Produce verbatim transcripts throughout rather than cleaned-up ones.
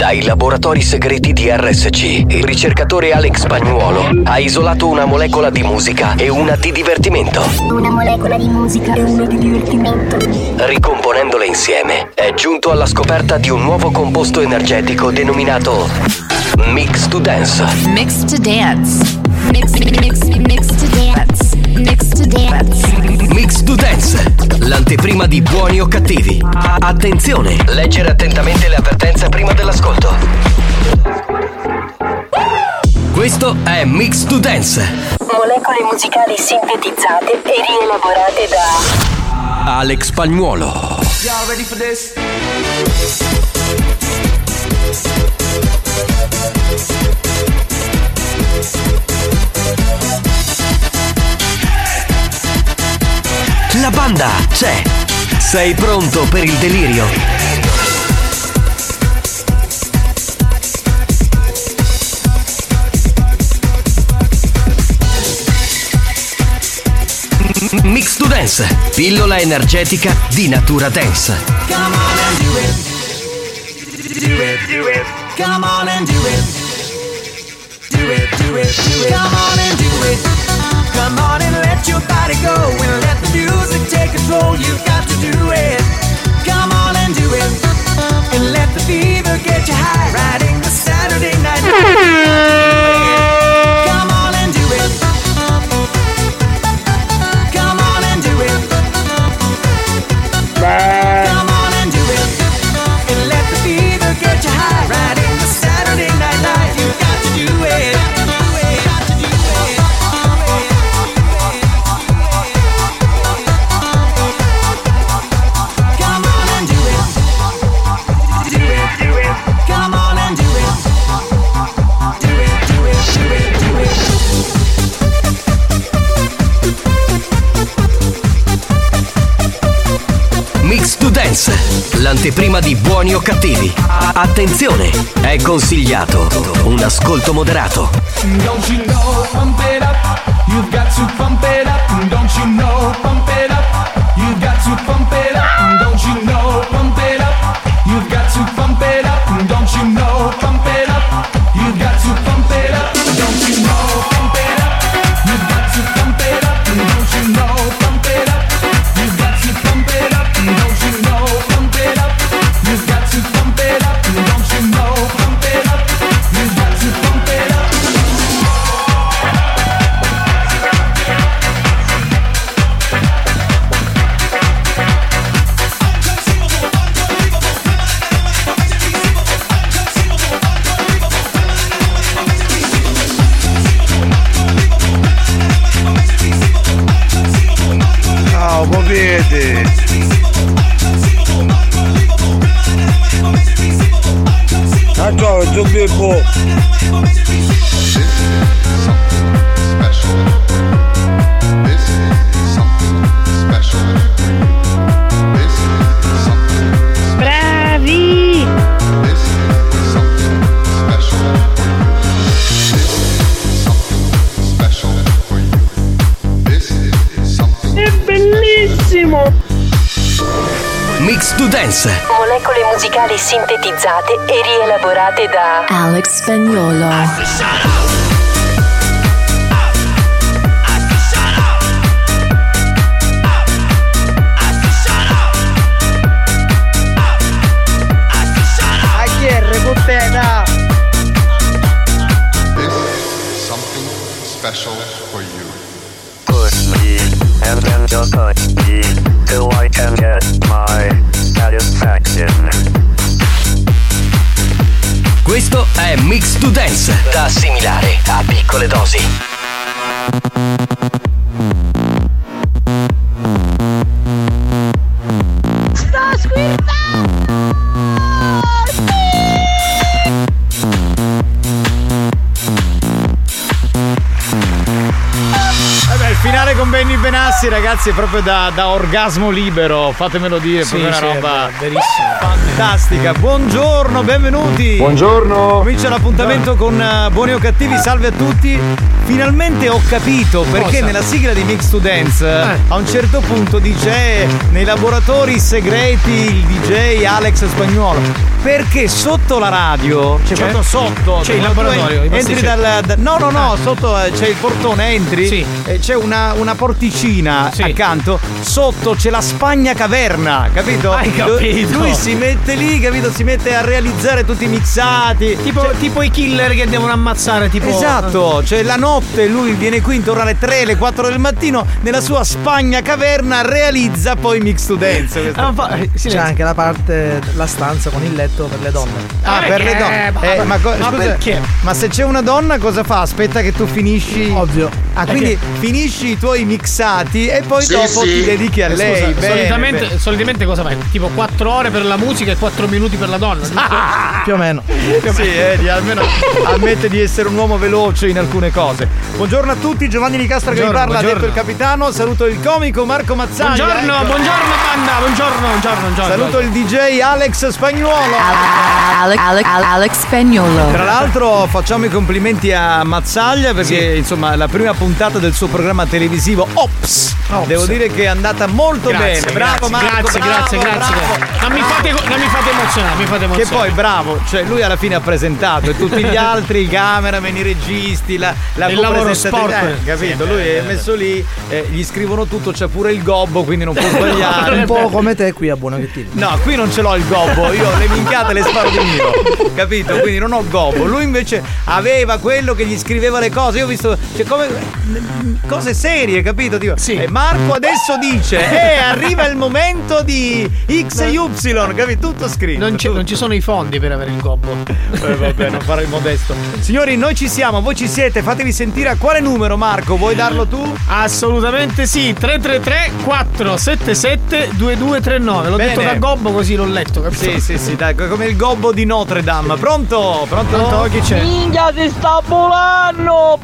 Dai laboratori segreti di R S C, il ricercatore Alex Spagnuolo ha isolato una molecola di musica e una di divertimento. Una molecola di musica e una di divertimento. Ricomponendole insieme, è giunto alla scoperta di un nuovo composto energetico denominato Mix to Dance. Mix to Dance. Mix, mix, mix to Dance. Mix to Dance. Mix to Dance, l'anteprima di Buoni o Cattivi. Attenzione, leggere attentamente le avvertenze prima dell'ascolto. Questo è Mix to Dance. Molecole musicali sintetizzate e rielaborate da Alex Spagnuolo. Y'all ready for this? La banda c'è. Sei pronto per il delirio? Mix to Dance, pillola energetica di natura dance. Come on and do it. Do it, do it. Come on and do it. Do it, do it, do it. Come on and do it. Come on and let your body go and let the music take control. You've got to do it. Come on and do it. And let the fever get you high. Riding the Saturday night. Come on and do it. Come on and do it. Come on and do it. And let the fever get you high. Riding the Saturday night life. You've got to do it. Mix to Dance, l'anteprima di Buoni o Cattivi. Attenzione, è consigliato un ascolto moderato. Don't you know, pump it up. You've got to pump it up. Don't you know, pump it up. You've got to pump it up. Don't you know, pump it up. You've got to pump it up. Don't you know, pump it up. You've got to pump it up. Don't you know, pump it up. You've got to pump it up. Don't you know, pump it up. You've got to pump it up. Don't you know, pump it up. You've got to pump it up. Don't you know, pump it up. You've got to pump it up. Ciao, popete! Ah, ciao, giù bimbo! Bravi! È bellissimo! Mix to Dance, molecole musicali sintetizzate e rielaborate da Alex Spagnuolo. A chi è recupera? Special for you. Push me, and then just touch me, till I can get my satisfaction. questo è Mix to Dance, da assimilare a piccole dosi. Sto squirtando! Il finale con Benny Benassi, ragazzi, è proprio da, da orgasmo libero, fatemelo dire, è proprio sì, una roba verissima, fantastica. Buongiorno, benvenuti. Buongiorno. Comincia l'appuntamento con uh, Buoni o Cattivi, salve a tutti. Finalmente ho capito perché Cosa? nella sigla di Mix to Dance Eh. a un certo punto dice eh, nei laboratori segreti il D J Alex Spagnuolo. Perché sotto la radio, cioè, C'è? proprio sotto, C'è il quando tu laboratorio, i entri pasticcetti. dal, da- no no no, Ah. sotto eh, c'è il portone, entri, Sì. e c'è una, una porticina Sì. accanto, sotto c'è la Spagna Caverna, capito? Hai capito. Lui si mette lì, capito? Si mette a realizzare tutti i mixati. Tipo, Cioè- tipo i killer che devono ammazzare, tipo. Esatto, cioè la notte lui viene qui intorno alle tre, alle quattro del mattino, nella sua Spagna Caverna realizza poi Mix to Dance. Questo- Ah, fa- eh, C'è silenzio. anche la parte, la stanza con il letto per le donne. Ah, Ma per le perché? donne. Ma- Eh, ma, co- ma scusa, perché? ma se c'è una donna cosa fa? Aspetta che tu finisci. Ovvio. Ah, quindi finisci i tuoi mixati e poi Sì, dopo sì. ti dedichi a Eh, lei. scusa, Bene, solitamente, bene. solitamente cosa fai? Tipo quattro ore per la musica e quattro minuti per la donna, giusto? Più o meno. Sì, eh, di- almeno ammette di essere un uomo veloce in alcune cose. Buongiorno a tutti, Giovanni Nicastra che vi Buongiorno, parla, ha detto buongiorno. il capitano. Saluto il comico Marco Mazzaglia. Buongiorno, ecco. buongiorno banda, buongiorno, buongiorno, buongiorno. Saluto il D J Alex Spagnuolo. Alex, Alex, Alex Spagnuolo. Tra l'altro facciamo i complimenti a Mazzaglia perché insomma la prima puntata del suo programma televisivo Ops, Ops. devo dire che è andata molto Grazie, bene. Bravo grazie, Marco, grazie, bravo, grazie, grazie. bravo. Non mi fate, non mi fate emozionare, mi fate Che emozionare. poi bravo, cioè lui alla fine ha presentato e tutti gli altri, i cameraman, i registi, la, la Il lavoro copresentatrice, sport. eh, capito? Sì, lui eh, è messo lì, eh, gli scrivono tutto, c'è pure il gobbo, quindi non può sbagliare. Un po' come te qui a Buono Cattivo. No, qui non ce l'ho il gobbo, io le minchiate le sparo di mio, capito? Quindi non ho gobbo. Lui invece aveva quello che gli scriveva le cose. Io ho visto, cioè, come cose serie, capito? Tipo, Sì. e Marco adesso dice, eh, arriva il momento di X e Y, capito? Tutto scritto. Non, ci- tutto. non ci sono i fondi per avere il gobbo. Eh, vabbè, non fare il modesto. Signori, noi ci siamo, voi ci siete, fatevi sentire. A quale numero, Marco? Vuoi darlo tu? Assolutamente sì. tre tre tre quattro sette sette due due tre nove. L'ho Bene. detto da gobbo così l'ho letto, capito? Sì, sì, sì, dai, come il gobbo di Notre Dame. Pronto? Pronto? Pronto? Chi c'è? Minchia si sta volando,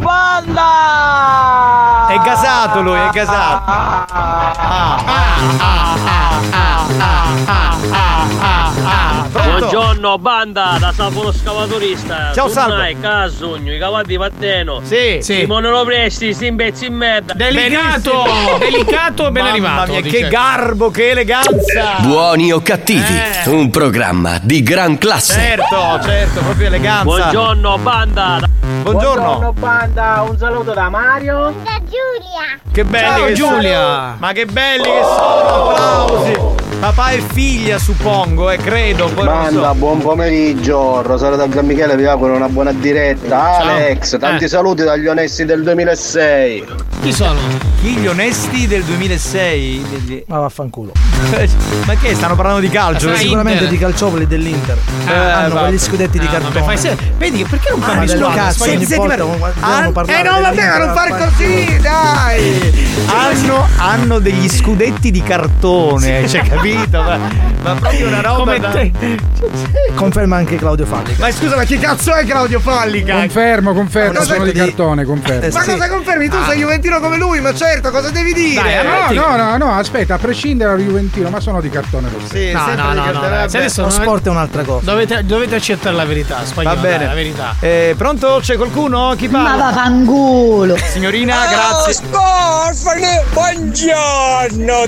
banda! È gasato lui, è gasato. Ah, ah, ah, ah, ah, ah, ah, ah. Pronto? Buongiorno banda da Sapolo Scavatorista. Ciao, Salvo. Tunnai, Casugno, i cavalli di Patteno. Sì, Sì. Simone Lopresti, si imbezzi in merda. Delicato, Benissimo. delicato, ben Mamma arrivato. mia, dice. che garbo, che eleganza. Buoni o cattivi, Eh. un programma di gran classe. Certo, certo, proprio eleganza. Buongiorno banda. Buongiorno. banda, un saluto da Mario. Da Giulia. Che belli Ciao, che Giulia. sono. Ma che belli che sono, applausi. Papà e figlia, suppongo, eh, credo. Poi non Banda, so. buon pomeriggio. Rosario da Gian Michele vi auguro una buona diretta. Ciao. Alex, tanti Eh. saluti dagli onesti del duemilasei. Chi sono? Chi gli onesti del duemilasei? Degli- Ma vaffanculo. Ma che stanno parlando di calcio? Ah, sì. Sicuramente Inter. di calciopoli dell'Inter. Eh, Hanno vabbè. quegli scudetti di Ah, cartone. vabbè, fai se- Vedi, perché non Ma cambi del squadra? cazzo, Fai- ogni senti, volta ma- dobbiamo Ah, parlare eh no, vabbè, dell'Inter, non fare fai- così, dai! Hanno, hanno degli scudetti di cartone, c'è capito? Ma, ma proprio una roba Come da- te. Conferma anche Claudio Falli. Ma scusa, ma chi cazzo è Claudio Fallica? Confermo, confermo, Una sono di sorta di- cartone, confermo. Eh, Ma sì. cosa confermi? Tu sei juventino come lui, ma certo, cosa devi dire? Dai, No, no, no, no, aspetta, a prescindere dal Juventino, ma sono di cartone lo stesso. Sì, No, sempre no, di no, no, cartone, no. vabbè. Se adesso Lo non- sport è un'altra cosa. Dovete, dovete accettare la verità, spagnolo. Va bene. dai, la verità. Eh, pronto? C'è qualcuno? Chi Ma parla? vaffanculo. Signorina, grazie. Sport, buongiorno,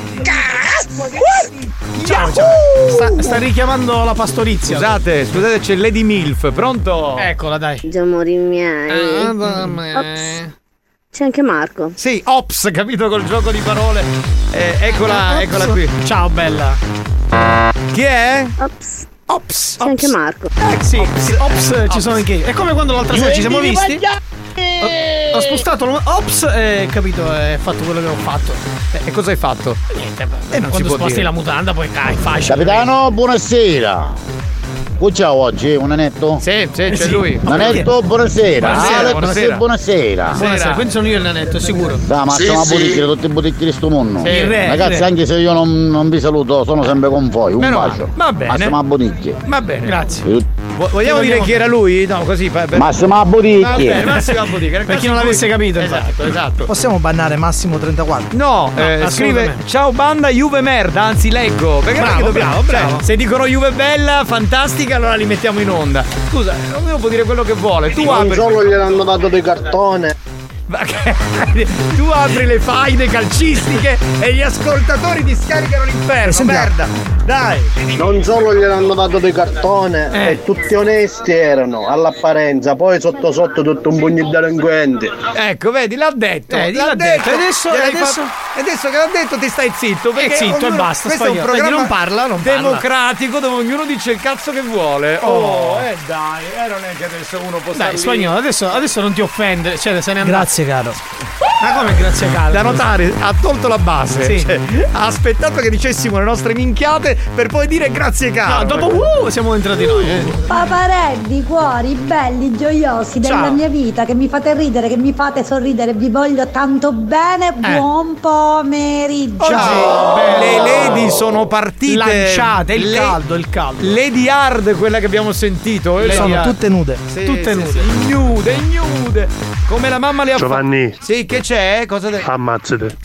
Ciao, ciao. Sta, sta richiamando la pastorizia. Scusate, scusate, c'è Lady Milf, pronto? Eccola, dai. Amori miei. Ah, da me. Ops. C'è anche Marco. Sì, ops, capito col gioco di parole. Eh, eccola, Ops. eccola qui. Ciao, bella. Chi è? Ops. Ops. C'è anche Marco. Eh, sì, sì, ops, ci sono anche io. È come quando l'altra sera ci siamo visti. Ho, ho spostato lo- Ops e capito, e fatto quello che ho fatto. E cosa hai fatto? Niente, Eh, non si quando può sposti dire. la mutanda poi cai, facile. Capitano, buonasera. Che c'è oggi? Un anetto? Sì, sì, c'è Sì. lui. Un anetto, buonasera. Buonasera, Alex, buonasera. buonasera. Buonasera, quindi sono io il nanetto, sicuro. Da, ma Sì, siamo a sì. bottiglie, tutti i bottiglie di sto mondo. Sì. Il re, Ragazzi, il re. anche se io non, non vi saluto, sono sempre con voi. Un Meno male. bacio. Va bene. Massimo a bottiglie. Va bene. Grazie. Vu- Vogliamo dire chi era lui? No, così. Per... Massimo a Va bene, bottiglie. Massimo a bottiglia. Per chi non l'avesse capito, infatti. Esatto, esatto. Possiamo bannare Massimo trentaquattro? No, eh, scrive assolutamente. ciao banda Juve merda, anzi leggo. Perché non è che Bravo, dobbiamo? bravo, bravo. Cioè, se dicono Juve bella, fantastica, allora li mettiamo in onda. Scusa, ognuno può dire quello che vuole. Tu Non apri. solo gliel'hanno dato di cartone. Ma che... tu apri le faide calcistiche e gli ascoltatori ti scaricano l'inferno, merda. Dai. Non solo gliel'hanno dato di cartone, Eh. e tutti onesti erano all'apparenza, poi sotto sotto tutto un pugno di delinquenti. Ecco, vedi, l'ha detto. Eh, l'ha l'ha detto. E adesso- Gliel'hai adesso- fatto- adesso che l'ha detto ti stai zitto. Perché Eh, zitto e ognuno- basta, Questo è un spagnolo. programma Vedi, non parla, non parla. democratico dove ognuno dice il cazzo che vuole. Oh, Oh. eh dai, eh non è che adesso uno può stare Dai, lì. spagnolo, adesso, adesso non ti offende. Cioè, se ne andrà. Grazie, caro. Ma come grazie caro? Da notare, ha tolto la base. Sì. Cioè, ha aspettato che dicessimo le nostre minchiate per poi dire grazie caro. No, dopo uh, siamo entrati noi. Eh. Paparelli, cuori belli, gioiosi della Ciao. mia vita, che mi fate ridere, che mi fate sorridere, vi voglio tanto bene, buon pomeriggio. Oggi le lady sono partite Lanciate, il Le- caldo, il caldo. Lady Hard, quella che abbiamo sentito. Lady Sono Hard. tutte nude. Sì, tutte sì, nude. sì, Ignude, ignude. Come la mamma le ha Giovanni. fatte. Sì, che c'è? Cosa de- Ammazzate.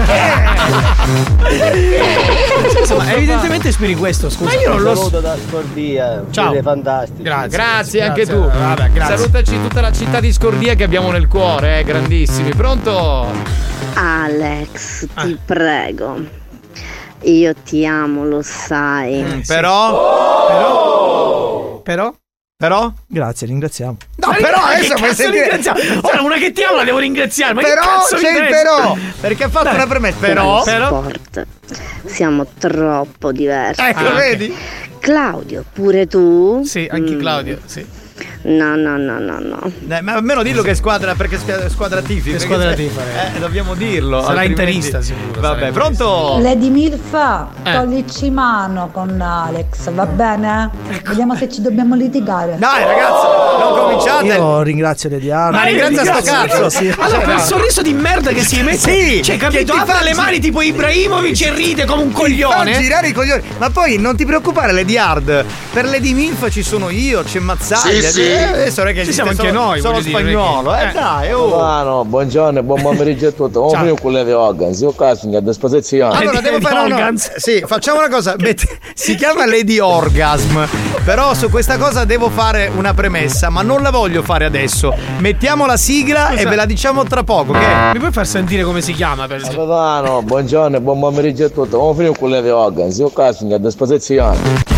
Insomma, evidentemente ispiri questo, scusa. Ma io non lo so. da Scordia, Ciao. siete fantastici. Grazie. Grazie, anche Grazie. tu. Vabbè, grazie. Salutaci tutta la città di Scordia che abbiamo nel cuore, eh, grandissimi. Pronto? Alex, Ah. ti prego. Io ti amo, lo sai. Mm, Però? Però? Però? Però? Grazie, ringraziamo. No, Ma però che adesso puoi cazzo sentire. ringraziamo? Cioè, una che ti amo la devo ringraziare. Ma che Però cazzo mi c'è il interessa? però. Perché ha fatto Dai. una premessa. Però. Però? Sport. Siamo troppo diversi. Ecco, Ah, vedi? Claudio, pure tu? Sì, anche Mm. Claudio, sì. No, no, no, no, no. Dai, ma almeno dillo che è squadra, perché è squadra tifi. Che perché squadra se- tifa, Eh, dobbiamo dirlo. Sarà altrimenti- interista sicuro. Vabbè, sarà pronto? Lady Milfa, Eh. toglici mano con Alex, va bene? Vediamo se ci dobbiamo litigare. Dai, ragazzi, non cominciate. Io ringrazio Lady Hard. Ma ringrazia sto cazzo. Sì. Allora, quel sorriso di merda che si mette. Sì, Cioè, che capito? ti Apre fa le gi- mani tipo Ibrahimovic e ride come un Ti fa coglione. girare i coglioni. Ma poi non ti preoccupare, Lady Hard. Per Lady Milf ci sono io, c'è Mazzaglia. Sì, sì. Eh, adesso non è che Ci esiste siamo anche solo- noi, Solo voglio dire, spagnolo. Eh, eh. dai, oh. Milano, buongiorno, buon pomeriggio a tutti. Vamos Ciao. prima con le organs. Io casting a disposizione. Allora Lady devo fare una Organs. Sì, facciamo una cosa. Mette- Si chiama Lady Orgasm. Però su questa cosa devo fare una premessa, ma non la voglio fare adesso. Mettiamo la sigla Scusa. e ve la diciamo tra poco, che Mi puoi far sentire come si chiama? Per... Milano, buongiorno, buon pomeriggio a tutti. Vamos prima con le organs. Io casting a disposizione.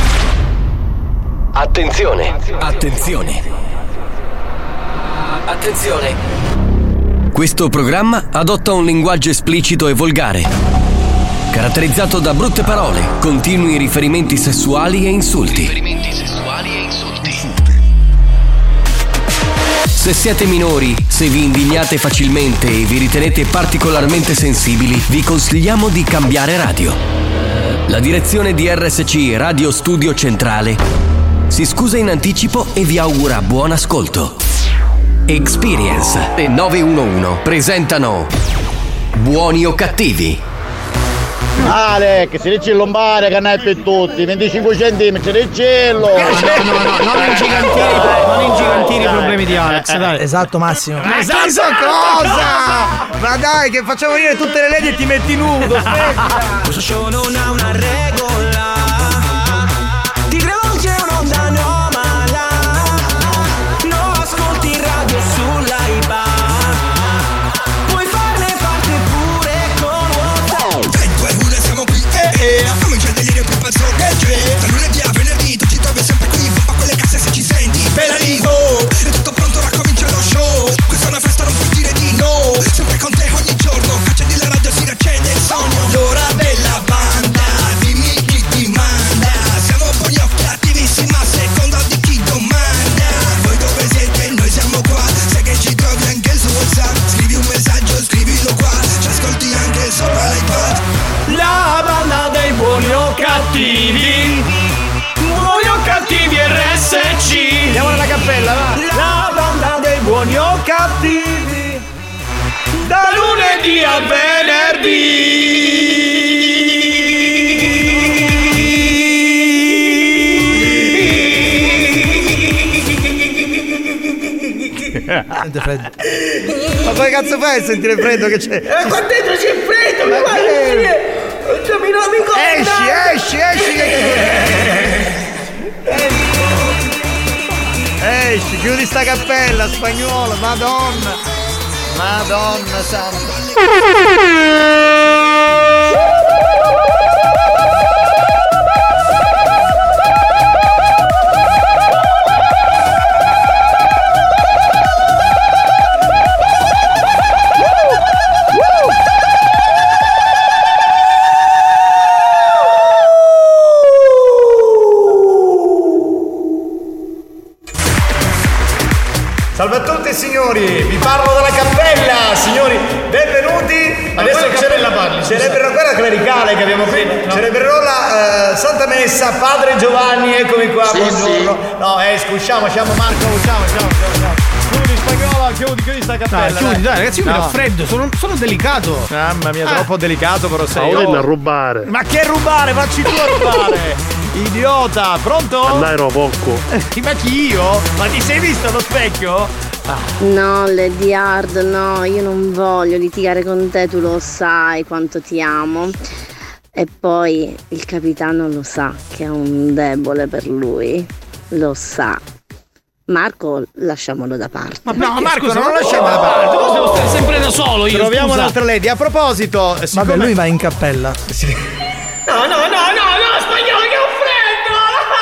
Attenzione, attenzione. Attenzione. Questo programma adotta un linguaggio esplicito e volgare, caratterizzato da brutte parole, continui riferimenti sessuali e insulti. Se siete minori, se vi indignate facilmente e vi ritenete particolarmente sensibili, vi consigliamo di cambiare radio. La direzione di R S C Radio Studio Centrale si scusa in anticipo e vi augura buon ascolto. Experience e nove uno uno presentano Buoni o Cattivi. Ale, che si dice il lombare, che ne è per tutti. venticinque centimetri di cielo. No, no, no, non ingigantire, non ingigantire i problemi di Alex, dai. Esatto, Massimo. Ma esatto cosa? Ma dai, che facciamo venire tutte le lady e ti metti nudo. Aspetta. Questo show non ha una regola. Ti rivolge un'onda anomala. No, ascolti radio sull'Aiba. Puoi farne parte pure con WhatsApp. tre, due, uno, siamo qui, eh, eh. Comincia il delirio più pazzo che c'è. Da lunedì a venerdì tu ci trovi sempre qui. Pompa quelle casse se ci senti. Bella Livo, è tutto pronto, ora comincia lo show. Questa è una festa, non puoi dire di no. Sempre con te ogni giorno. Accendi la radio, si riaccende il sogno. L'ora della banda, dimmi chi ti manda. Siamo buoni o cattivissimi a seconda di chi domanda. Voi dove siete? Noi siamo qua. Sai che ci trovi anche su WhatsApp. Scrivi un messaggio, scrivilo qua. Ci ascolti anche sopra l'iPad. La banda dei buoni o cattivi. Buoni o cattivi R S C. Andiamo nella cappella, va. La banda dei buoni o cattivi. Da lunedì a venerdì. Sente freddo. Ma poi cazzo fai a sentire freddo che c'è? Eh, qua dentro c'è freddo, mi guarda, mi non mi Esci, esci, esci che... Esci, chiudi sta cappella, spagnolo, madonna. Madonna santa. Salve a tutti signori, vi parlo dalla cappella, signori, benvenuti. Adesso celebrerò celebrerò quella clericale che abbiamo qui, no. Celebrerò la uh, Santa Messa, Padre Giovanni, eccomi qua, sì, buongiorno. Sì. No, eh, usciamo, usciamo Marco, usciamo, usciamo, usciamo. Chiudi Spagola, chiudi, chiudi sta cappella. Dai, chiudi, dai ragazzi, io no. mi ho freddo, sono, sono delicato. Mamma mia, eh. troppo delicato però sei. Ma oh. a rubare. Ma che rubare? Vacci tu a rubare. Idiota, pronto? Andai poco. Ma chi io? Ma ti sei visto allo specchio? Ah. No, Lady Hard, no, io non voglio litigare con te, tu lo sai quanto ti amo. E poi il capitano lo sa che è un debole per lui, lo sa. Marco, lasciamolo da parte. Ma no, Marco, scusa, non lo lasciamo da parte. Tu devo stare sempre da solo io. Troviamo scusa. un'altra lady. A proposito, siccome... vabbè, lui va in cappella. Sì. No, no, no, no, no, spagnolo che ho freddo!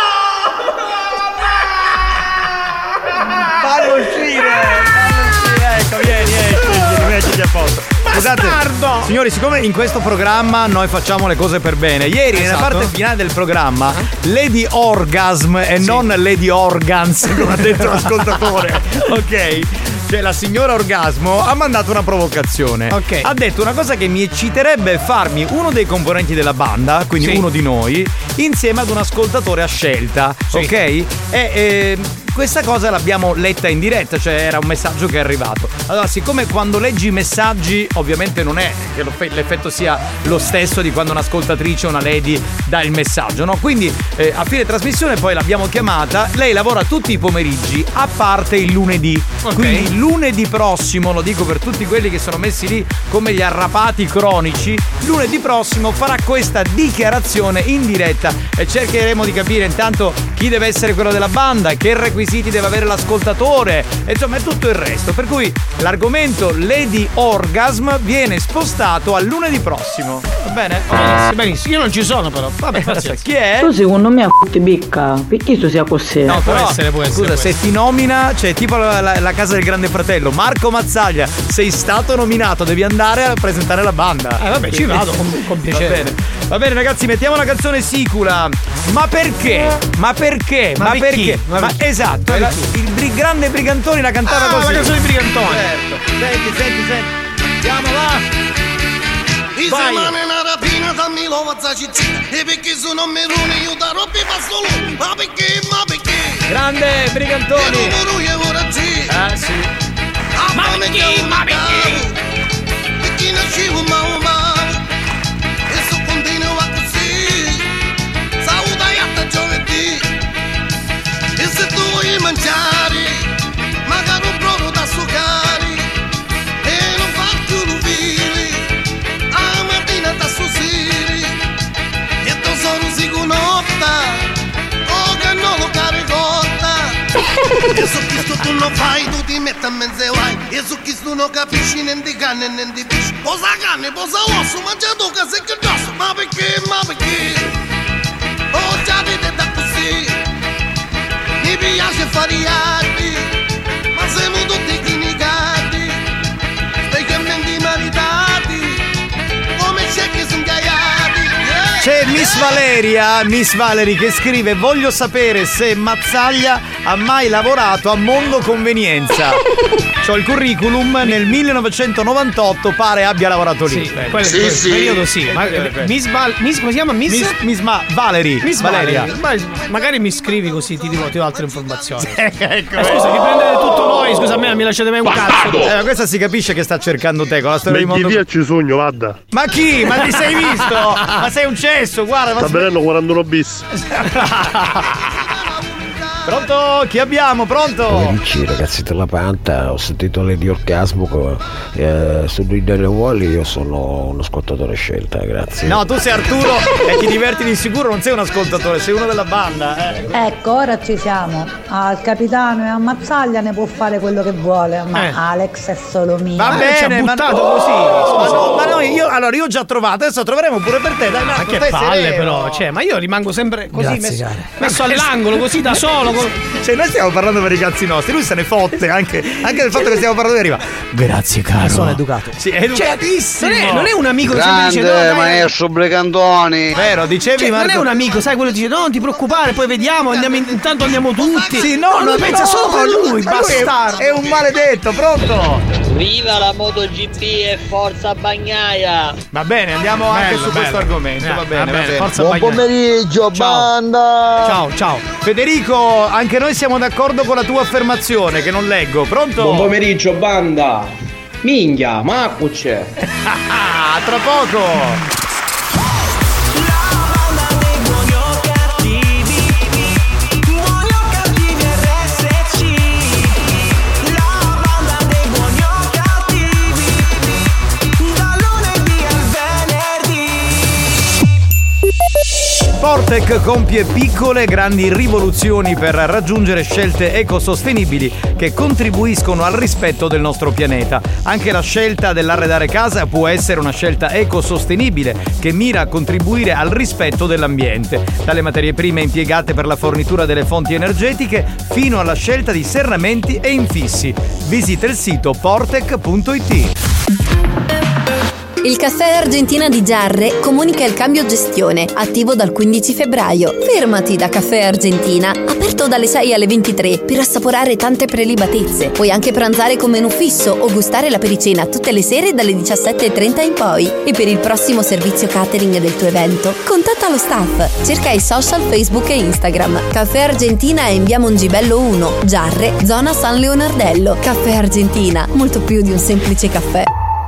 Fallo uscire! Fallo uscire! Ecco, vieni, esci, mettiti a posto. Scusate, bastardo! Signori, siccome in questo programma noi facciamo le cose per bene, ieri esatto. nella parte finale del programma Lady Orgasm e sì. non Lady Organs, come ha detto l'ascoltatore, ok? Cioè la signora Orgasmo ha mandato una provocazione. Ok. Ha detto una cosa che mi ecciterebbe farmi uno dei componenti della banda, quindi sì. uno di noi, insieme ad un ascoltatore a scelta, sì. ok? E eh, questa cosa l'abbiamo letta in diretta, cioè era un messaggio che è arrivato. Allora, siccome quando leggi i messaggi ovviamente non è che l'effetto sia lo stesso di quando un'ascoltatrice o una lady dà il messaggio, no? Quindi eh, a fine trasmissione poi l'abbiamo chiamata, lei lavora tutti i pomeriggi a parte il lunedì. Okay. Quindi lunedì prossimo, lo dico per tutti quelli che sono messi lì come gli arrapati cronici, lunedì prossimo farà questa dichiarazione in diretta e cercheremo di capire intanto chi deve essere quello della banda, che requisiti deve avere l'ascoltatore, e insomma è tutto il resto. Per cui l'argomento Lady Orgasm viene spostato al lunedì prossimo. Va bene? Benissimo, benissimo. Io non ci sono però. Vabbè, eh, chi è? Tu secondo me a ti bicca. Perché tu sia così? No, può però, essere, può essere. Scusa, può se essere. ti nomina, cioè tipo la, la, la casa del grande fratello, Marco Mazzaglia, sei stato nominato, devi andare a presentare la banda. Eh vabbè, ci vado con, con piacere. Va bene. Va bene ragazzi, mettiamo una canzone sicula. Ma perché? Ma perché? Ma, Ma per perché? chi? Ma, Ma per esatto, Ma la, il bri- grande Brigantoni la cantava ah, così. La canzone di Brigantoni. Certo. Senti, senti, senti. Andiamo là. I semane una rapina dammi l'ova città. E perché sono merone io da robbi passo lui. Ma perché, ma perché? Grande Brigantoni. E numero io ora sì. Ah sì. Ma perché, ma perché? Perché nascevo ma umano. E so continuo a così. Saluta e atta giovedì. E se tu vuoi mangiare, magari un brodo da succare. E non fa più l'uvile. A mattina da susiri. E tu sono sicurota. Oh che non lo caricotta. E su questo tu non fai, tu ti metti a mezzo vai. E su questo non capisci niente carne e niente pesce. Posa carne, posa osso, mangia tu che sei che grosso. Ma perché, ma perché? Oh già vedi da così. Mi piace fare gli arti, ma siamo tutti clinicati, specialmente maritati, come c'è che sono ingaiati. Yeah. C'è Miss Valeria, Miss Valerie che scrive: voglio sapere se Mazzaglia ha mai lavorato a Mondo Convenienza. C'ho il curriculum, nel millenovecentonovantotto pare abbia lavorato lì. Sì, quel, sì, quel sì. periodo sì. Ma, Miss, Val, Miss come si chiama? Miss? Miss, Miss Ma, Valerie. Miss Valeria. Valeria. Magari mi scrivi così ti dico, ti do altre informazioni. ecco. eh, scusa, vi prendete tutto voi, scusa, a me non mi lasciate mai un cazzo. Eh, ma questa si capisce che sta cercando te con la storia ma di Mondo. Via ci sogno, vada. Ma chi? Ma ti sei visto? Ma sei un cesso, guarda. Sta ma venendo quarantuno bis. Pronto? Chi abbiamo? Pronto? Pomeriggio, ragazzi della Panta, ho sentito lei di orgasmo eh, su Delle Wall, io sono un ascoltatore scelta, grazie. No, tu sei Arturo e ti diverti di sicuro, non sei un ascoltatore, sei uno della banda. Eh. Ecco, ora ci siamo. Al capitano e a Mazzaglia ne può fare quello che vuole, ma Eh. Alex è solo mio. Va bene, ci ha ma buttato no, così. Ma, no, ma no, io allora io ho già trovato, adesso troveremo pure per te. Dai, Ma Marco, che stai palle sereno. però, cioè, ma io rimango sempre così Grazie, messo, cara. messo all'angolo, così da solo. con- Cioè, noi stiamo parlando per i cazzi nostri, lui se ne fotte anche, anche del fatto che stiamo parlando di arriva. Grazie, caro. Sono educato. Sì, è educatissimo. Non è, non è un amico che sempre dice no, Grande dai, maestro Brecantoni. Vero, dicevi cioè, non Marco. è un amico, sai, quello che dice no, non ti preoccupare, poi vediamo, andiamo in- intanto andiamo tutti. Sì, no, lui no, pensa no, solo per lui, ma è- bastardo. È un maledetto, pronto? Viva la MotoGP e forza Bagnaia! Va bene, andiamo anche Bello, su questo bello. argomento. Eh, va bene, va va bene, bene. forza Buon Bagnaia. pomeriggio, Ciao. banda. Ciao, ciao. Federico, anche noi siamo d'accordo con la tua affermazione, che non leggo. Pronto? Buon pomeriggio, banda. Minchia, ma c'è. Ah, tra poco. Portec compie piccole e grandi rivoluzioni per raggiungere scelte ecosostenibili che contribuiscono al rispetto del nostro pianeta. Anche la scelta dell'arredare casa può essere una scelta ecosostenibile che mira a contribuire al rispetto dell'ambiente. Dalle materie prime impiegate per la fornitura delle fonti energetiche fino alla scelta di serramenti e infissi. Visita il sito portec punto it. Il caffè Argentina di Giarre comunica il cambio gestione, attivo dal quindici febbraio. Fermati da Caffè Argentina, aperto dalle sei alle ventitré per assaporare tante prelibatezze. Puoi anche pranzare con menù fisso o gustare la pericena tutte le sere dalle diciassette e trenta in poi. E per il prossimo servizio catering del tuo evento, contatta lo staff. Cerca i social Facebook e Instagram. Caffè Argentina è in via Mongibello uno, Giarre, zona San Leonardello. Caffè Argentina, molto più di un semplice caffè.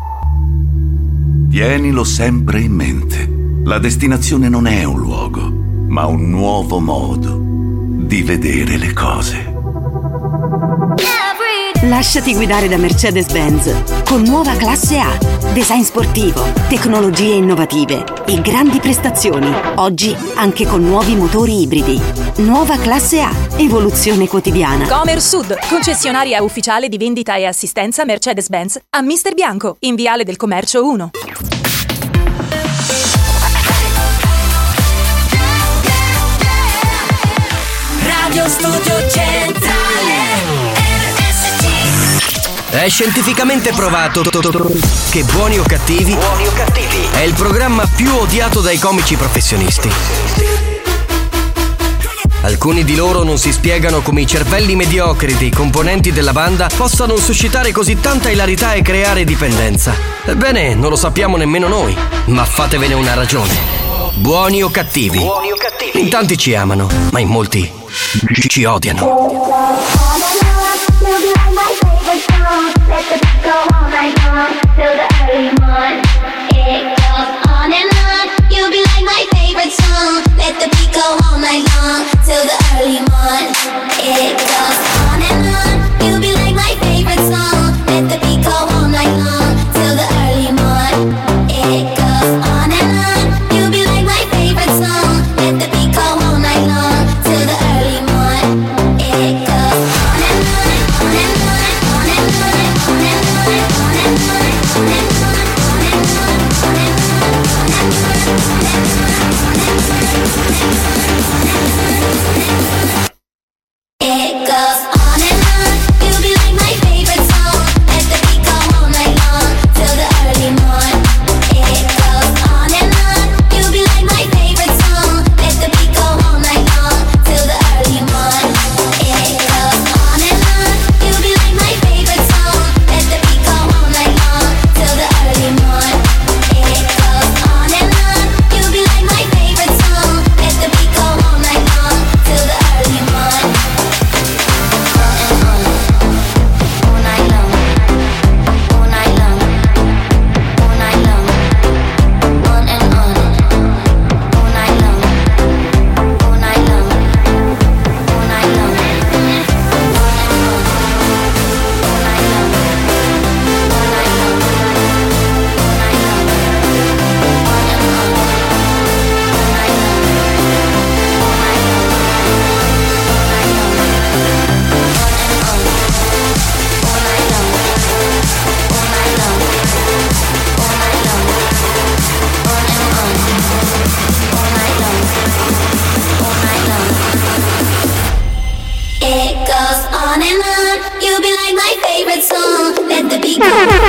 Tienilo sempre in mente. La destinazione non è un luogo, ma un nuovo modo di vedere le cose. Lasciati guidare da Mercedes-Benz con nuova classe A, design sportivo, tecnologie innovative e grandi prestazioni. Oggi anche con nuovi motori ibridi. Nuova classe A, evoluzione quotidiana. Comer Sud, concessionaria ufficiale di vendita e assistenza Mercedes-Benz a Mister Bianco, in Viale del Commercio uno. Radio Studio Centrale. È scientificamente provato che Buoni o Cattivi è il programma più odiato dai comici professionisti. Alcuni di loro non si spiegano come i cervelli mediocri dei componenti della banda possano suscitare così tanta ilarità e creare dipendenza. Ebbene, non lo sappiamo nemmeno noi, ma fatevene una ragione. Buoni o Cattivi. In tanti ci amano, ma in molti ci, ci odiano. Let the beat go all night long till the early morn. It goes on and on. You'll be like my favorite song. Let the beat go all night long till the early morn. It goes on and on. You'll be like my favorite song. Let the beat go all night long till the early morn. It goes on and on. You'll be like my favorite song. Let the beat go all night long till the early morn. It goes on and on, on and on, on and on. and on. You'll be like my favorite song. Let the beat go.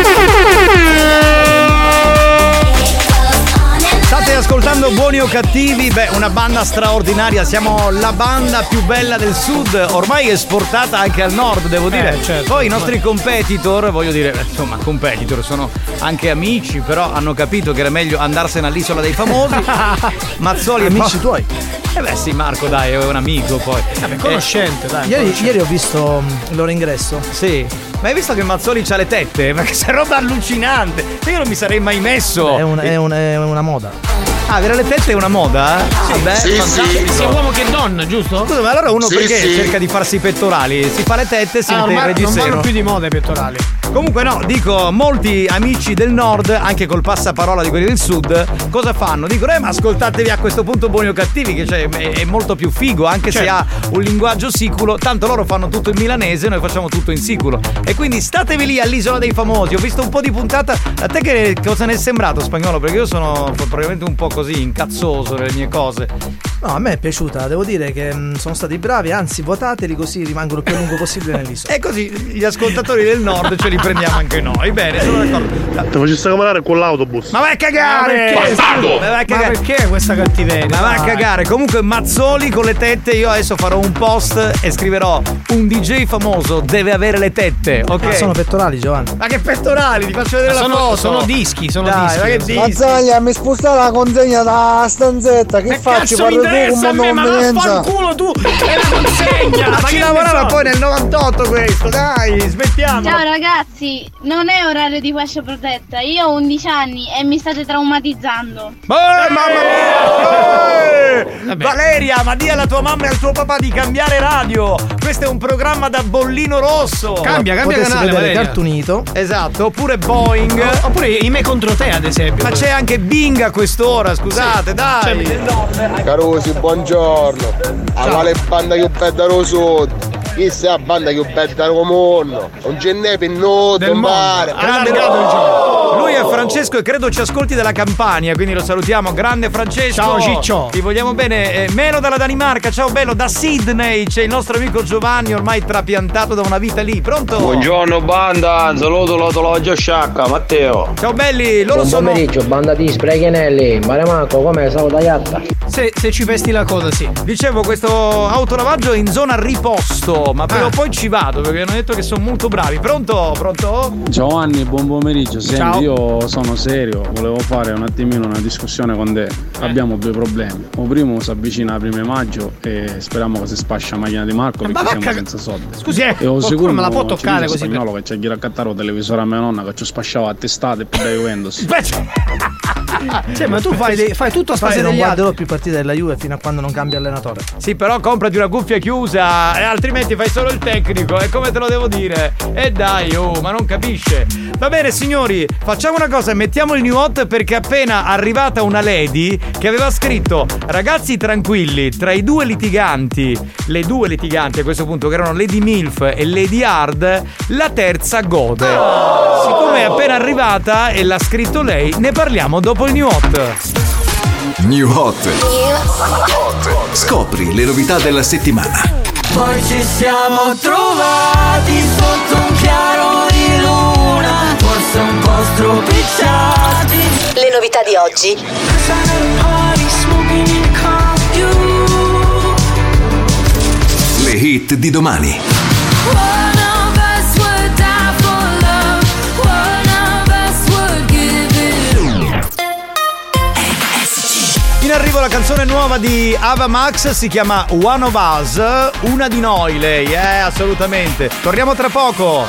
State ascoltando Buoni o Cattivi? Beh, una banda straordinaria, siamo la banda più bella del sud, ormai esportata anche al nord, devo dire. Eh, certo. Poi i nostri competitor, voglio dire, insomma, competitor, sono anche amici, però hanno capito che era meglio andarsene all'Isola dei Famosi. Mazzoli e Amici Ma- tuoi? Eh beh sì, Marco, dai, è un amico poi. Vabbè, conoscente, Eh, dai. Ieri, conoscente. ieri ho visto mm, il loro ingresso. Sì. Ma hai visto che Mazzoli c'ha le tette? Ma che roba allucinante! Io non mi sarei mai messo. È, un- è un- è una moda. Ah, avere le tette è una moda? Sì, Vabbè, sì, fantastico. sia uomo che donna, giusto? Scusa, ma allora uno Sì, perché sì. cerca di farsi i pettorali? Si fa le tette e si Ah, mette il ormai non reggiseno. vanno più di moda i pettorali. Comunque no, dico, molti amici del nord, anche col passaparola di quelli del sud, cosa fanno? Dicono, eh ma ascoltatevi a questo punto Buoni o Cattivi, che cioè, è, è molto più figo, anche se Certo. ha un linguaggio siculo, tanto loro fanno tutto in milanese, noi facciamo tutto in siculo. E quindi statevi lì all'Isola dei Famosi, ho visto un po' di puntata, a te che cosa ne è sembrato Spagnolo? Perché io sono probabilmente un po' così, incazzoso nelle mie cose. No, a me è piaciuta, devo dire che mh, sono stati bravi, anzi votateli così rimangono il più a lungo possibile nell'isola. E così gli ascoltatori del nord ce li prendiamo anche noi. Bene, sono d'accordo. Ti facessi camerare con l'autobus. Ma vai a cagare! Ma perché? Bastardo! Ma vai a cagare! Ma perché questa cattiveria? Ma vai a Dai. cagare! Comunque Mazzoli con le tette, io adesso farò un post e scriverò: un D J famoso deve avere le tette, ok? Ma sono pettorali, Giovanni. Ma che pettorali, ti faccio vedere Ma la sono- foto. sono dischi, sono Dai, dischi. ma che dischi? Mazzaglia, mi spostare la consegna da stanzetta, che Che faccio? cazzo mi Parlo tu interessa a con me, ma convenienza. vaffanculo tu! E la consegna! Ma Ma ci che lavorava ne so? poi nel novantotto questo, dai, smettiamo. Ciao ragazzi, non è orario di fascia protetta, io ho undici anni e mi state traumatizzando. Eh, mamma mia! Eh! Valeria, ma di alla tua mamma e al tuo papà di cambiare radio. Questo è un programma da bollino rosso. Cambia, cambia Potessi canale, vedere Valeria. Cartoon Unito. Esatto, oppure Boeing. O- Oppure i me contro te, ad esempio. Ma c'è anche Bing a quest'ora, scusate, dai. Carosi, buongiorno. A quale banda che bella lo sud? Chi è la banda che bella lo mondo? Non c'è ne per noi, Del mondo. mare. Grande Allargato il Lui è Francesco e credo ci ascolti dalla Campania, quindi lo salutiamo. Grande Francesco. Ciao, Ciccio. Ti vogliamo bene. Eh, Melo dalla Danimarca, ciao bello. Da Sydney c'è il nostro amico Giovanni, ormai trapiantato da una vita lì. Pronto? Buongiorno banda, un saluto l'otologio sciacca, Matteo. Ciao belli, loro Buon sono. pomeriggio, banda di Spreghinelli. Maremacco, com'è? Saluta Iatta. Se, se ci vesti la coda, sì. Dicevo, questo autolavaggio è in zona riposto, ma prima o poi ci vado perché hanno detto che sono molto bravi. Pronto? Pronto? Giovanni, buon pomeriggio. Senti, Ciao. io sono serio, volevo fare un attimino una discussione con te. Abbiamo due problemi. Il primo si avvicina a primo maggio e speriamo che si spascia la macchina di Marco Ma perché va siamo a cag- senza soldi. Scusi, eh, e il qualcuno secondo me la può ci toccare dice così per- Spagnolo che c'è chi raccattare il televisore a mia nonna che ci spasciava a testate e poi da Juventus. Sì, ma tu fai, dei- fai tutto a Sai, spese non degli altri. guarderò più partite della Juve fino a quando non cambia allenatore. Sì, però comprati una cuffia chiusa, e altrimenti fai solo il tecnico. E come te lo devo dire? E dai, oh, ma non capisce. Va bene, signori, facciamo una cosa, mettiamo il new hot perché è appena arrivata una lady che aveva scritto: ragazzi tranquilli, tra i due litiganti, le due litiganti a questo punto, che erano Lady Milf e Lady Hard, la terza gode. Siccome è appena arrivata e l'ha scritto lei, ne parliamo dopo il new hot. New Hot. Scopri le novità della settimana. Poi ci siamo trovati sotto un chiaro di luna, forse un po' stropicciati. Le novità di oggi. Le hit di domani. In arrivo la canzone nuova di Ava Max, si chiama One of Us, una di noi lei, eh, assolutamente. Torniamo tra poco.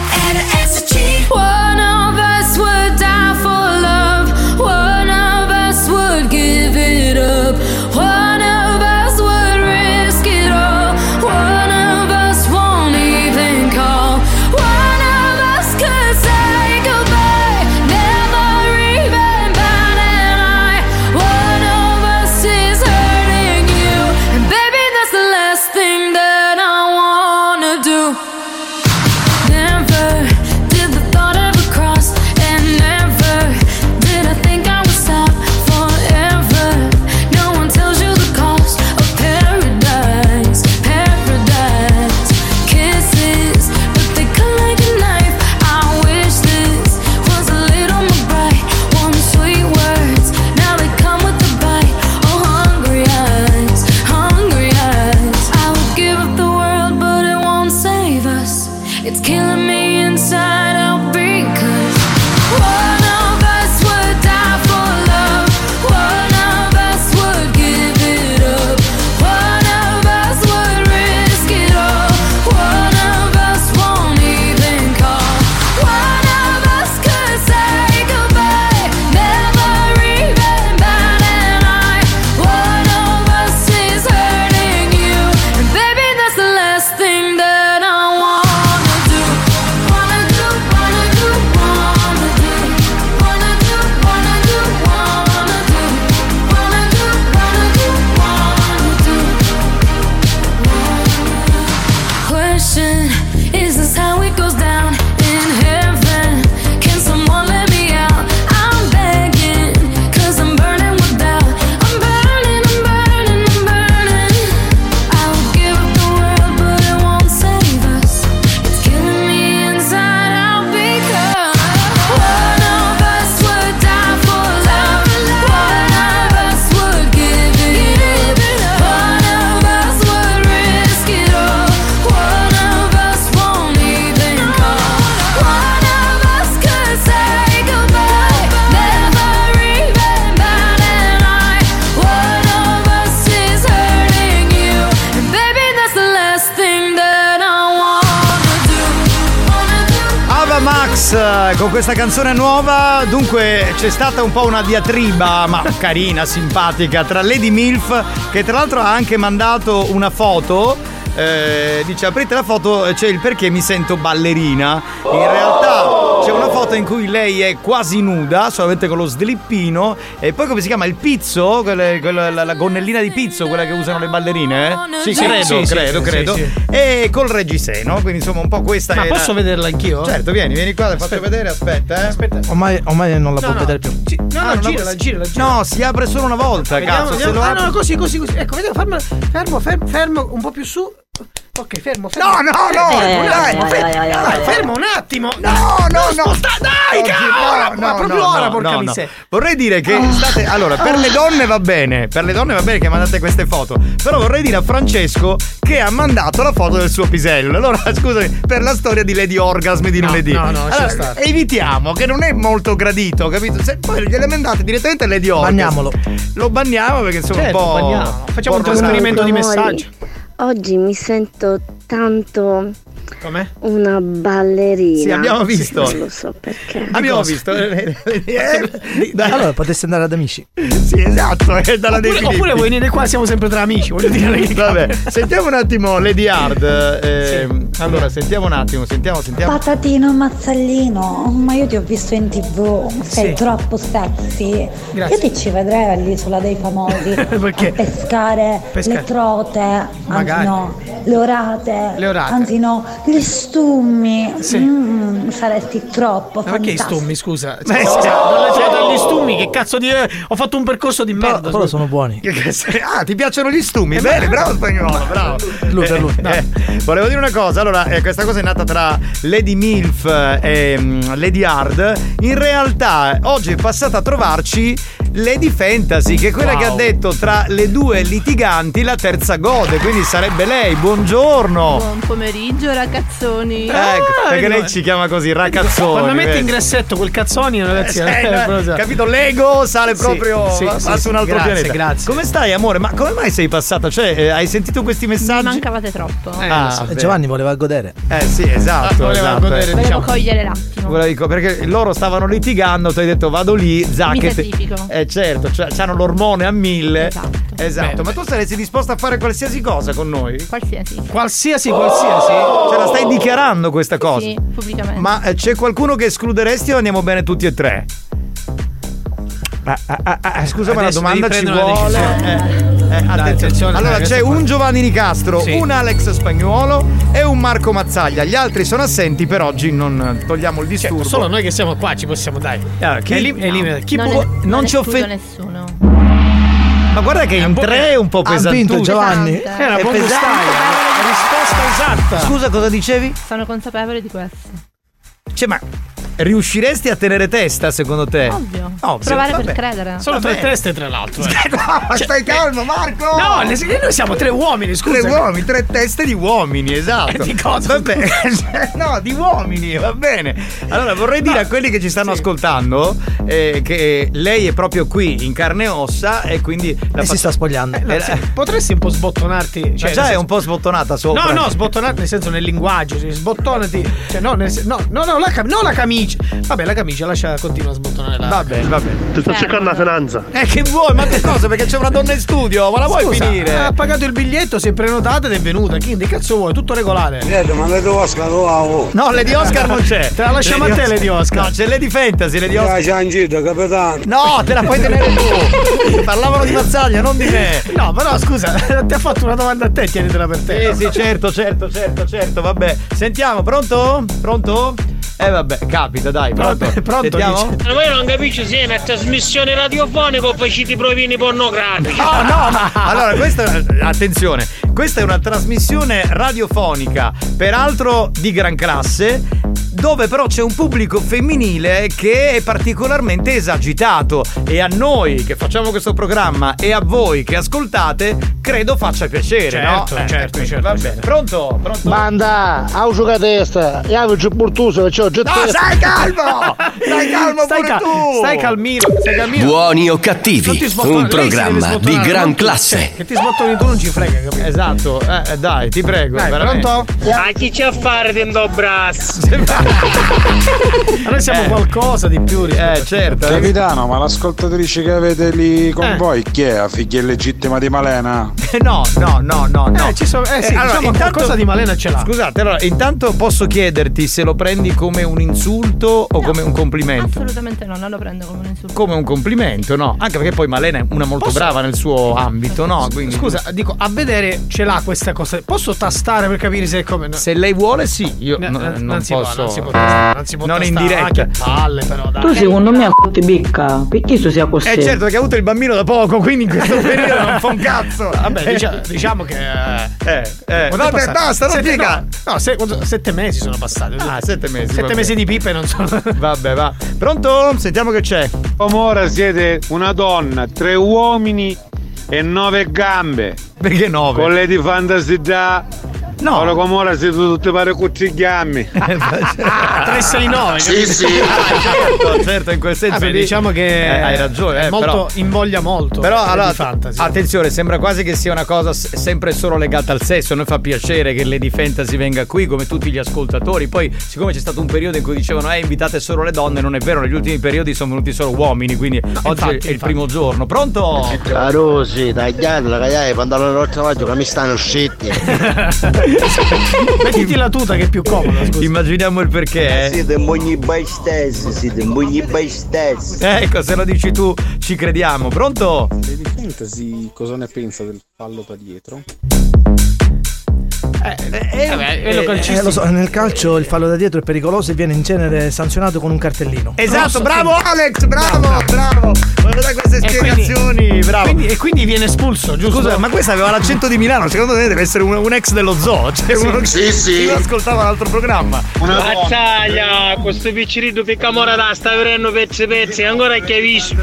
One of us would die for love. One of us would give it up. One of us would risk it all. One of us won't even call. One of us could say goodbye, never even bat an eye. One of us is hurting you, and baby, that's the last thing that I wanna do. Never did the thought ever cross killing me inside out because one of us would die for love, one of us would give it up, one of us would risk it all, one of us won't even call, one of us could say goodbye, never even bat an eye, one of us is hurting you, and baby that's the last thing that I wanna do, wanna do, wanna do, wanna do, wanna do, wanna do, wanna do, wanna do, wanna do, wanna do. Question, is this how it goes down in heaven? Can someone let me out? I'm begging, cause I'm burning without, I'm burning, I'm burning, I'm burning. I would give up the world, but it won't save us. It's killing me inside out because one of us would die for love, one of us would give it up, one of us would risk it all, one of us won't even call, one of us could say goodbye, never even bat an eye, one of us is hurting you, and baby that's the last thing that I wanna do, wanna do. Ava Max eh, con questa canzone nuova. Dunque c'è stata un po' una diatriba, ma carina, simpatica, tra Lady Milf, che tra l'altro ha anche mandato una foto. Eh, dice aprite la foto, c'è il perché mi sento ballerina. In realtà c'è una foto in cui lei è quasi nuda, solamente con lo slippino, e poi come si chiama? Il pizzo? Quelle- quella- la, la gonnellina di pizzo, quella che usano le ballerine? eh? Sì, Sì, credo, sì, sì, credo, sì, credo. sì, E col reggiseno, quindi insomma un po' questa Ma è posso la- vederla anch'io? Certo, vieni, vieni qua, ti faccio vedere, aspetta, eh. Aspetta. Ormai, ormai non la No, può no. vedere più. Sì, no, Ah, no, non la girala, posso- girala, girala. No, si apre solo una volta, Vediamo, cazzo. vediamo. Se lo Ah, apri- no, così, così, così. Ecco, vediamo, fermo, fermo, fermo, fermo, un po' più su. Ok, fermo, fermo. No, no, no, Eh, dai, fermo, dai, fermo, dai, dai, dai. fermo un attimo. No, no, no. Sposta- dai, Oggi- cavolo, ma no, proprio no, ora, no, porca no, no. miseria. Vorrei dire che state. Allora, per le donne va bene, per le donne va bene che mandate queste foto. Però vorrei dire a Francesco che ha mandato la foto del suo pisello. Allora, scusami, per la storia di Lady Orgasm di No, lunedì. no, no, lascia allora, stare. evitiamo, che non è molto gradito, capito? Se poi gliele mandate direttamente a Lady Orgasm. Banniamolo. Lo banniamo perché insomma Certo, un po'. banniamo. Facciamo un po' trasferimento di Amori, messaggio. Oggi mi sento tanto Com'è? una ballerina. Sì, abbiamo visto. Non lo so perché. Abbiamo cosa? visto. Eh, dai. Allora potresti andare ad amici. Sì, esatto, è dalla Oppure, Lady oppure Lippi. voi venire qua, siamo sempre tra amici, voglio dire. che- Vabbè, sentiamo un attimo Lady Hard. eh, Allora, sentiamo un attimo, sentiamo, sentiamo. Patatino Mazzallino, ma io ti ho visto in tv, sei Sì. troppo sexy. Grazie. Io ti ci vedrei all'isola dei famosi Perché? a pescare, Pescare. le trote, anzi Magari. no, le orate, Le orate. anzi no, gli stummi. Sì. Mm, saresti troppo Ma perché i fantastico. stummi, scusa? Beh, Scusa, sì. dove c'è dagli stummi? Che cazzo di. Ho fatto un percorso di Però, merda. però scusa. sono buoni. Che- che se- Ah, ti piacciono gli stumi? Eh, Bene, ma- bravo spagnolo, bravo. Lui per lui. Eh, eh, volevo dire una cosa, allora, eh, questa cosa è nata tra Lady Milf e mm, Lady Hard. In realtà, oggi è passata a trovarci Lady Fantasy, che è quella Wow. che ha detto tra le due litiganti la terza gode, quindi sarebbe lei. Buongiorno. Buon pomeriggio ragazzoni. Ecco, perché vedi, lei ci chiama così, ragazzoni. Quando metti vedi? in grassetto quel cazzoni, ragazzi. Eh, eh, no, proprio- capito? L'ego sale Sì, proprio sì, va, sì, va sì, su un altro grazie, pianeta. grazie. Come stai, amore? Ma come mai sei passata? Cioè, eh, hai sentito questi Mi messaggi? mancavate troppo. Eh, Ah, lo so. beh. Giovanni voleva godere. Eh sì, esatto, Voleva esatto. godere, eh. Volevo diciamo. cogliere l'attimo. Volevo dico, perché loro stavano litigando, tu hai detto vado lì, Mi zacche. sacrifico. Eh certo, cioè, c'hanno l'ormone a mille. Esatto. Esatto, Beh, ma tu saresti disposta a fare qualsiasi cosa con noi? Qualsiasi. Qualsiasi, qualsiasi. Ce la stai dichiarando questa cosa? Sì, pubblicamente. Ma eh, c'è qualcuno che escluderesti o andiamo bene tutti e tre? Ah, ah, ah, ah, scusa, ma la Adesso domanda devi ci prendere una vuole. decisione. Eh, eh, attenzione. attenzione, Allora, dai, c'è questo qua. un Giovanni Nicastro, Sì. un Alex Spagnuolo e un Marco Mazzaglia. Gli altri sono assenti, per oggi non togliamo il disturbo. Cioè, solo noi che siamo qua ci possiamo dare. Ah, chi- È lì- è lì- chi non, può- è, non non ci escludo offen- nessuno. Ma guarda che È in un po'- tre è un po' Ha pesante. vinto Giovanni. Pesante. Era È proprio pesante. stai, la risposta esatta. Scusa, cosa dicevi? Sono consapevole di questo. Cioè, ma riusciresti a tenere testa secondo te? Ovvio. Ovvio. Provare Vabbè. per credere. Sono Vabbè. tre teste tra l'altro. eh. No, stai calmo, Marco! No, le- noi siamo tre uomini, scusa. Tre uomini, tre teste di uomini, esatto. Di cosa? Vabbè. No, di uomini, va bene. Allora vorrei dire a quelli che ci stanno ascoltando eh, che lei è proprio qui in carne e ossa e quindi la E si sta spogliando. Eh, sì, potresti un po' sbottonarti. Cioè, Ma già nel è senso- un po' sbottonata sopra. No, no, sbottonarti nel senso nel linguaggio, sì, sbottonati. Cioè, no, nel sen- no, no, no, la, cam- no, la camicia. Vabbè, la camicia lascia, continua a sbottonare la. Va bene, va bene. Ti sto cercando la finanza. Eh, che vuoi? Ma che cosa? Perché c'è una donna in studio, ma la vuoi Scusa, finire? ha pagato il biglietto, si è prenotata ed è venuta. Quindi cazzo vuoi? Tutto regolare. Ma Lady Oscar lo amo. No, Lady Oscar non c'è. Te la lasciamo a te, Lady Oscar. No, c'è Lady Fantasy, Lady Oscar. C'è Angito, capitano. No, te la puoi tenere tu. Parlavano di Mazzaglia, non di me. No, però scusa, ti ha fatto una domanda a te, tienitela per te. Sì, sì, certo, certo, certo, certo, vabbè. Sentiamo, pronto? Pronto? Eh vabbè, capita, dai, pronto. Vabbè, pronto, Sentiamo? dice. Ma io non capisco se è una trasmissione radiofonica o faciti provini pornografici. No, no, ma allora questa attenzione, questa è una trasmissione radiofonica, peraltro di gran classe, dove però c'è un pubblico femminile che è particolarmente esagitato e a noi che facciamo questo programma e a voi che ascoltate credo faccia piacere, Certo, no? Eh, certo, quindi, certo, va certo. bene. Pronto? Pronto? Banda, ausuca testa, io avevo portuso, c'ho già No, stai calmo! Stai calmo Stai, pure ca- tu! stai calmino, stai calmino. Buoni o Non ti cattivi, sbottona- un lei si deve programma di sbottonare, gran non tu. classe. Cioè, che ti sbottoni tu non ci frega, capito? Esatto, eh, eh, dai, ti prego, Dai, veramente. pronto? A chi c'è a fare dentro brass? Ma noi siamo Eh. qualcosa di più rispetto Eh, a- certo. Capitano, ma l'ascoltatrice che avete lì con Eh. voi, chi è? La figlia illegittima di Malena? No, no, no, no, no. Eh, ci sono- eh, sì, diciamo qualcosa di Malena ce l'ha. Scusate, allora, intanto posso chiederti se lo prendi come un insulto o come un complimento? Assolutamente no, non lo prendo come un insulto. Come un complimento, no? Anche perché poi Malena è una molto Posso- brava nel suo ambito, no? Quindi Scusa, dico, a vedere ce l'ha questa cosa. Posso tastare per capire se è come. No. se lei vuole, sì, io No, no- no, non, non si può, posso. non si può tastare, non si può non in tastare. diretta. Ah, che palle, però, dai. Tu secondo me a ti bicca, perché tu sia così? Eh certo, perché ha avuto il bambino da poco, quindi in questo periodo non fa un cazzo. Vabbè, dicia- diciamo che. Eh, eh. Quanto è Vabbè, passato? basta, non Sette- piega. No, no, se- quanto- sette mesi sono passati. Ah, sette mesi. Sette vabbè. mesi di pipe non sono. Vabbè, va. Pronto? Sentiamo che c'è. Ora siete una donna, tre uomini e nove gambe. Perché nove? Con le di fantasy già. No. Ora come ora siete tutti pare cuccigliammi. tre sei nove. Sì, sì. Ah, certo, certo, in quel senso Vabbè, lì, diciamo che eh, hai ragione, è eh, molto, però, invoglia molto. però eh, allora, di fantasy. attenzione, sembra quasi che sia una cosa s- sempre solo legata al sesso. A noi fa piacere che Lady Fantasy venga qui come tutti gli ascoltatori. Poi siccome c'è stato un periodo in cui dicevano eh invitate solo le donne, non è vero, negli ultimi periodi sono venuti solo uomini, quindi oggi infatti, è il infatti. primo giorno. Pronto? Carosi, tagliando, cagliare, i pantaloni rotti maggio che mi stanno scetti. Mettiti la tuta che è più comoda, scusa. Immaginiamo il perché. eh. Siete mogli bei stessi, siete mogli bei stessi. Ecco, se lo dici tu ci crediamo. Pronto? Lady Fantasy cosa ne pensa del fallo da dietro? Eh, eh, vabbè, quello Eh, calcistico. lo so, nel calcio il fallo da dietro è pericoloso e viene in genere sanzionato con un cartellino. Esatto, Rosso, bravo sì. Alex, bravo, bravo. Guarda queste E spiegazioni, quindi- bravo. quindi- e quindi viene espulso, giusto? Scusa, ma questa aveva l'accento di Milano, secondo me deve essere un, un ex dello zoo, cioè uno che sì, sì. che ascoltava l'altro programma. Mazzaglia, questo piccerino piccamora da sta venendo pezzi pezzi, ancora che hai visto.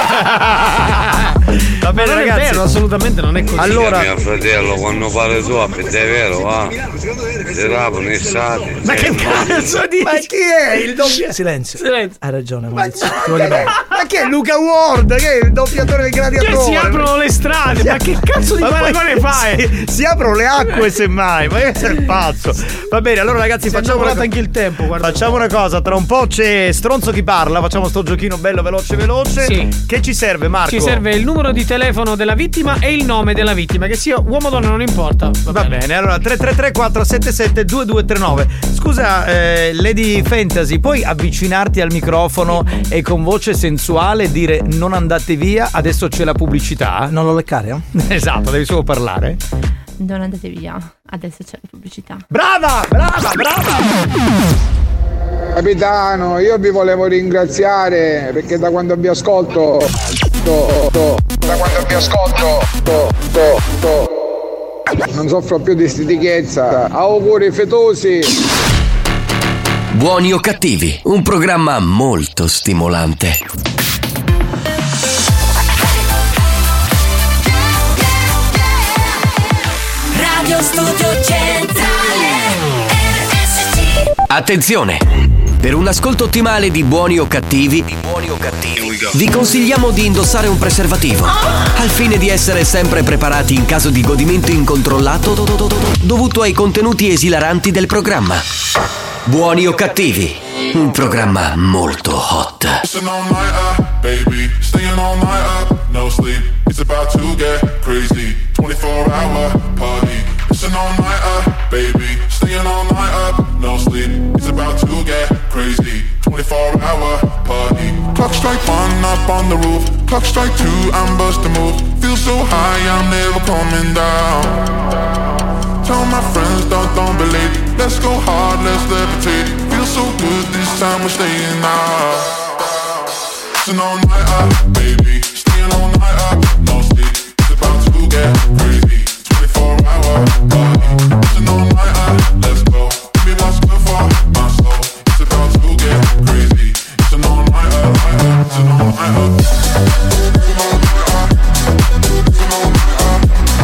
Va Ma bene, non è ragazzi. vero, assolutamente non è così. Allora, Mio fratello quando pare su è vero, va. Si rapono i sati. ma che cazzo dici? Ma chi è il doppia... Silenzio. Silenzio. Hai ragione, Maurizio. Ti voglio bene. Ma che è Luca Ward? Che è il doppiatore del gladiatore? Che si aprono le strade, ma che cazzo di Ma poi paragone fai? Si, si aprono le acque semmai, ma che sei pazzo. Va bene, allora ragazzi, Si è facciamo una, volato anche il tempo, guarda. facciamo una cosa, tra un po' c'è Stronzo chi parla, facciamo sto giochino bello veloce veloce. Sì. Che ci serve, Marco? Ci serve il numero di telefono della vittima e il nome della vittima, che sia uomo o donna non importa. Va, Va bene, allora tre tre tre quattro sette sette due due tre nove. Scusa, eh, Lady Fantasy, puoi avvicinarti al microfono e con voce sensuale dire non andate via, adesso c'è la pubblicità? Non lo leccare, eh? Esatto, devi solo parlare. Non andate via, adesso c'è la pubblicità. Brava, brava, brava! Capitano, io vi volevo ringraziare perché da quando vi ascolto to, to, da quando vi ascolto to, to, to, non soffro più di stitichezza. Auguri fetosi. Buoni o cattivi, un programma molto stimolante. Radio Studio Centrale R S C. Attenzione! Per un ascolto ottimale di Buoni o cattivi, buoni o cattivi, vi consigliamo di indossare un preservativo, al fine di essere sempre preparati in caso di godimento incontrollato dovuto ai contenuti esilaranti del programma. Buoni o cattivi, un programma molto hot. Listen all night up, baby. Staying all night up, no sleep. It's about to get crazy. twenty-four hour party. Listen all night up, baby. Staying all night up, no sleep. It's about to get crazy. twenty-four hour party. Clock strike one up on the roof. Clock strike two, I'm busting move. Feel so high, I'm never coming down. Tell my friends, don't, don't believe. Let's go hard, let's levitate. Feel so good, this time we're staying out. Listen all night up, baby. Staying all night up, no sleep. It's about to get crazy. twenty-four hour party. Listen all night up, let's go. Give me what's good for my soul. It's about to get crazy. Listen all night up, listen all night up. Listen all night up. Listen all night up.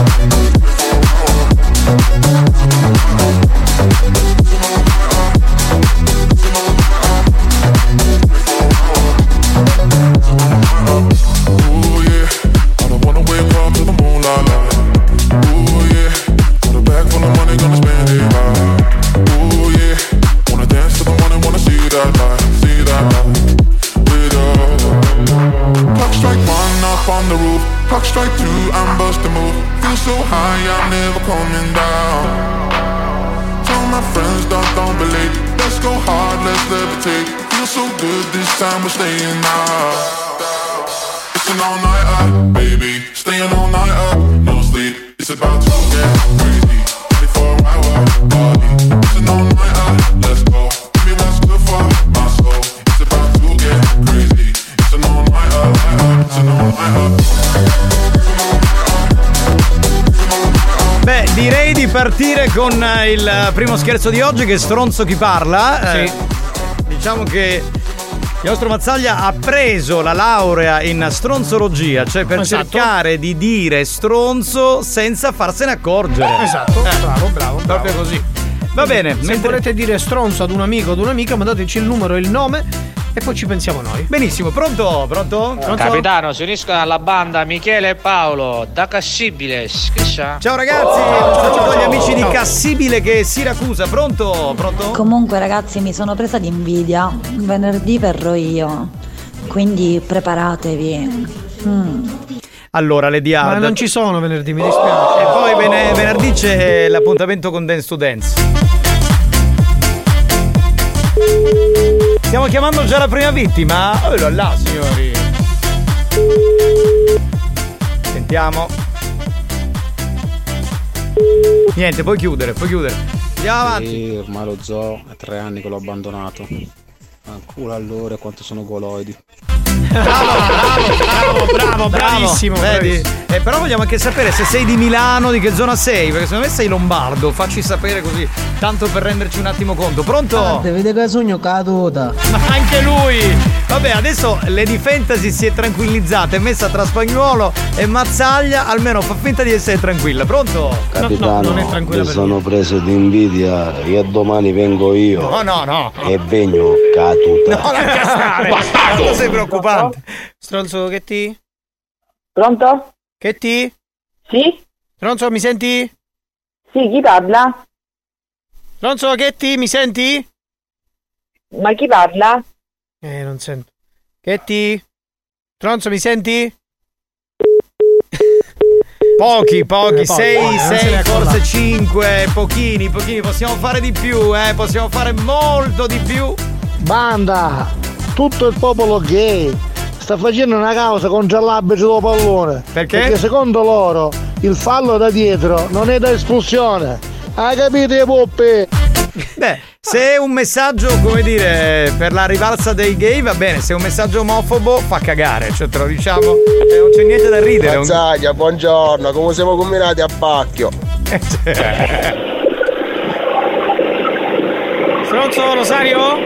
Ooh yeah, I don't wanna wake up to the moonlight light. Ooh yeah, got a bag full of money, gonna spend it right. Ooh yeah, wanna dance to the morning, wanna see that light, see that light. With us. Clock strike one up on the roof. Clock strike two, I'm busting move. Feel so high, I'm never coming down. Tell my friends, don't, don't believe. Let's go hard, let's levitate. Feel so good, this time we're staying out. Listen all night up, baby. Staying all night up, no sleep. It's about to get crazy. twenty-four hour party. Listen all night up, let's go. Give me what's good for my soul. It's about to get crazy. Listen all night up, listen all night up. Beh, direi di partire con il primo scherzo di oggi, che è Stronzo chi parla. Sì. Eh, diciamo che il nostro Mazzaglia ha preso la laurea in stronzologia, cioè per Esatto. cercare di dire stronzo senza farsene accorgere. Esatto, Eh, bravo, bravo, bravo. Proprio così. Va bene, Se mentre- volete dire stronzo ad un amico o ad un'amica, mandateci il numero e il nome e poi ci pensiamo noi. Benissimo, pronto? Pronto? Pronto? Capitano, si uniscono alla banda Michele e Paolo da Cassibiles. Che sa? Ciao ragazzi, un saluto agli amici di Cassibile che è Siracusa. Pronto? Pronto? Comunque ragazzi, mi sono presa di invidia. Venerdì verrò io, quindi preparatevi. Mm. Allora, Lady Ma Hard. non ci sono venerdì, mi dispiace. E poi vene- venerdì c'è l'appuntamento con Dance to Dance. Stiamo chiamando già la prima vittima? Oh là là, signori. Sentiamo. Niente, puoi chiudere, puoi chiudere. Andiamo avanti. Sì, ormai lo zoo è tre anni che l'ho abbandonato. Ancora allora quanto sono goloidi. Bravo, bravo, bravissimo. Vedi? bravissimo. Eh, però vogliamo anche sapere se sei di Milano, di che zona sei, perché secondo me sei lombardo. Facci sapere così, tanto per renderci un attimo conto. Pronto? Vede che sogno caduta. Ma anche lui! Vabbè, adesso Lady Fantasy si è tranquillizzata, è messa tra Spagnuolo e Mazzaglia, almeno fa finta di essere tranquilla. Pronto? Capitano, non è tranquilla mi per sono preso di invidia e domani vengo io. No, no, no. E vengo caduta. No, lascia stare! Bastardo! Sei preoccupante. Stronzo, che ti? Pronto? Che ti? Sì? Stronzo, mi senti? Sì, chi parla? Stronzo, che ti? Mi senti? Ma chi parla? Eh, non sento. Che ti? Stronzo, mi senti? Pochi, pochi, Eh, pochi, sei, pochi, non se sei, ne forse accorga. cinque, pochini, pochini, possiamo fare di più, eh, possiamo fare molto di più. Banda, tutto il popolo gay sta facendo una causa contro l'arbitro del pallone. Perché? Perché secondo loro il fallo da dietro non è da espulsione. Hai capito, poppe? Beh, se è un messaggio, come dire, per la rivalsa dei gay va bene, se è un messaggio omofobo fa cagare, cioè te lo diciamo, eh, non c'è niente da ridere. Mazzaglia, buongiorno, come siamo combinati a pacchio? Sì, Stronzo Rosario?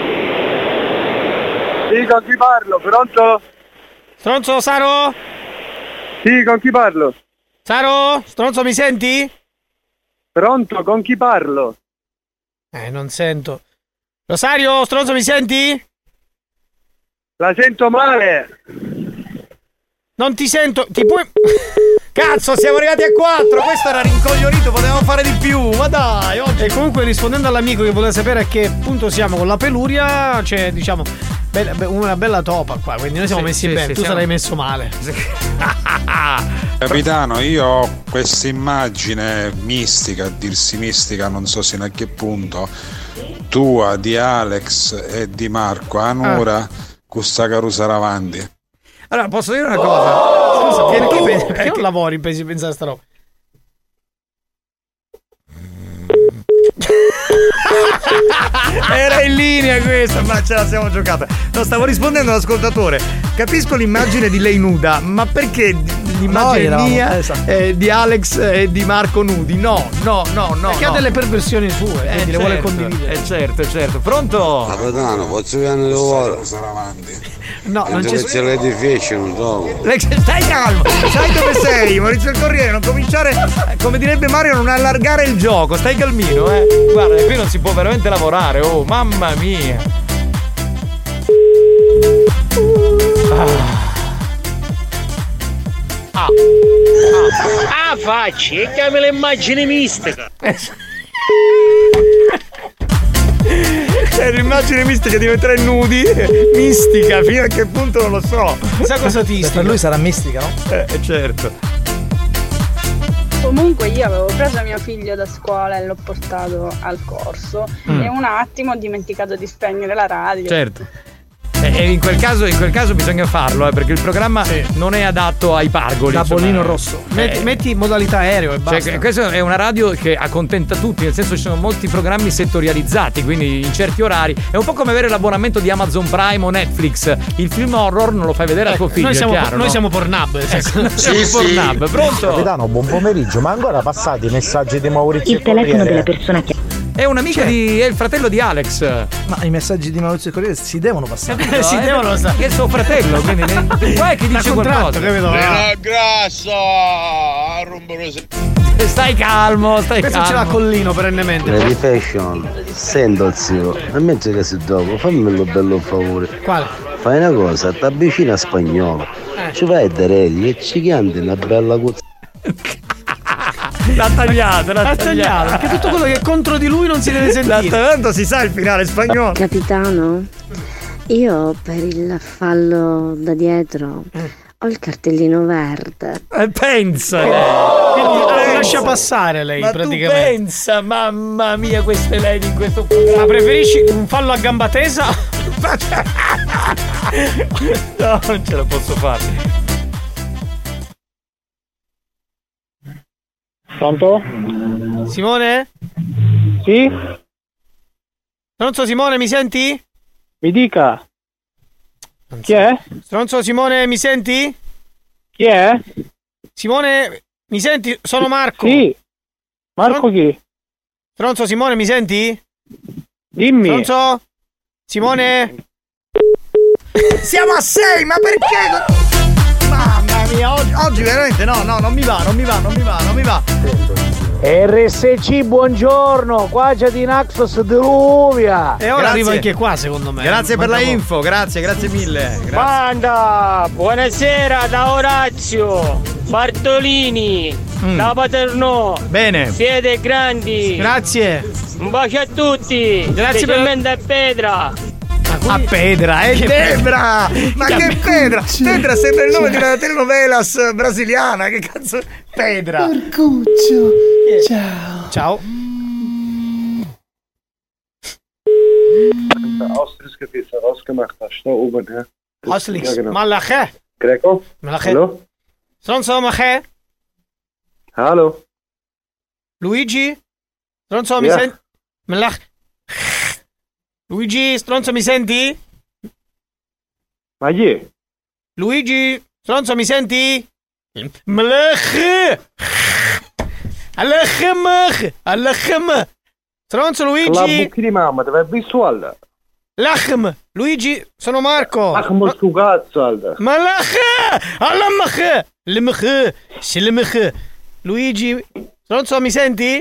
Sì, con chi parlo? Pronto? Stronzo Saro? Sì, con chi parlo? Saro? Stronzo mi senti? Pronto, con chi parlo? Eh, non sento. Rosario, Stronzo mi senti? La sento male. Non ti sento, ti puoi... Cazzo, siamo arrivati a quattro. Questo era rincoglionito, potevamo fare di più. Ma dai, oggi... E comunque rispondendo all'amico che voleva sapere a che punto siamo con la peluria, c'è diciamo be- be- una bella topa qua, quindi noi siamo Sì, messi sì, bene, sì, tu siamo- sarai messo male. Capitano, io ho questa immagine mistica, a dirsi mistica, non so sino a che punto, tua, di Alex e di Marco, Anura, ah. con sta carusa avanti. Allora, posso dire una cosa? Scusa, Oh, perché, tu- pensi- perché perché- non lavori pensi di pensare a sta roba? Era in linea questa, ma ce la siamo giocata. No, stavo rispondendo all'ascoltatore. Capisco l'immagine di lei nuda, ma perché l'immagine Noi eravamo- mia, esatto. eh, di Alex e di Marco nudi? No, no, no, no. Perché no. ha delle perversioni sue, quindi le vuole condividere. Eh certo, certo. Pronto? Capitano, posso venire ora? No, non c'è c'è l'edificio, non trovo. Stai calmo, sai dove sei? Maurizio il Corriere, non cominciare, eh, come direbbe Mario, non allargare il gioco, stai calmino, eh. Guarda, qui non si può veramente lavorare, oh, mamma mia. Ah. Ah, ah facci, e chiami l'immagine mistica. È l'immagine mistica diventerà nudi. Mistica, fino a che punto non lo so. Sa cosa ti Per lui sarà mistica, no? Eh, certo. Comunque io avevo preso mio figlio da scuola e l'ho portato al corso Mm. e un attimo ho dimenticato di spegnere la radio. Certo. E e in quel caso, in quel caso bisogna farlo, eh, perché il programma non è adatto ai pargoli. Tavolino insomma. rosso. Metti, metti modalità aereo e basta. Cioè, questa è una radio che accontenta tutti, nel senso ci sono molti programmi settorializzati, quindi in certi orari è un po' come avere l'abbonamento di Amazon Prime o Netflix. Il film horror non lo fai vedere a tuo figlio, noi siamo, è chiaro, noi no? siamo Pornhub. nel senso- Ecco, siamo Pornhub. Pronto? Capitano, buon pomeriggio, ma ancora passati i messaggi di Maurizio Il telefono Corriere? della persona che È un'amica di. è il fratello di Alex. Ma i messaggi di Maurizio Corriere si devono passare. No, si è devono perché- Che è suo fratello, quindi ne- qua è chi Da dice contratto, qualcosa. capito? Era grasso, a rompere Stai calmo, stai Questo calmo. ce l'ha Collino perennemente. Lady Fashion, sento zio, a mezzo che sei dopo, fammi un bello favore. Quale? Fai una cosa, ti avvicina a spagnolo, Eh. ci vai da Redi e ci chianti una bella cozza. L'ha tagliato, l'ha, Ha tagliato, perché tutto quello che è contro di lui non si deve sentire. Tanto si sa il finale spagnolo. Capitano, io per il fallo da dietro ho il cartellino verde. Eh, pensa. Quindi Oh, ah, pensa. lascia passare lei Ma tu praticamente. pensa, mamma mia, queste lady in questo programma. Ma preferisci un fallo a gamba tesa? No, non ce la posso fare. Pronto? Simone? Sì? Stronzo Simone, mi senti? Mi dica. Chi è? Stronzo Simone, mi senti? Chi è? Simone, mi senti? Sono Marco. Sì. Marco chi? Stronzo Simone, mi senti? Dimmi. Stronzo? Simone? Siamo a sei, ma perché? Mamma mia, oggi, oggi veramente no, no, non mi va, non mi va, non mi va, non mi va. R S C, buongiorno, qua c'è di Naxos diluvia. E ora Grazie. arriva anche qua, secondo me. Grazie per la Manca info, grazie, grazie mille. Grazie. Banda, buonasera da Orazio, Bartolini, Mm. da Paternò. Bene. Siete grandi. Grazie. Un bacio a tutti. Grazie per- Specialmente a Pedra. A Pedra, è Debra! Ma che, che Pedra? cuccia. Pedra sembra il nome di una telenovelas brasiliana, che cazzo? Pedra! Porcuccio. Ciao. Ciao. Austrische Pizza rausgemacht hast, da oben, ja? Auslix. Ja, genau. Malache. Greco? Malache. Hallo? Stronzo Malache. Hallo? Luigi? Stronzo mi Ja. senti? Malach. Luigi, stronzo mi senti? Ma chi è? Luigi, stronzo mi senti? Malach. Alachem. Alachem. Stronzo La Luigi. bucchi di mamma, ti fai visual. Lachm. Luigi, sono Marco. Lachm stu cazzo, Alda. Ma lachm. Allamach. Lemach. Silemach. Luigi. Stronzo, mi senti?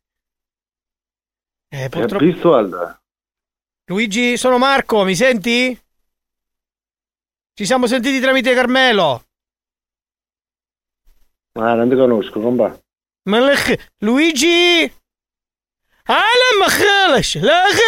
Eh, purtroppo. Visual. Luigi, sono Marco, mi senti? Ci siamo sentiti tramite Carmelo. Ma non ti conosco, compa. Ma lech, Luigi? Quanti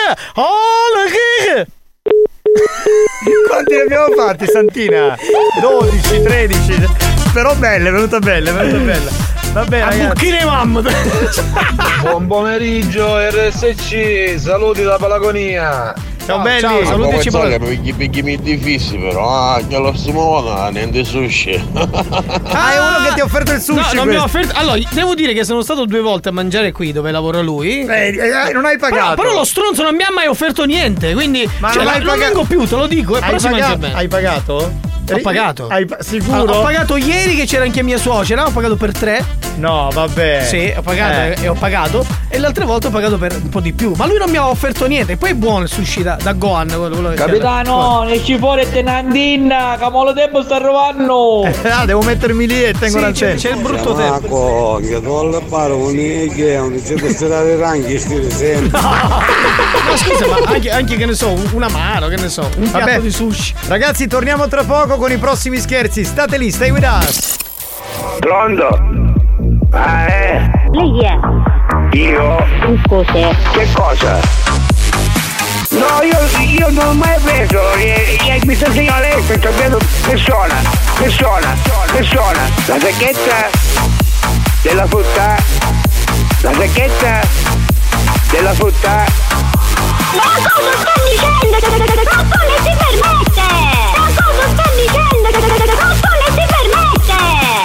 ne abbiamo fatti, Santina? dodici, tredici. Però belle, è venuta bella, è venuta bella. Va bene, a bucchine mamma. Buon pomeriggio R S C, saluti da Palagonia. Ciao belli, ciao, salutici poi. Perché perché mi difficile però, ah, che lo stimolo, niente sushi. Ah, è uno che ti ha offerto il sushi. No, non mi ha offerto. Allora, devo dire che sono stato due volte a mangiare qui dove lavora lui. Eh, eh, non hai pagato. Però, però lo stronzo non mi ha mai offerto niente, quindi ma cioè, non, hai non pagato. vengo più, te lo dico, eh, hai però si mangia pagato? bene. Hai pagato? Ho pagato. Hai, sicuro? Allora, ho pagato ieri che c'era anche mia suocera, ho pagato per tre. No, vabbè. Sì, ho pagato eh. e ho pagato. E l'altra volta ho pagato per un po' di più. Ma lui non mi ha offerto niente. E poi è buono il sushi da, da Gohan. Quello, quello che Capitano, ne ci fuori tenandina, che mo lo tempo sta arrivando. Ah, devo mettermi lì e tengo sì, la c'è, c'è il brutto tempo. Che dolle pare un che non c'è per stare ranghi stile sempre. Ma scusa, ma anche, anche che ne so, un amaro, che ne so, un piatto Vabbè. di sushi. Ragazzi, torniamo tra poco con i prossimi scherzi. State lì, stay with us. Pronto? Ah, eh? Lei è? Io? Un cos'è? Che cosa? No, io, io non ho mai preso, eh, eh, mi sta segnando lei, sto capendo persona, persona, persona, la sacchetta della frutta, la sacchetta della frutta. Ma cosa sta dicendo? Ma come si permette? Ma cosa sta dicendo? Ma come si permette?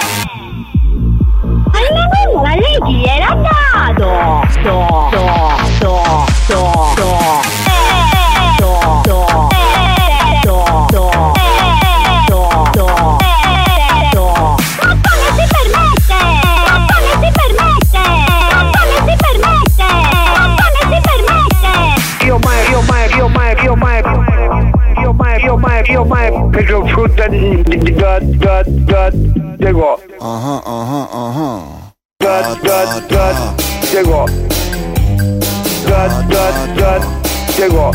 Ma nemmeno la legge era dato! Sto, sto, sto, sto, sto. Io mai, io mai, io mai, io mai, io mai, io mai, io mai preso frutta di da da da Diego. Ah ah ah Da da da Diego. Da da da Diego.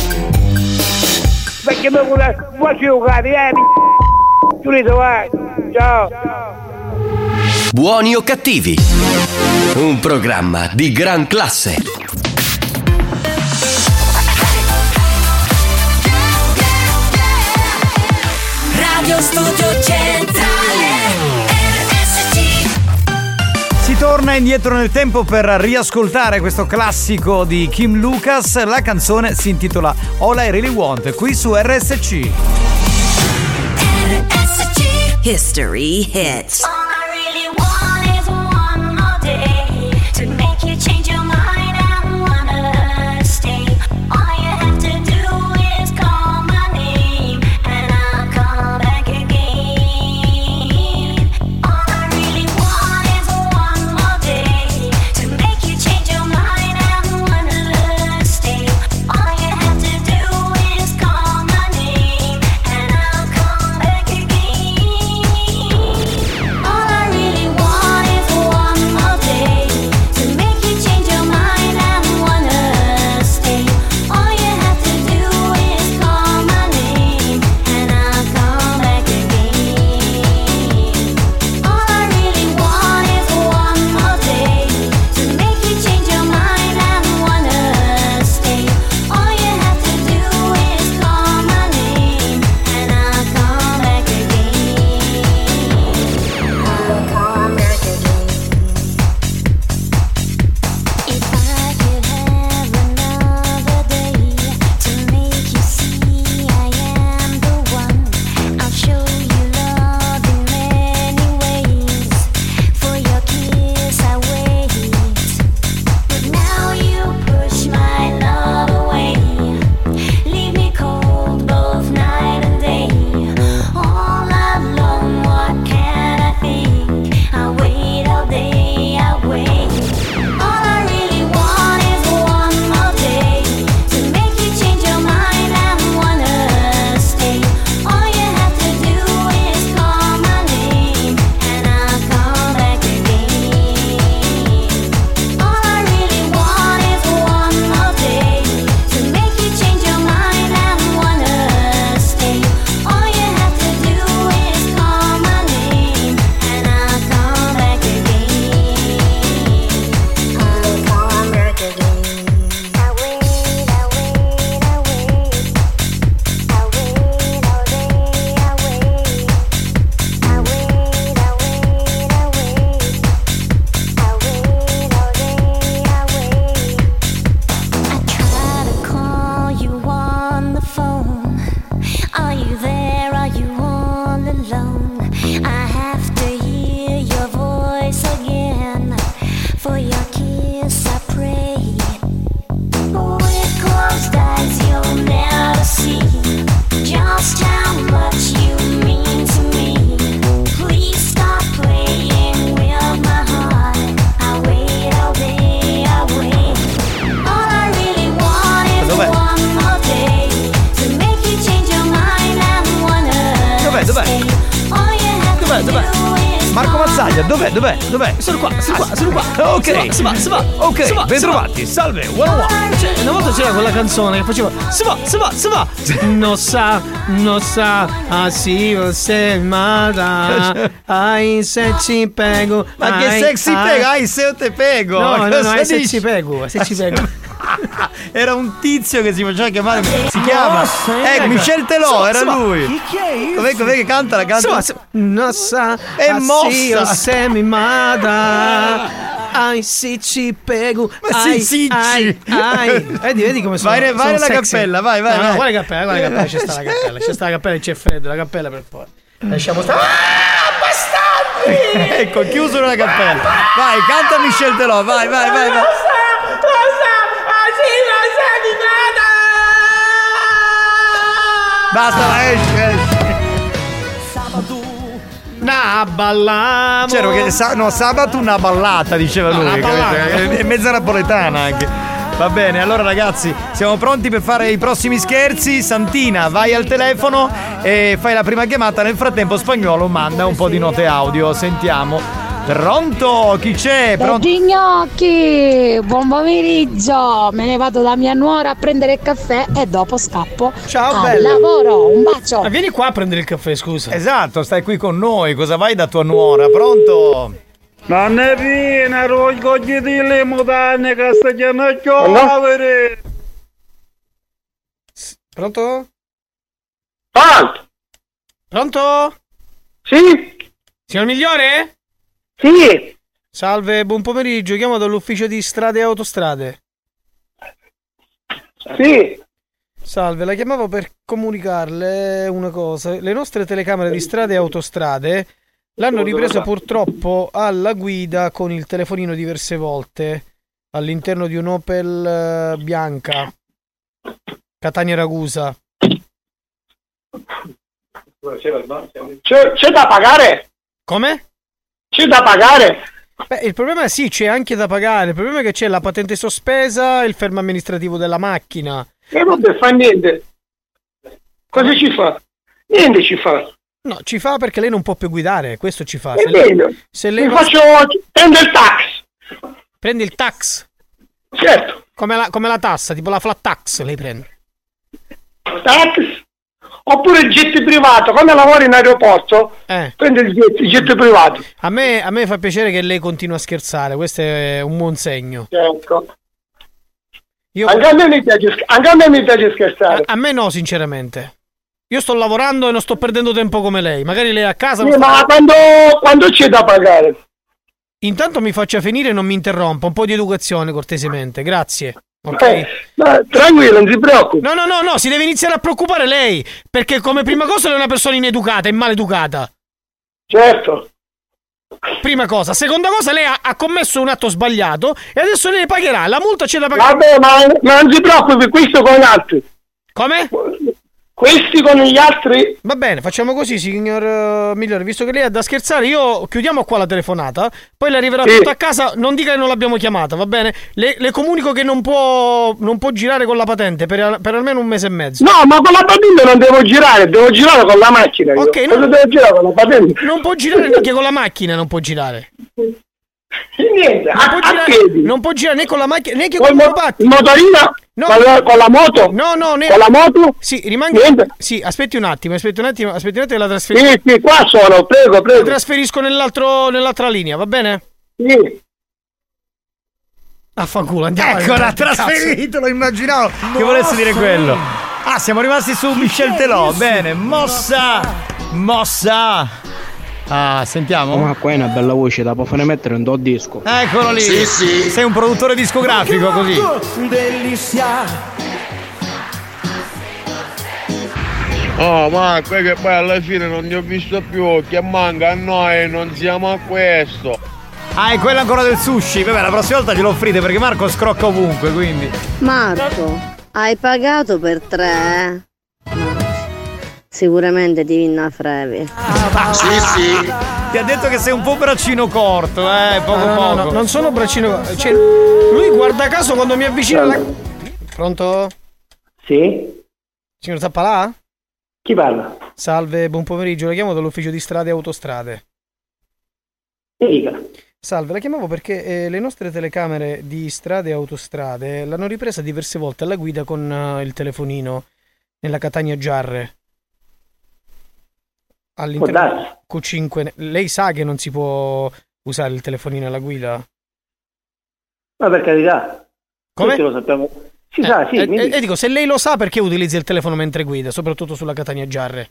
Perché mi vuole quasi giocare, eh? Giulito, vai. Ciao. Buoni o cattivi? Un programma di gran classe. Radio Studio Centrale R S C. Si torna indietro nel tempo per riascoltare questo classico di Kim Lucas. La canzone si intitola All I Really Want, qui su R S C. R S C History Hits. All I really want is one more day to make you change your mind and wanna stay. All you have to do is call my name and I'll come back again. All I really want is one more day to make you change your mind and wanna stay. All you have to do is call my name and I'll come back again. All eyes, you'll never see just how much you mean to me. Please stop playing with my heart. I wait all day, I wait. All I really want is Dov'è? one more day to make you change your mind and wanna Dov'è, dov'è? stay. All you have Dov'è, to dov'è? do is Marco Mazzaglia, dov'è, dov'è, dov'è? Sono qua, sono qua, sono qua. Ok, Si va, si va, si va. ok, Si va, ben si va. trovati, salve, one on one. Cioè, una volta c'era quella canzone che faceva si va, si va, si va. Non sa, non sa, ah sì, você mata. Ai se ci pego. Ma che ai, sexy ai. pego, ai se te pego. No, Ma no, no, cosa ai se dici? ci pego, se ci pego. Era un tizio che si faceva chiamare, si chiama eh, Michel Telò, era lui. Com'è, com'è che canta la canta? Non sa, è ah mossa. sì, você mi mata. Ai sì ci pego. Ma ai, sì, ai, ai. Vedi, vedi come sono. Vai, vai sono nella sexy. cappella, vai, vai, No, no, vai. quale cappella, quale cappella? C'è sta la cappella, c'è sta la cappella, c'è freddo, la cappella per favore. Lasciamo stare. Ah, bastardi! Ecco, chiuso nella cappella. Vai, canta Michel Telò, vai, vai, vai, vai. Basta, vai, esci, esci. Na ballamo. C'era che sa- no, sabato una ballata, diceva No, lui. una ballata. capito? È mezza napoletana anche. Va bene, allora ragazzi, siamo pronti per fare i prossimi scherzi. Santina, vai al telefono e fai la prima chiamata. Nel frattempo Spagnolo manda un po' di note audio. Sentiamo. Pronto? Chi c'è? Pronto? Gnocchi, buon pomeriggio, me ne vado da mia nuora a prendere il caffè e dopo scappo. Ciao, al bella. lavoro, un bacio. Ma vieni qua a prendere il caffè, scusa. Esatto, stai qui con noi. Cosa vai da tua nuora? Pronto? Non è piena, rogli di le mutande che sta chiamando giovere. Pronto? Pronto? Pronto? Sì? Signor Migliore? Sì. Salve, buon pomeriggio, chiamo dall'ufficio di strade e autostrade. Sì. Salve, la chiamavo per comunicarle una cosa. Le nostre telecamere di strade e autostrade l'hanno ripresa purtroppo alla guida con il telefonino diverse volte all'interno di un Opel eh, bianca Catania-Ragusa. C'è, c'è da pagare? Come? C'è da pagare? Beh, il problema è sì, c'è anche da pagare. Il problema è che c'è la patente sospesa e il fermo amministrativo della macchina. E vabbè, fa niente. Cosa ci fa? Niente ci fa. No, ci fa perché lei non può più guidare, questo ci fa. È Se lei, vero. se lei Mi va- faccio... prendo il tax. Prendi il tax? Certo. Come la, come la tassa, tipo la flat tax, lei prende. Tax. Oppure il jet privato. Quando lavoro in aeroporto, Eh. prendo il jet, il jet privato. A me, a me fa piacere che lei continua a scherzare, questo è un buon segno. Ecco. Io- Anche, a me mi piace, anche a me mi piace scherzare. A me no, sinceramente. Io sto lavorando e non sto perdendo tempo come lei. Magari lei a casa... Sì, non sta- ma quando, quando c'è da pagare? Intanto mi faccia finire e non mi interrompa. Un po' di educazione, cortesemente. Grazie. Ok? Eh, ma tranquillo, non si preoccupi. No, no, no, no, si deve iniziare a preoccupare lei. Perché come prima cosa lei è una persona ineducata e maleducata. Certo. Prima cosa. Seconda cosa, lei ha, ha commesso un atto sbagliato e adesso lei pagherà. La multa c'è da pagare. Vabbè, ma, ma non si preoccupi, questo con gli altri. Come? Questi con gli altri. Va bene, facciamo così, signor uh, Migliore. Visto che lei ha da scherzare, io chiudiamo qua la telefonata. Poi le arriverà Sì. tutto a casa. Non dica che non l'abbiamo chiamata, va bene? Le, le comunico che non può, non può girare con la patente per, per almeno un mese e mezzo. No, ma con la patente non devo girare, devo girare con la macchina. io. Ok, Cosa no. devo girare con la patente? Non può girare neanche con la macchina, non può girare. Niente, Non a, può a girare, piedi. non può girare né con la macchina neanche con Con il mo- monopattino. il motorino? No. Con, la, con la moto? No, no, ne- Con la moto? Sì, rimanga. Niente. Sì, aspetti un attimo, aspetti un attimo, aspetti un attimo, la trasferisco. Sì, sì, qua sono, prego, La prego. trasferisco nell'altro, nell'altra linea, va bene? Sì. Affanculo, andiamo. Ecco, l'ha Cazzo. trasferito, lo immaginavo che volesse dire quello. Ah, siamo rimasti su Michel Telò. Bene, mossa, mossa. Ah, sentiamo. Ma qua è una bella voce, la può fare mettere in do disco. Eccolo lì. Sì, sì. Sei un produttore discografico così. Oh, ma qui che poi alla fine non ti ho visto più, che manca a noi, non siamo a questo. Ah, è quella ancora del sushi. Vabbè, la prossima volta glielo offrite perché Marco scrocca ovunque, quindi. Marco, Hai pagato per tre? Sicuramente ti vinna frevi. Sì, sì. Ti ha detto che sei un po' braccino corto, eh, poco No, no, poco. no, no, non sono braccino corto. Cioè, lui guarda caso quando mi avvicina alla... Pronto? Sì? Signor Zappalà? Chi parla? Salve, buon pomeriggio, la chiamo dall'ufficio di strade e autostrade. E dica. Salve, la chiamavo perché eh, le nostre telecamere di strade e autostrade l'hanno ripresa diverse volte alla guida con uh, il telefonino nella Catania Giarre. All'interno Q cinque. Lei sa che non si può usare il telefonino alla guida? Ma per carità. Come? Tutti lo sappiamo. Si Eh, sa, sì. e, mi e- dica. e dico, se lei lo sa, perché utilizza il telefono mentre guida, soprattutto sulla Catania Giarre?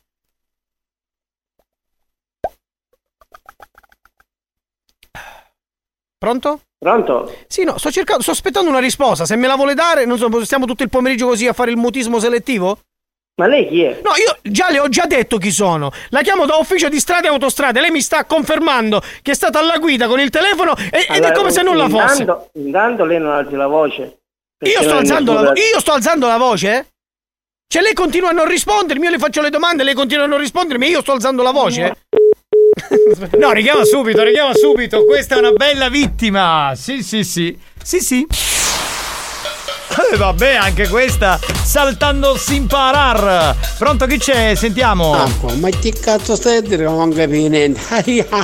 Pronto? Pronto? Sì, no, sto cercando, sto aspettando una risposta. Se me la vuole dare, non so, stiamo tutto il pomeriggio così a fare il mutismo selettivo? Ma lei chi è? No, io già le ho già detto chi sono. La chiamo da ufficio di strade e autostrade. Lei mi sta confermando che è stata alla guida con il telefono e- ed Allora, è come se nulla fosse. intanto, Intanto lei non alzi la voce. perché Io sto, non è alzando la, nessuno- vo- io sto alzando la voce? Cioè lei continua a non rispondermi, io le faccio le domande, lei continua a non rispondermi, io sto alzando la voce? No, richiama subito, richiama subito. Questa è una bella vittima. Sì, sì, sì. Sì, sì. Eh, vabbè, anche questa saltando si imparar. Pronto, chi c'è? Sentiamo. Ma che cazzo stai a dire? Non capisco niente. Ah,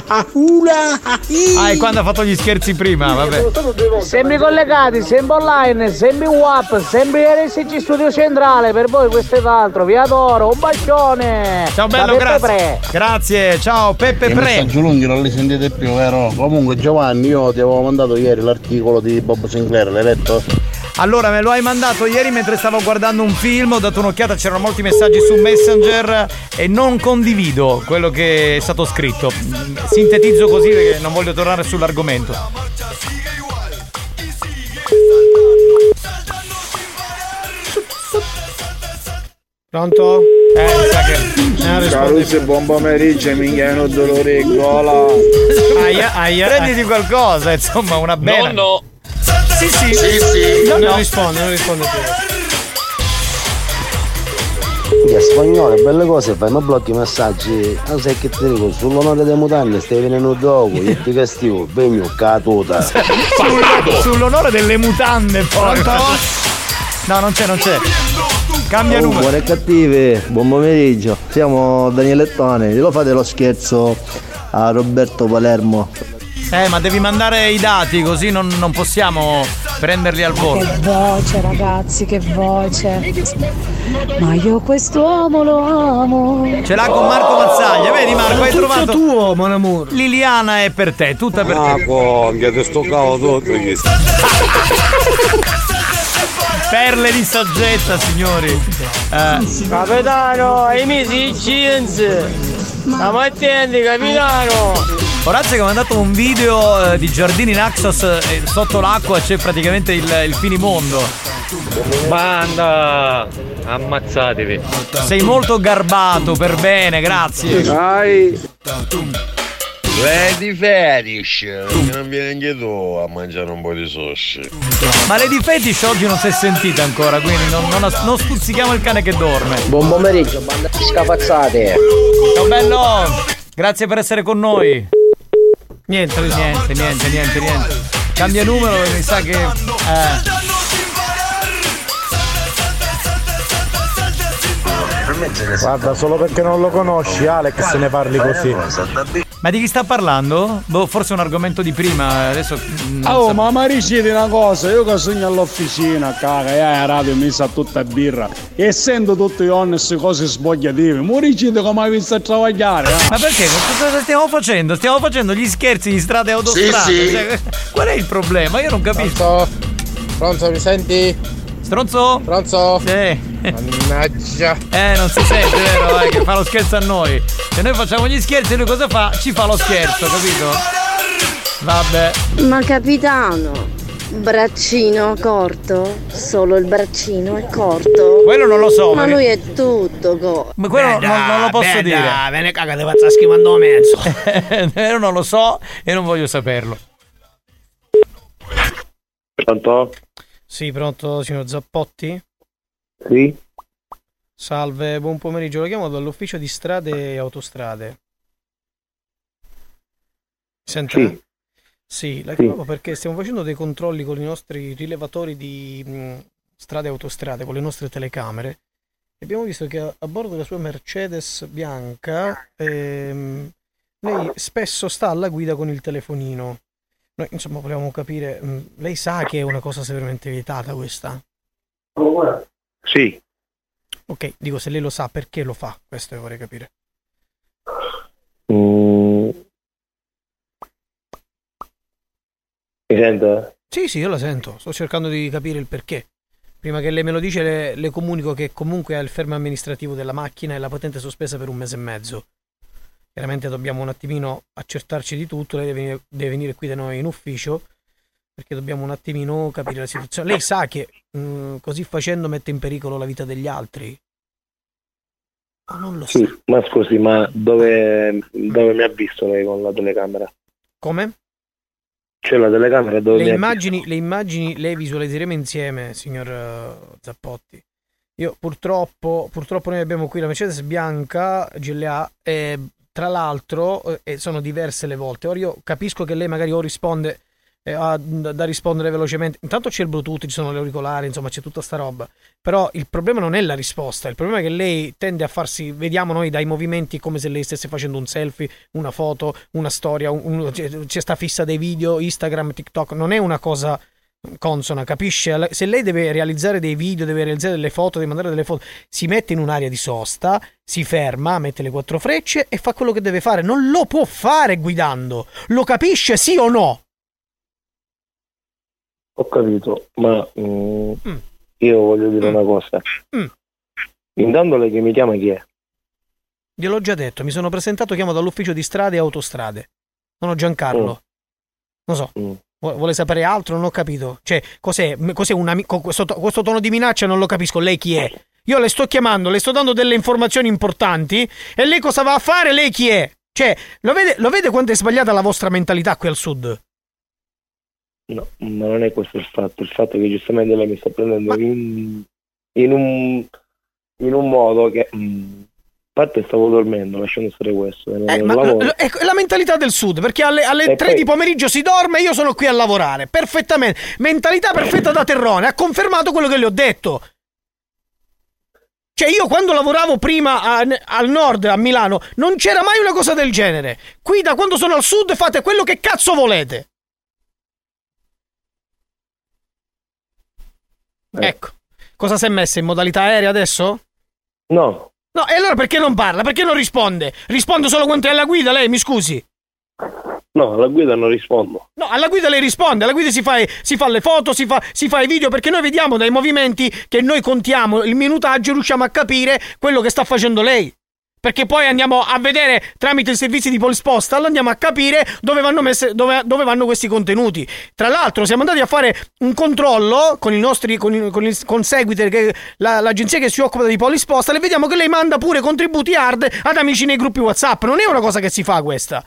e quando ha fatto gli scherzi prima, vabbè. Sempre collegati, sempre online, sempre W A P, sempre R S C Studio Centrale, per voi questo ed altro, vi adoro, un bacione! Ciao bello, Da Peppe grazie. Pre. Grazie, ciao Peppe I Pre. messaggi lunghi non li sentite più, vero? Comunque Giovanni, io ti avevo mandato ieri l'articolo di Bob Sinclair, l'hai letto? Allora, me lo hai mandato ieri mentre stavo guardando un film, ho dato un'occhiata, c'erano molti messaggi su Messenger e non condivido quello che è stato scritto. Sintetizzo così perché non voglio tornare sull'argomento. Pronto? Eh, mi sa che... Caruso, buon pomeriggio, mi chiamo dolore di gola. Aia, aia. Prenditi qualcosa, insomma, una bella. No, no. Sì, sì. Sì, sì. No, No. non risponde, non risponde più. Che spagnolo, belle cose, fai, ma blocchi i messaggi. Non sai che ti dico, sull'onore dei mutanti stai venendo dopo, io ti castigo, begno, catuta. Sul- sull'onore delle mutande, poi. No, non c'è, non c'è. Cambia Oh, numero. buone e cattive, buon pomeriggio. Siamo Daniele Tone, glielo fate lo scherzo a Roberto Palermo. Eh, ma devi mandare i dati, così non, non possiamo prenderli al volo. Che voce, ragazzi, che voce. Ma io quest'uomo lo amo. Ce l'ha con Marco Mazzaglia, vedi Marco, hai Tutto trovato. tuo, mon amour. Liliana è per te, tutta per te. Marco, anche te sto cavo tutto. che- Perle di saggezza, signori. Eh, Capitano, hai messo i jeans. Ma ma attendi, capitano. Orazio che mi ha mandato un video eh, di giardini Naxos e sotto l'acqua c'è praticamente il, il finimondo. Banda! Ammazzatevi. Sei molto garbato, per bene, grazie. Dai. Lady Fetish, che non viene anche tu a mangiare un po' di sushi. Ma Lady Fetish oggi non si è sentita ancora, quindi non, non, non stuzzichiamo il cane che dorme. Buon pomeriggio, banda di scafazzate. Ciao bello! Grazie per essere con noi. Niente, niente, niente, niente, niente. Cambia numero, mi sa che. Eh. Guarda, solo perché non lo conosci, Alex, ne parli così. Ma di chi sta parlando? Boh, forse un argomento di prima, adesso. mm, non Oh, so. ma mi ricidi una cosa, io che sogno all'officina, caga, e a radio mi sa tutta birra e sento tutti i giorni queste cose sbogliative, mi ricidi come hai visto a travagliare, eh? Ma perché? Cosa stiamo facendo? Stiamo facendo gli scherzi di strade e autostrade. Sì, sì. Cioè, qual è il problema? Io non capisco. Pronto, mi senti? Stronzo? Pronto? Sì. Mannaggia. Eh, non si sente, vero? Eh, che fa lo scherzo a noi. Se noi facciamo gli scherzi, lui cosa fa? Ci fa lo scherzo, capito? Vabbè. Ma capitano, braccino corto? Solo il braccino è corto? Quello non lo so. Ma perché- lui è tutto corto. Ma quello Beh, non, non lo dai, posso beh, dire. dai, ve ne cagate, faccia schifando mezzo. Io non lo so e non voglio saperlo. Pronto? Sì, pronto, signor Zappotti? Sì. Salve, buon pomeriggio, lo chiamo dall'ufficio di strade e autostrade. Senta? Sì. Sì, la Sì. chiamavo perché stiamo facendo dei controlli con i nostri rilevatori di mh, strade e autostrade, con le nostre telecamere. E abbiamo visto che a, a bordo della sua Mercedes bianca ehm, lei spesso sta alla guida con il telefonino. Noi, insomma, volevamo capire, mh, lei sa che è una cosa severamente vietata questa? Sì. Ok, dico, se lei lo sa, perché lo fa? Questo io vorrei capire. Mm. Mi sente? Sì, sì, io la sento. Sto cercando di capire il perché. Prima che lei me lo dice, le, le comunico che comunque ha il fermo amministrativo della macchina e la patente sospesa per un mese e mezzo. Chiaramente dobbiamo un attimino accertarci di tutto. Lei deve venire, deve venire qui da noi in ufficio perché dobbiamo un attimino capire la situazione. Lei sa che mh, così facendo mette in pericolo la vita degli altri? Ma non lo Sì, sa. ma scusi, ma dove, dove mi ha visto lei con la telecamera? Come? C'è la telecamera dove Le mi ha immagini, le immagini le visualizzeremo insieme, signor eh, Zappotti. Io purtroppo, purtroppo noi abbiamo qui la Mercedes bianca G L A e tra l'altro eh, sono diverse le volte. Ora io capisco che lei magari o risponde eh, ha da da rispondere velocemente. Intanto c'è il Bluetooth, ci sono le auricolari, insomma c'è tutta sta roba. Però il problema non è la risposta, il problema è che lei tende a farsi, vediamo noi dai movimenti come se lei stesse facendo un selfie, una foto, una storia, un, un- c'è, c'è sta fissa dei video, Instagram, TikTok, non è una cosa consona, capisce? Se lei deve realizzare dei video, deve realizzare delle foto, deve mandare delle foto, si mette in un'area di sosta, si ferma, mette le quattro frecce e fa quello che deve fare, non lo può fare guidando, lo capisce sì o no? Ho capito, ma mm, io voglio dire una cosa. Mm. Intanto lei che mi chiama chi è? Gliel'ho già detto, mi sono presentato, chiamo dall'ufficio di strade e autostrade. Sono Giancarlo. Non so, Mm. vu- vuole sapere altro? Non ho capito. Cioè, cos'è? M- Cos'è un amico? Questo, to- questo tono di minaccia non lo capisco. Lei chi è? Io le sto chiamando, le sto dando delle informazioni importanti e lei cosa va a fare? Lei chi è? Cioè, lo vede, lo vede quanto è sbagliata la vostra mentalità qui al sud? No, ma non è questo il fatto. Il fatto è che giustamente lei mi sta prendendo in, in un in un modo che mm, a parte stavo dormendo, lasciando stare questo. Eh, non ma lavoro. l- è la mentalità del sud, perché alle, alle E tre poi- di pomeriggio si dorme e io sono qui a lavorare. Perfettamente. Mentalità perfetta da terrone. Ha confermato quello che le ho detto. Cioè io quando lavoravo prima a- al nord, a Milano, non c'era mai una cosa del genere. Qui da quando sono al sud fate quello che cazzo volete. Ecco. Cosa si è messa in modalità aerea adesso? No. No, e allora perché non parla? Perché non risponde? Risponde solo quando è alla guida, lei, mi scusi. No, alla guida non rispondo. No, alla guida lei risponde, alla guida si fa, si fa le foto, si fa, si fa i video, perché noi vediamo dai movimenti che noi contiamo il minutaggio e riusciamo a capire quello che sta facendo lei. Perché poi andiamo a vedere tramite i servizi di Police Postal, andiamo a capire dove vanno, messe, dove, dove vanno questi contenuti. Tra l'altro siamo andati a fare un controllo con i nostri, con, i, con il con Seguiter, che la, l'agenzia che si occupa di Police Postal, e vediamo che lei manda pure contributi hard ad amici nei gruppi WhatsApp. Non è una cosa che si fa questa.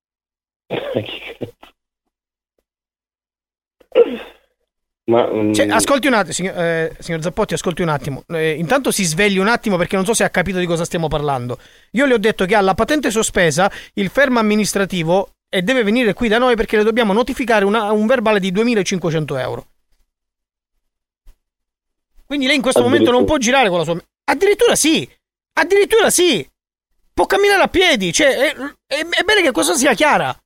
Ma mm, Cioè, ascolti un attimo, signor, eh, signor Zappotti, ascolti un attimo. Eh, intanto si svegli un attimo perché non so se ha capito di cosa stiamo parlando. Io le ho detto che ha la patente sospesa, il fermo amministrativo e deve venire qui da noi perché le dobbiamo notificare una- un verbale di duemilacinquecento euro. Quindi lei in questo momento non può girare con la sua... Addirittura sì! Addirittura sì! Può camminare a piedi! Cioè, è, è, è bene che questo sia chiara.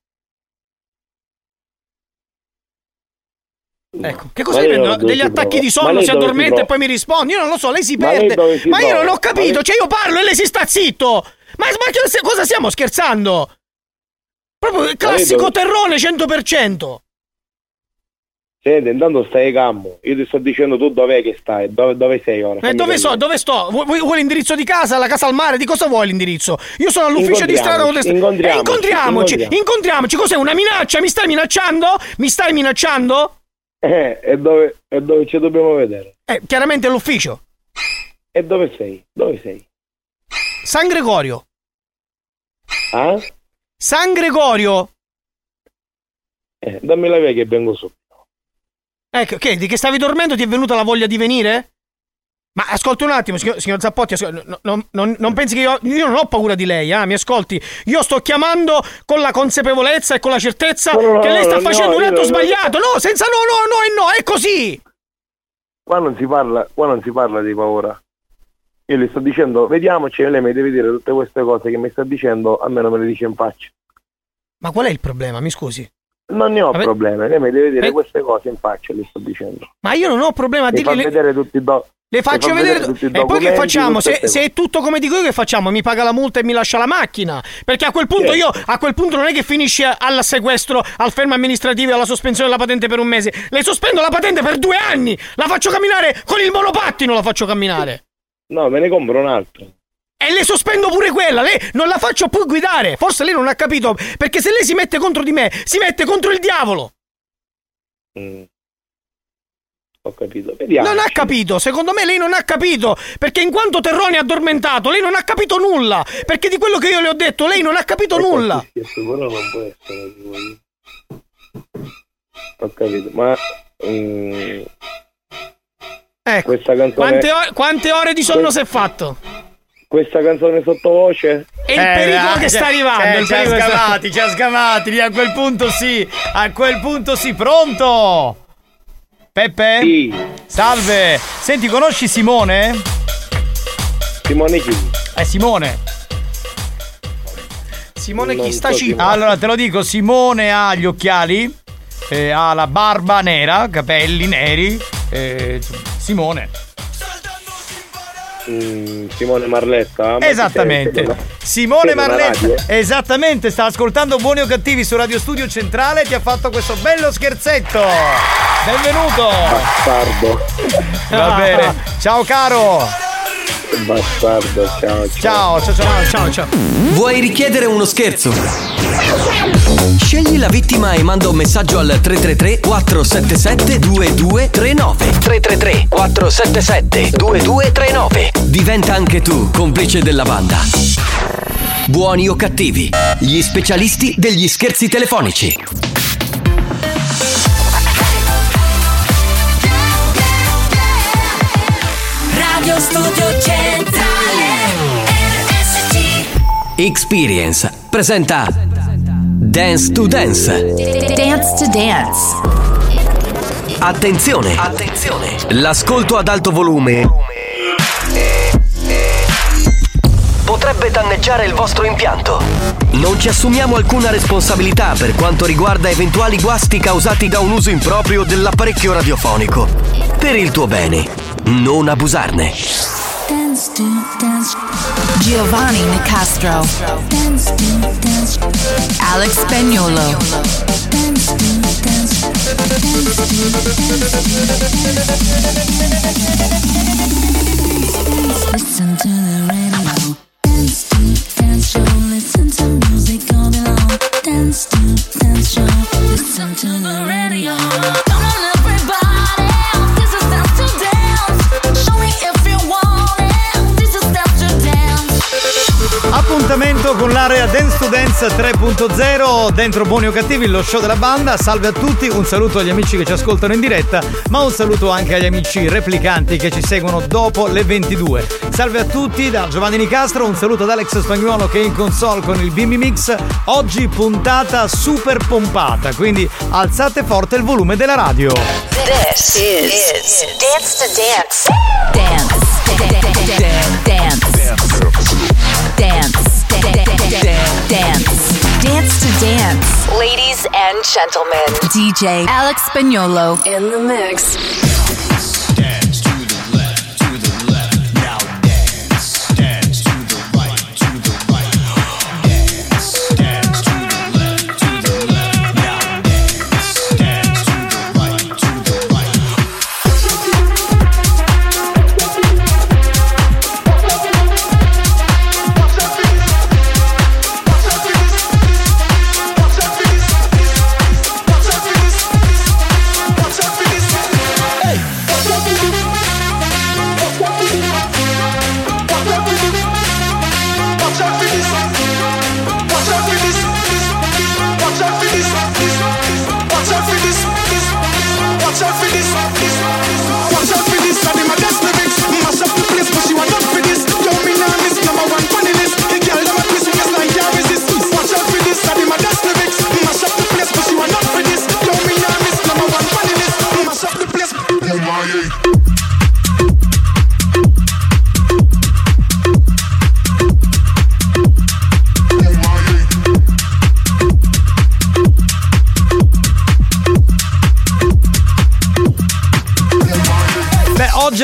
Ecco, che cosa Ma mi lei prende? dove Degli si attacchi trova? di Ma sonno, lei si dove si addormenta trova? e poi mi rispondi. Io non lo so, lei si Ma lei perde. dove si Ma io trova? non ho Ma capito, lei- cioè io parlo e lei si sta zitto. Ma, ma che- cosa stiamo scherzando? Proprio il classico dove- terrone cento per cento. Senti, intanto stai calmo. Io ti sto dicendo tu dov'è che stai, dove, dove sei ora. Eh, Fammi dove capire. sto? Dove sto? Vuoi, vuoi- vuoi l'indirizzo di casa, la casa al mare? Di cosa vuoi l'indirizzo? Io sono all'ufficio di strada. Incontriamoci, Eh, incontriamoci, incontriamoci, incontriamoci. incontriamoci. Cos'è? Una minaccia? Mi stai minacciando? Mi stai minacciando? Eh, e dove, e dove ci dobbiamo vedere? Eh, chiaramente all'ufficio. E dove sei? Dove sei? San Gregorio. Ah? San Gregorio. Eh, dammi la via che vengo su. Ecco, che, di che stavi dormendo ti è venuta la voglia di venire? Ma ascolti un attimo, signor, signor Zappotti, ascol- no, no, non, non pensi che io, io non ho paura di lei, eh? Mi ascolti? Io sto chiamando con la consapevolezza e con la certezza no, no, che lei sta no, facendo no, un atto io- sbagliato. No, senza no, no, no e no, è così. Qua non si parla, qua non si parla di paura. Io le sto dicendo, vediamoci, e lei mi deve dire tutte queste cose che mi sta dicendo, almeno me le dice in faccia. Ma qual è il problema? Mi scusi. Non ne ho Vabbè. problemi, lei mi deve dire Eh. queste cose in faccia, le sto dicendo. Ma io non ho problema a Mi fa dirle. vedere tutti i do- Le faccio mi fa vedere, tutti i e poi che documenti, facciamo? tutte Se, queste se è tutto come dico io, che facciamo? Mi paga la multa e mi lascia la macchina? Perché a quel punto Sì. io a quel punto non è che finisce al sequestro, al fermo amministrativo e alla sospensione della patente per un mese. Le sospendo la patente per due anni! La faccio camminare con il monopattino, la faccio camminare! No, me ne compro un altro. E le sospendo pure quella, lei non la faccio più guidare. Forse lei non ha capito, perché se lei si mette contro di me, si mette contro il diavolo. Mm. Ho capito. Vediamo. Non ha capito, secondo me lei non ha capito, perché in quanto terrone addormentato, lei non ha capito nulla, perché di quello che io le ho detto, lei non ha capito nulla. Però non può essere così. Ho capito, ma mm, Ecco, questa canzone quante, ore, quante ore di sonno si è fatto? Questa canzone sottovoce? E il pericolo che sta arrivando, il Ci ha pericolo che sta- sgamati, ci ha sgamati, lì a quel punto sì, a quel punto sì, pronto? Peppe? Sì. Salve, senti, conosci Simone? Simone chi? Eh, Simone. Simone Non chi sta so ci... Simone. Allora, te lo dico, Simone ha gli occhiali, eh, ha la barba nera, capelli neri, eh, Simone. Mm, Simone Marletta? Ma Esattamente. chi sei? Simone Sei della Marletta. radio? Esattamente, sta ascoltando Buoni o Cattivi su Radio Studio Centrale e ti ha fatto questo bello scherzetto. Benvenuto. Bastardo. Va bene. Ciao caro. Bastardo, ciao. Ciao, ciao, ciao, ciao, ciao. Vuoi richiedere uno scherzo? Scegli la vittima e manda un messaggio al tre tre tre quattro sette sette due due tre nove. tre tre tre quattro sette sette due due tre nove. Diventa anche tu complice della banda. Buoni o cattivi, gli specialisti degli scherzi telefonici. Radio Studio Centrale R S C. Experience presenta Dance to Dance. Dance to Dance. Attenzione! Attenzione! L'ascolto ad alto volume potrebbe danneggiare il vostro impianto. Non ci assumiamo alcuna responsabilità per quanto riguarda eventuali guasti causati da un uso improprio dell'apparecchio radiofonico. Per il tuo bene, non abusarne. Dance to Dance. Giovanni Nicastro. Dance to Dance. Alex Spagnolo. Dance to Dance. Listen to the radio. Dance to Dance show. Listen to music all day long. Dance to Dance show. Listen to the radio. Come on everybody. This is Dance to Dance. Show me if you want it. This is Dance to Dance. Appuntamento con l'area Dance to Dance tre punto zero dentro Buoni o Cattivi, lo show della banda. Salve a tutti, un saluto agli amici che ci ascoltano in diretta, ma un saluto anche agli amici replicanti che ci seguono dopo le ventidue. Salve a tutti da Giovanni Nicastro, un saluto ad Alex Spagnuolo che è in console con il Bimbi Mix. Oggi puntata super pompata, quindi alzate forte il volume della radio. This is Dance to Dance. Dance. Dance. Dance. Dance. Dance to Dance. Ladies and gentlemen, D J Alex Spagnolo in the mix. Dance to the left, to the left. Now dance. Dance to the right, to the right. Dance. Dance to the left, to the left. Now dance. Dance to the right, to the right.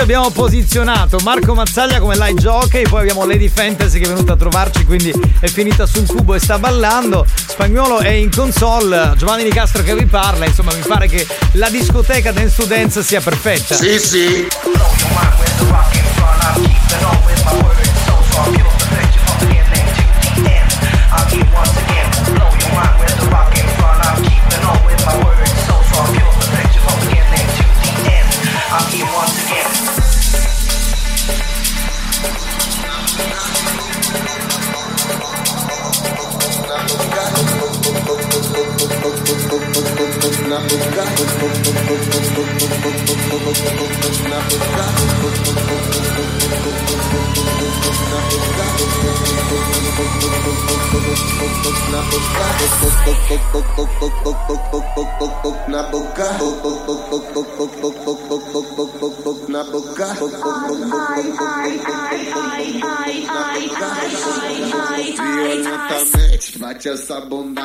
abbiamo posizionato Marco Mazzaglia come live jockey, poi abbiamo Lady Fantasy che è venuta a trovarci, quindi è finita sul cubo e sta ballando. Spagnuolo è in console, Giovanni Di Castro che vi parla, insomma mi pare che la discoteca Dance to Dance sia perfetta. Sì, sì. Faccia sta bomba.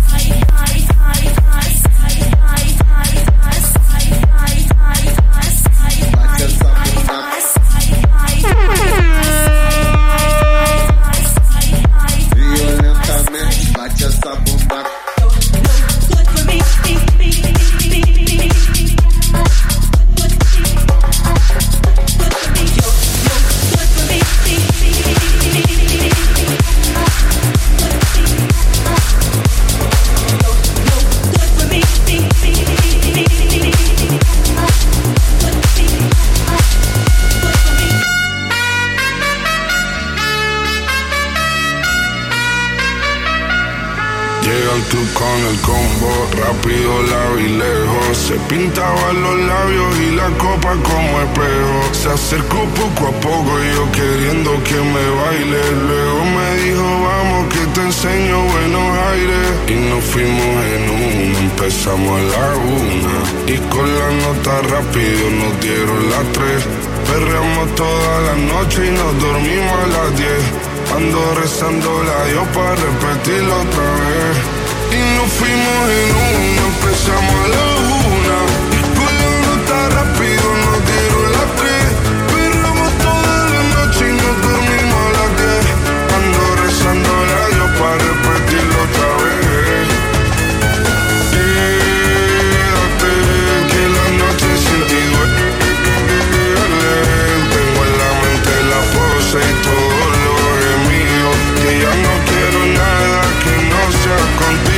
Violentamente, faccia sta bomba. Tú con el combo, rápido la vi lejos. Se pintaba los labios y la copa como espejo. Se acercó poco a poco y yo queriendo que me baile. Luego me dijo vamos que te enseño buenos aires. Y nos fuimos en una, empezamos a la una. Y con la nota rápido nos dieron las tres. Perreamos toda la noche y nos dormimos a las diez. Ando rezando la Dios para repetirlo otra vez. Y nos fuimos en una, empezamos a la una. Y con la nota rápido nos dieron las tres. Perramos toda la noche y nos dormimos a las diez. Ando rezando a Dios para repetirlo otra vez. Quédate, que la noche sin ti duele. Tengo en la mente la pose y todo lo gemido. Que ya no quiero nada que no sea contigo.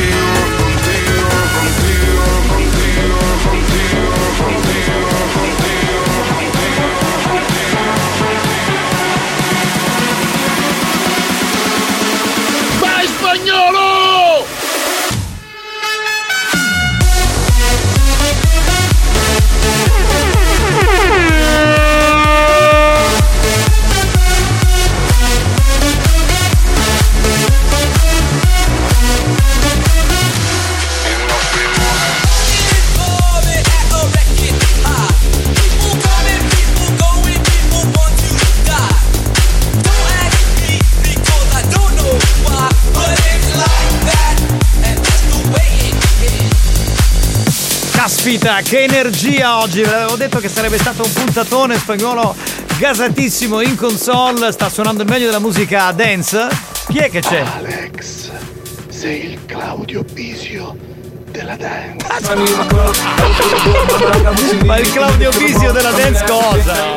Caspita, che energia oggi! Ve l'avevo detto che sarebbe stato un puntatone. Spagnuolo gasatissimo in console, sta suonando il meglio della musica dance. Chi è che c'è? Alex, sei il Claudio Bisio della dance. Ma il Claudio Bisio della dance cosa?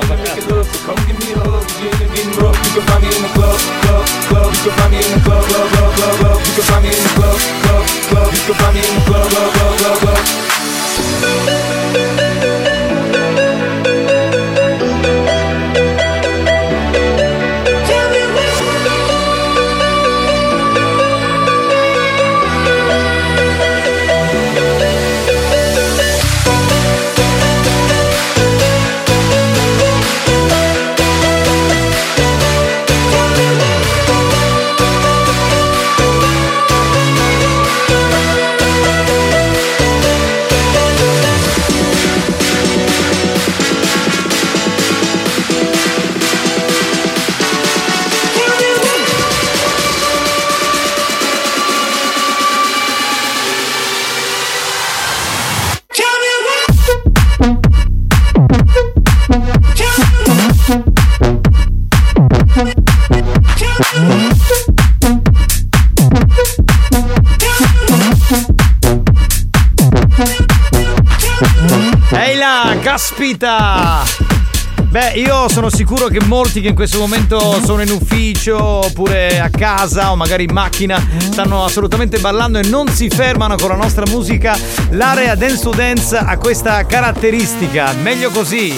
Ehi là, caspita! Beh, io sono sicuro che molti che in questo momento sono in ufficio oppure a casa o magari in macchina stanno assolutamente ballando e non si fermano con la nostra musica. L'area Dance to Dance ha questa caratteristica, meglio così.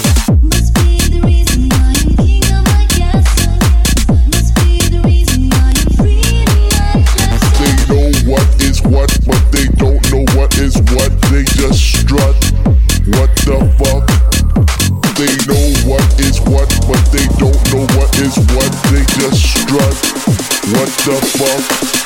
What is what, but they don't know what is what. They just strut. What the fuck? They know what is what, but they don't know what is what. They just strut. What the fuck?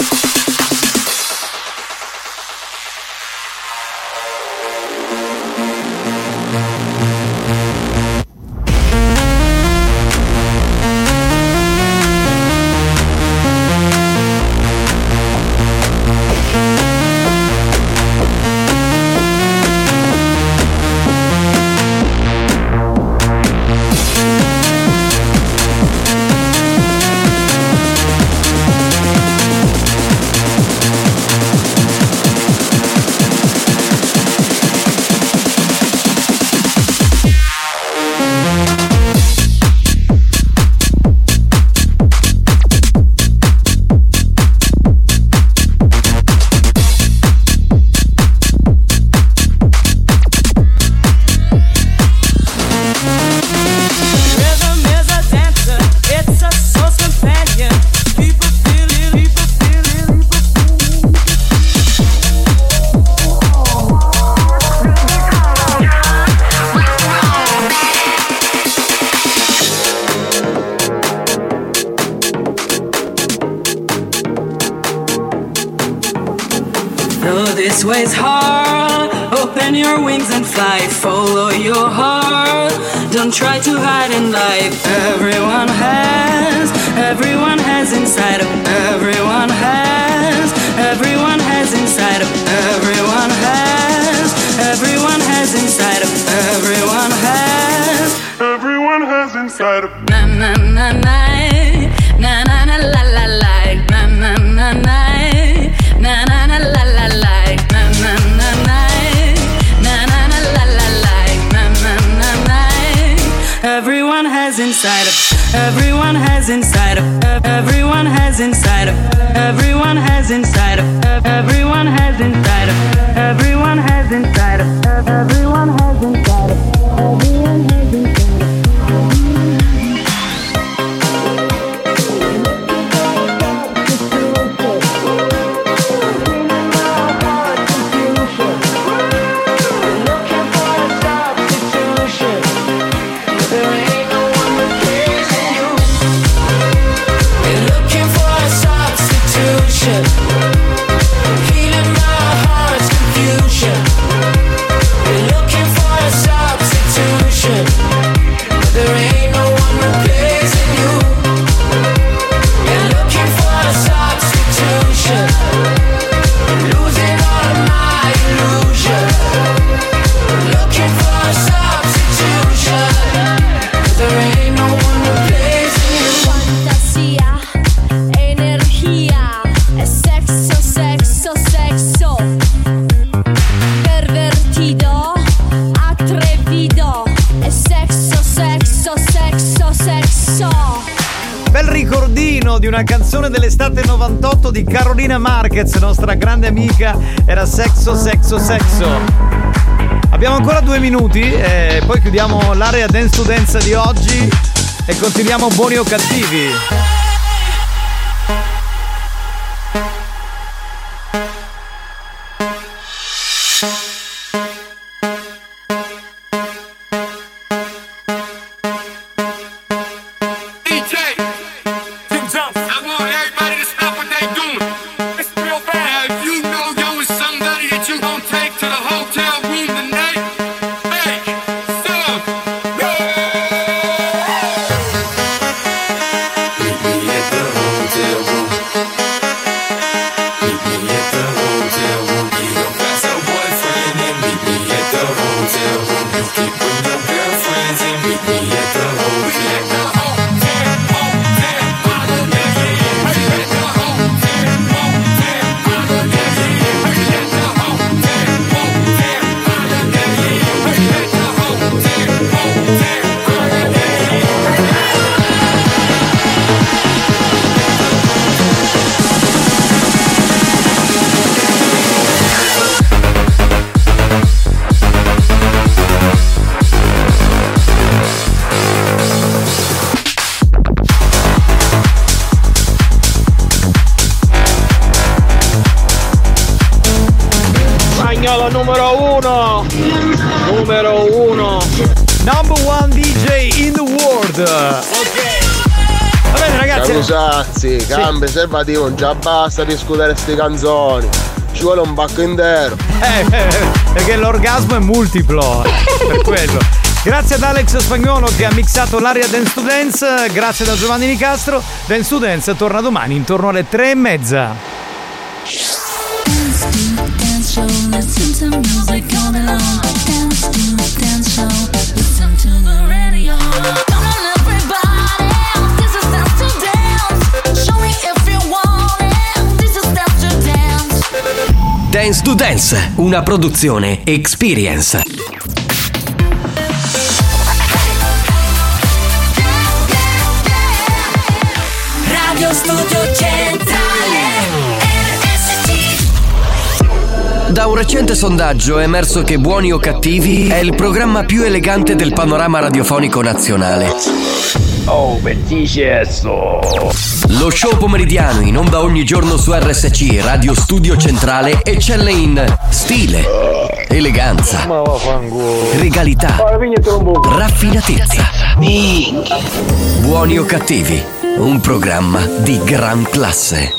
This way's hard. Open your wings and fly. Follow your heart. Don't try to hide in life. Everyone has, everyone has inside of. Everyone has, everyone has inside of. Everyone has, everyone has inside of. Everyone has, everyone has inside of. Na na na na, na na na la la la, na na na na, na na na la la la. Everyone has inside of, everyone has inside of, everyone has inside of, everyone has inside of, everyone has inside of, everyone has inside of, everyone has inside of, everyone has inside of. Di una canzone dell'estate novantotto di Carolina Marquez, nostra grande amica, era Sexo, Sexo, Sexo. Abbiamo ancora due minuti e poi chiudiamo l'area Dance to Dance di oggi e continuiamo buoni o cattivi. Hey, Va bene ragazzi. Scusazzi, cambio Sì. preservativo, non già basta discutere queste canzoni. Ci vuole un pacco intero. Eh, eh, perché l'orgasmo è multiplo. Per quello. Grazie ad Alex Spagnuolo che ha mixato l'aria Dance to Dance. Grazie da Giovanni Nicastro. Dance to Dance torna domani intorno alle tre e mezza. Dance show, listen to music all day long. Dance to dance show, listen to the radio. Come on everybody, this is dance to dance. Show me if you want it, this is dance to dance. Dance to Dance, una produzione Experience. Radio Studio Centrale R S C. Da un recente sondaggio è emerso che Buoni o Cattivi è il programma più elegante del panorama radiofonico nazionale. Oh, bellissimo! Lo show pomeridiano in onda ogni giorno su R S C Radio Studio Centrale eccelle in stile, eleganza, regalità, raffinatezza. Buoni o Cattivi, un programma di gran classe.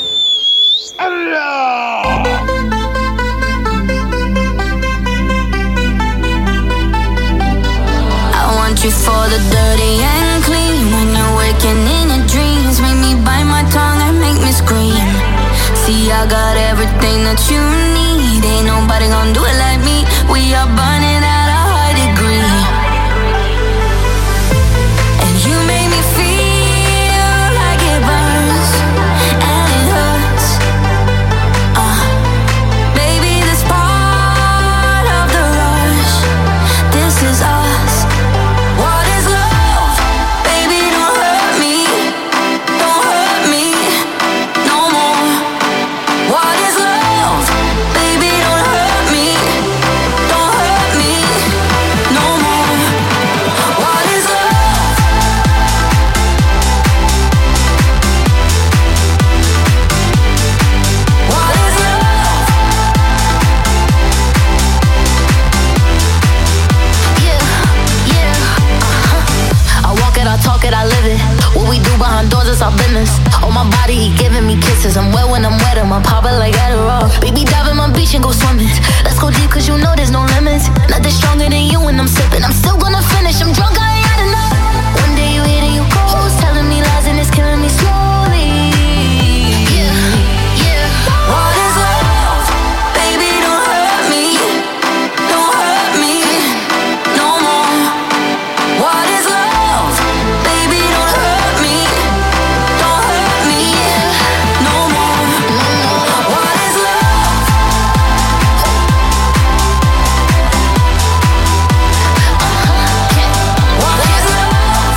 I want you for the dirty and clean. When you're waking in your dreams, make me bite my tongue and make me scream. See, I got everything that you need. Ain't nobody gonna do it like me. We are burning at a high degree. And you make me feel like it burns and it hurts. Uh, baby, this part of the rush. This is us. What is love? Baby, don't hurt me. Don't hurt me no more. What is love? Baby, don't hurt me. Don't hurt me no more. What is love? What is love? Yeah, yeah, uh-huh. I walk it, I talk it, I live it. What we do behind doors is our business. On my body, he giving me kisses. I'm wet when I'm wet, I'm popping like Adderall. Baby, dive in my beach and go swimming. Let's go deep, cause you know there's no limits. Nothing stronger than you when I'm sipping. I'm still gonna finish, I'm drunk, I ain't had enough. One day you hit and you close, telling me lies and it's killing me slowly. Yeah, yeah. What is love? Baby, don't hurt me. Don't hurt me no more. What is love? Baby, don't hurt me. Don't hurt me no more. What is love? What is love?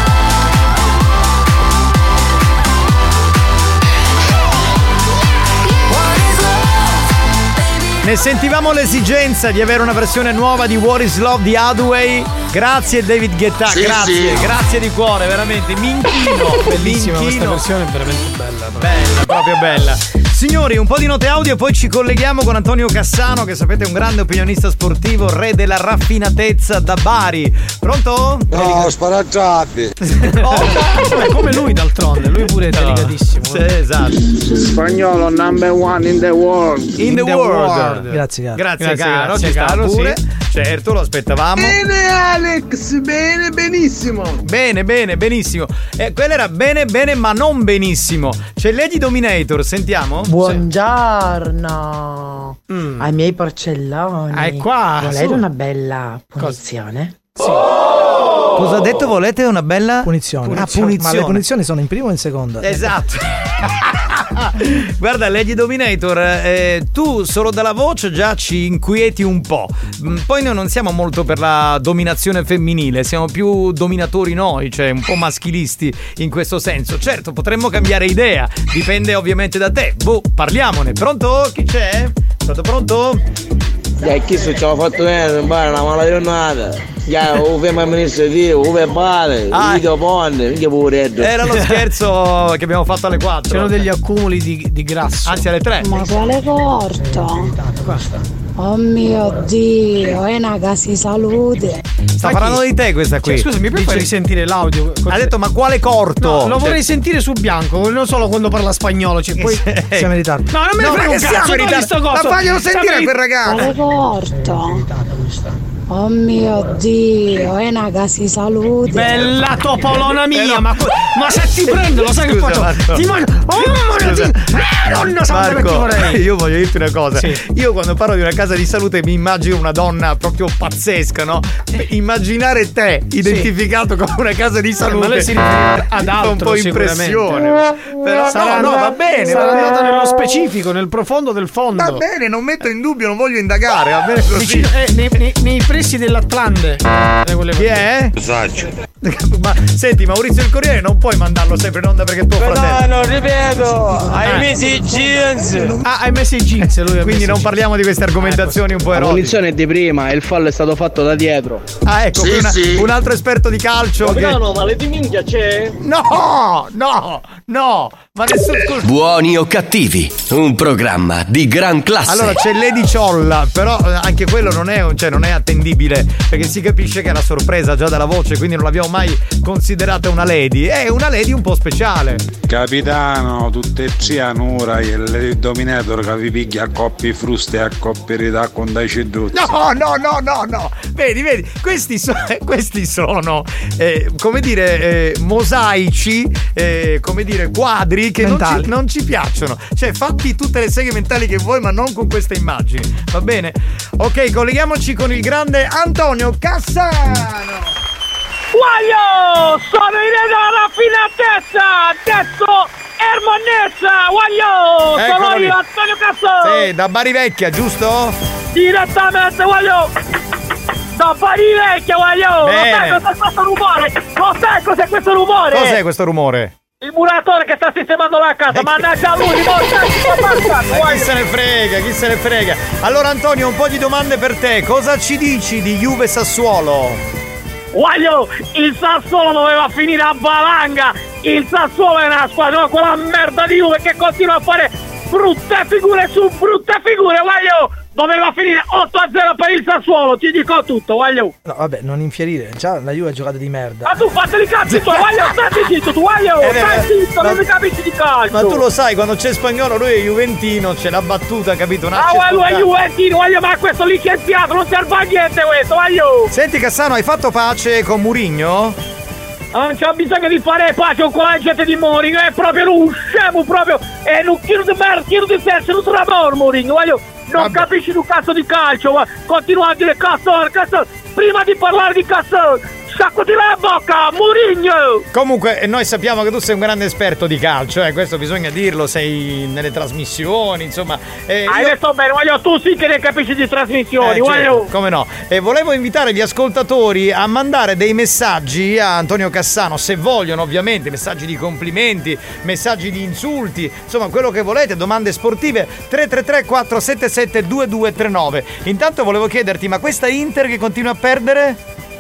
What is love? Ne sentivamo l'esigenza di avere una versione nuova di What is Love di Hathaway. Grazie David Guetta, Sì, grazie, sì. grazie di cuore, veramente. Minchino, Bellissima questa minchino. versione, è veramente bella. Bella, proprio bella. Signori, un po' di note audio e poi ci colleghiamo con Antonio Cassano, che sapete è un grande opinionista sportivo, re della raffinatezza da Bari. Pronto? No, sparacciati. È come lui d'altronde, lui pure è delicatissimo. Sì, esatto. Spagnolo number one in the world. In, the, the world. world. Grazie, caro. Grazie, Grazie, caro. grazie, Ci sta caro, pure. sì. Certo, lo aspettavamo. Bene Alex, bene, benissimo. Bene, bene, benissimo. Eh, quella era bene, bene, ma non benissimo. C'è Lady Dominator, sentiamo? Buongiorno Mm. ai miei porcelloni. Ah, è qua, Volete su. una bella punizione? Cosa ha detto? Volete una bella Punizione. Ah, punizione. Ma le punizioni sono in prima o in seconda? Esatto. Guarda, Lady Dominator, eh, tu solo dalla voce già ci inquieti un po'. Mm, Poi noi non siamo molto per la dominazione femminile, siamo più dominatori noi, cioè un po' maschilisti in questo senso. Certo, potremmo cambiare idea, dipende ovviamente da te. Boh, parliamone. Pronto? Chi c'è? Pronto, pronto? Dai, chi se ci ha fatto bene, una mala giornata. Ya, o fai amministrativo, o fai male, Ah. video ponte, che poveretto. Era lo scherzo che abbiamo fatto alle quattro. C'erano degli accumuli di, di grasso. Anzi, alle tre. Ma quale corto? Oh mio Dio, è una casa salute. Sta parlando di te questa qui. Cioè, scusa, mi puoi far risentire l'audio? Ha detto ma quale corto? No, lo Cioè- vorrei sentire su bianco, non solo quando parla spagnolo. Cioè, poi siamo in ritardo. No, non me ne No, frega ma un che cazzo, siamo in togli ritardo? sto coso. Ma faglielo sentire Siamo in- quel ragazzo. Quale porto? Oh mio Dio, è una casa salute. Bella topolona mia, ma, ma se ti prendo, lo sai che Scusa, faccio? Marco. Ti mangio. Oh, ma ti... eh, nonna santa che ti Marco, vorrei. io voglio dirti una cosa. Sì. Io quando parlo di una casa di salute mi immagino una donna proprio pazzesca, no? Immaginare te identificato come una casa di salute. Ma lei si riferisce ad mi fa altro, un po' impressione. Però Sarà no, no, andata- va bene. Sarà va andata bene. nello specifico, nel profondo del fondo. Va bene, non metto in dubbio, non voglio indagare, va bene così. Vicino- eh, nei, nei- nei pressi dell'Atlante. Chi è? Saggio. Ma senti, Maurizio il Corriere non puoi mandarlo sempre in onda perché è tuo fratello. No, ripeto, hai messo i jeans. Ah, hai messo i jeans, lui ha Quindi messo non i parliamo di queste argomentazioni un po' La erotiche. punizione è di prima e il fallo è stato fatto da dietro. Ah, ecco, Sì, qui una- sì. un altro esperto di calcio. Che... Capitano, ma le di minchia c'è? No, no, no, ma nessuno. scusa. Buoni o cattivi, un programma di gran classe. Allora c'è Lady Ciolla, però eh, anche quello non è, cioè, non è attendibile, perché si capisce che è una sorpresa già dalla voce, quindi non l'abbiamo mai considerata una lady. È una lady un po' speciale. Capitano, tutte e cianura e il dominator che vi piglia a coppie fruste e a coppie ridà con dai ceduzzi. No, no, no, no, no. Vedi, vedi, questi, so- questi sono, eh, come dire, eh, mosaici, eh, come dire, quadri che non ci, non ci piacciono. Cioè, fatti tutte le seghe mentali che vuoi, ma non con queste immagini. Va bene? Ok, colleghiamoci con il grande Antonio Cassano. Guaglio, sono in raffinatezza, detto Ermonnezza, guaglio, sono Eccolo lì. io Antonio Cassano. Sì, da Bari Vecchia, giusto? Direttamente, guaglio, da Bari Vecchia, guaglio. Lo Bene. sai cos'è questo rumore? Lo sai cos'è questo rumore? Cos'è questo rumore? Il muratore che sta sistemando la casa, mannaggia lui, Eh, chi se ne frega, chi se ne frega. Allora Antonio, un po' di domande per te. Cosa ci dici di Juve Sassuolo? Guaglio, il Sassuolo doveva finire a valanga. Il Sassuolo è una squadra, quella merda di Juve che continua a fare brutte figure su brutte figure, guaglio. Doveva finire otto a zero per il Sassuolo, ti dico tutto, guaglio. No, vabbè, non infierire. Già la Juve ha giocato di merda. Ma tu fatti i cazzi tu, guaglio, stai zitto tu, guaglio, Eh, stai beh, zitto, ma- non mi capisci di calcio. Ma tu lo sai, quando c'è Spagnolo lui è juventino, c'è la battuta, capito? Ah, guaglio, è Juventino, guaglio, ma questo licenziato non serve a niente questo, guaglio. Senti Cassano, hai fatto pace con Mourinho? Non c'ho bisogno di fare pace con la gente di Mourinho, è proprio un scemo, proprio, è un chilo di merda, chilo di sesso, un tramor Mourinho, guaglio. Non capisci un cazzo di calcio, ma continua a dire Cassano, Cassano. Prima di parlare di Cassano, sciacquati la bocca, Mourinho! Comunque, noi sappiamo che tu sei un grande esperto di calcio, eh, questo bisogna dirlo, sei nelle trasmissioni, insomma. Eh, Hai io- detto bene, voglio, tu sì che ne capisci di trasmissioni, Eh, voglio. certo, come no? E volevo invitare gli ascoltatori a mandare dei messaggi a Antonio Cassano, se vogliono ovviamente, messaggi di complimenti, messaggi di insulti, insomma quello che volete, domande sportive, tre tre tre quattro sette sette due due tre nove. Intanto volevo chiederti, ma questa Inter che continua a perdere?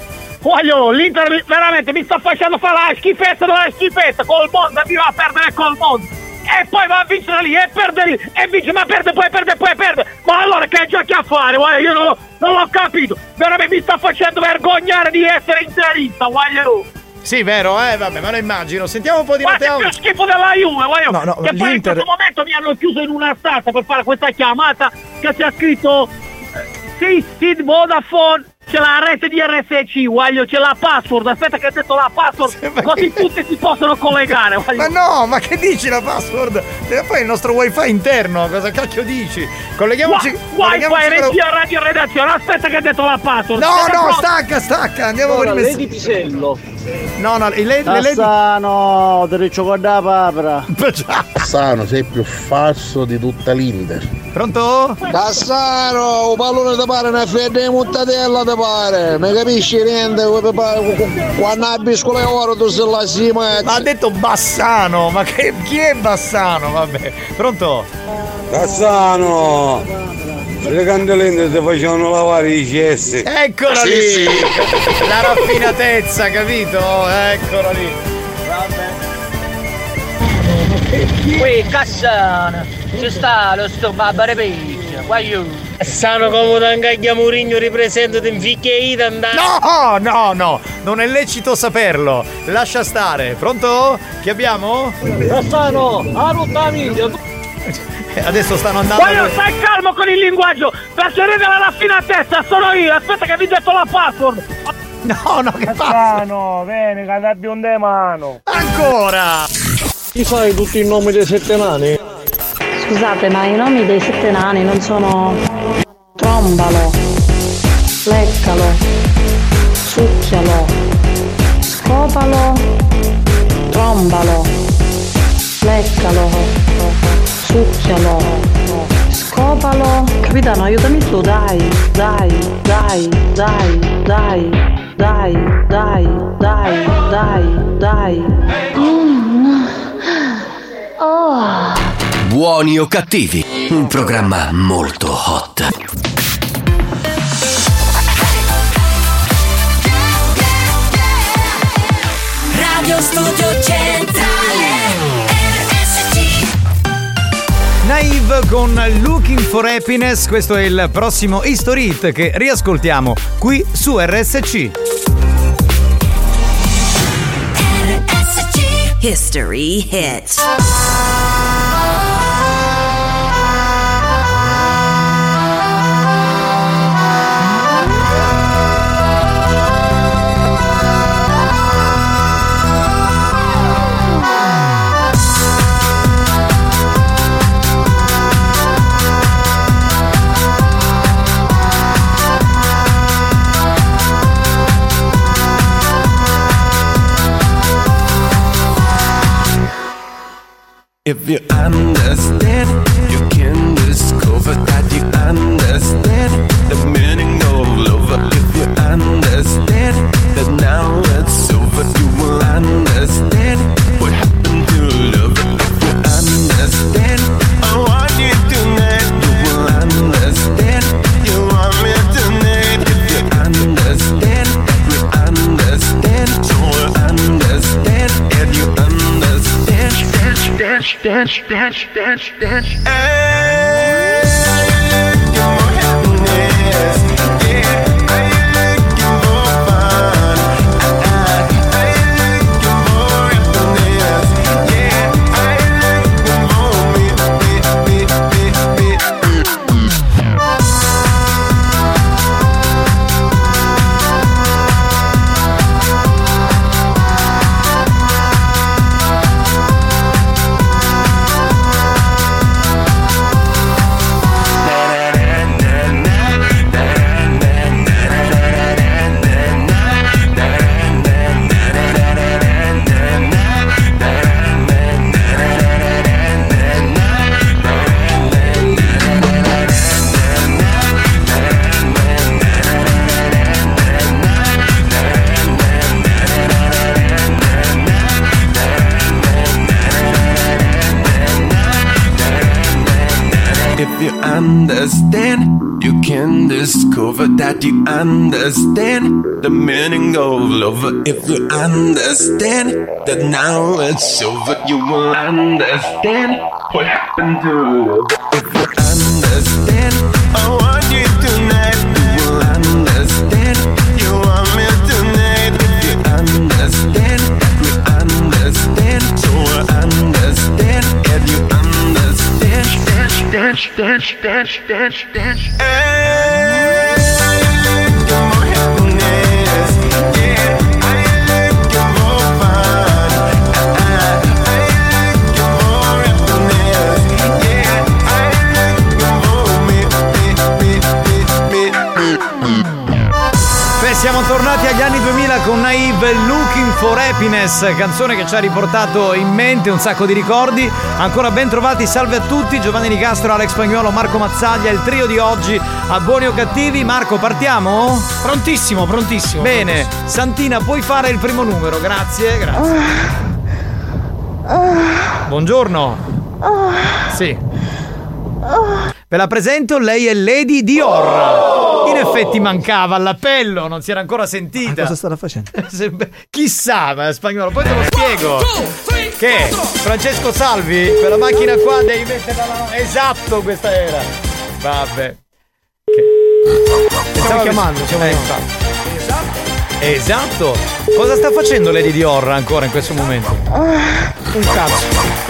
Voglio, l'Inter veramente mi sta facendo fare la schifezza della schifezza, col Monza mi va a perdere col Monza. E poi va a vincere lì, e perde lì, e vince, ma perde, poi perde, poi perde. Ma allora che giochi a fare? Guarda, io non, l'ho- non l'ho capito. Veramente mi sta facendo vergognare di essere interista, voglio. Sì, vero, eh, vabbè, me lo immagino. Sentiamo un po' di Guarda, è Matteo. più schifo della Juve, voglio. No, no, che poi in l'Inter- questo momento mi hanno chiuso in una stanza per fare questa chiamata che c'è scritto sì, sì, Vodafone. C'è la rete di R S C, guaglio, c'è la password, aspetta che ho detto la password, così tutti si possono collegare, guaglio. Ma no, ma che dici la password? E poi il nostro wifi interno, cosa cacchio dici? Colleghiamoci. Wi-Fi, colleghiamoci con la- regia, radio, redazione, aspetta che ho detto la password. No, Siete no, pronti? stacca, stacca, andiamo Allora, con i Lady messaggi. Pisello. No, no, le, le, le, le... Cassano, ti riccio con la papra. Cassano, sei più falso di tutta l'Inter. Pronto? Cassano, un pallone da pare, una fetta di montatella da pare. Mi capisci niente? Quando hai biscole oro tu sei la cima. Ma ha detto Bassano, ma che, chi è Bassano? Vabbè, pronto? Cassano! Le candelette ti facevano lavare i cessi. Eccola Sì, lì! sì. La raffinatezza, capito? Eccola lì. Qui Cassano, ci sta lo sto babare pesce, guaglio. Sanno come Tangaglia Murigno ripresenta in ficchia andare. No, no, no, non è lecito saperlo. Lascia stare. Pronto? Chi abbiamo? Cassano, a tutta la miglia. Adesso stanno andando. Voglio stai calmo con il linguaggio, perché ride la raffinatezza, sono io, aspetta che vi detto la password. No, no, che passa? Cassano, vieni, che abbi un de mano. Ancora! Ti sai tutti i nomi dei sette nani? Scusate, ma i nomi dei sette nani non sono trombalo, leccalo, succhialo, scopalo, trombalo, leccalo, succhialo, scopalo. Capitano, aiutami tu, dai, dai, dai, dai, dai, dai, dai, dai, dai, dai. Mm. Oh. Buoni o cattivi, un programma molto hot. Radio Studio Centrale R S C. Naive con Looking for Happiness, questo è il prossimo History Hit che riascoltiamo qui su R S C. R S C History Hit. If you understand, you can discover that you understand the meaning of love. If you understand that now it's over, you will understand what happened to love. If you understand, I want you tonight. You will understand, you want me tonight. If you understand, we understand, so we'll understand, and you understand. Dance, dance, dance, dance, dance. Hey, are you looking for happiness? Yeah, are you looking for fun? Uh-uh. Are you looking for happiness? Yeah, are you looking for me? Me, me, me, me. If you understand, you can discover that you understand the meaning of love. If you understand that now it's over, you will understand what happened to love. If you understand, I want you tonight. You will understand, you want me tonight. If you understand, we understand, so I understand, and you understand. Dance, dance, dance, dance, dance. Hey, are you looking for happiness? Yeah, are you looking for fun? Uh-uh. Are you looking for happiness? Yeah, are you looking for me? Me, me, me, me. Beh, siamo tornati agli anni duemila con Naive, Looking for Happiness, canzone che ci ha riportato in mente un sacco di ricordi. Ancora ben trovati, salve a tutti, Giovanni Nicastro, Alex Spagnuolo, Marco Mazzaglia, il trio di oggi a Buoni o Cattivi. Marco, partiamo? Prontissimo, prontissimo. Bene, prontissimo. Santina, puoi fare il primo numero, grazie, grazie. Buongiorno. Sì. Ve la presento, lei è Lady Dior. In effetti mancava all'appello, non si era ancora sentita. Cosa starà facendo? Chissà, ma Spagnolo, poi te lo spiego. Che? Francesco Salvi? Quella macchina qua devi metterla. Esatto, questa era. Vabbè. Stiamo chiamando, stiamo eh, chiamando. Esatto. Cosa sta facendo Lady Dior ancora in questo momento? Un cazzo.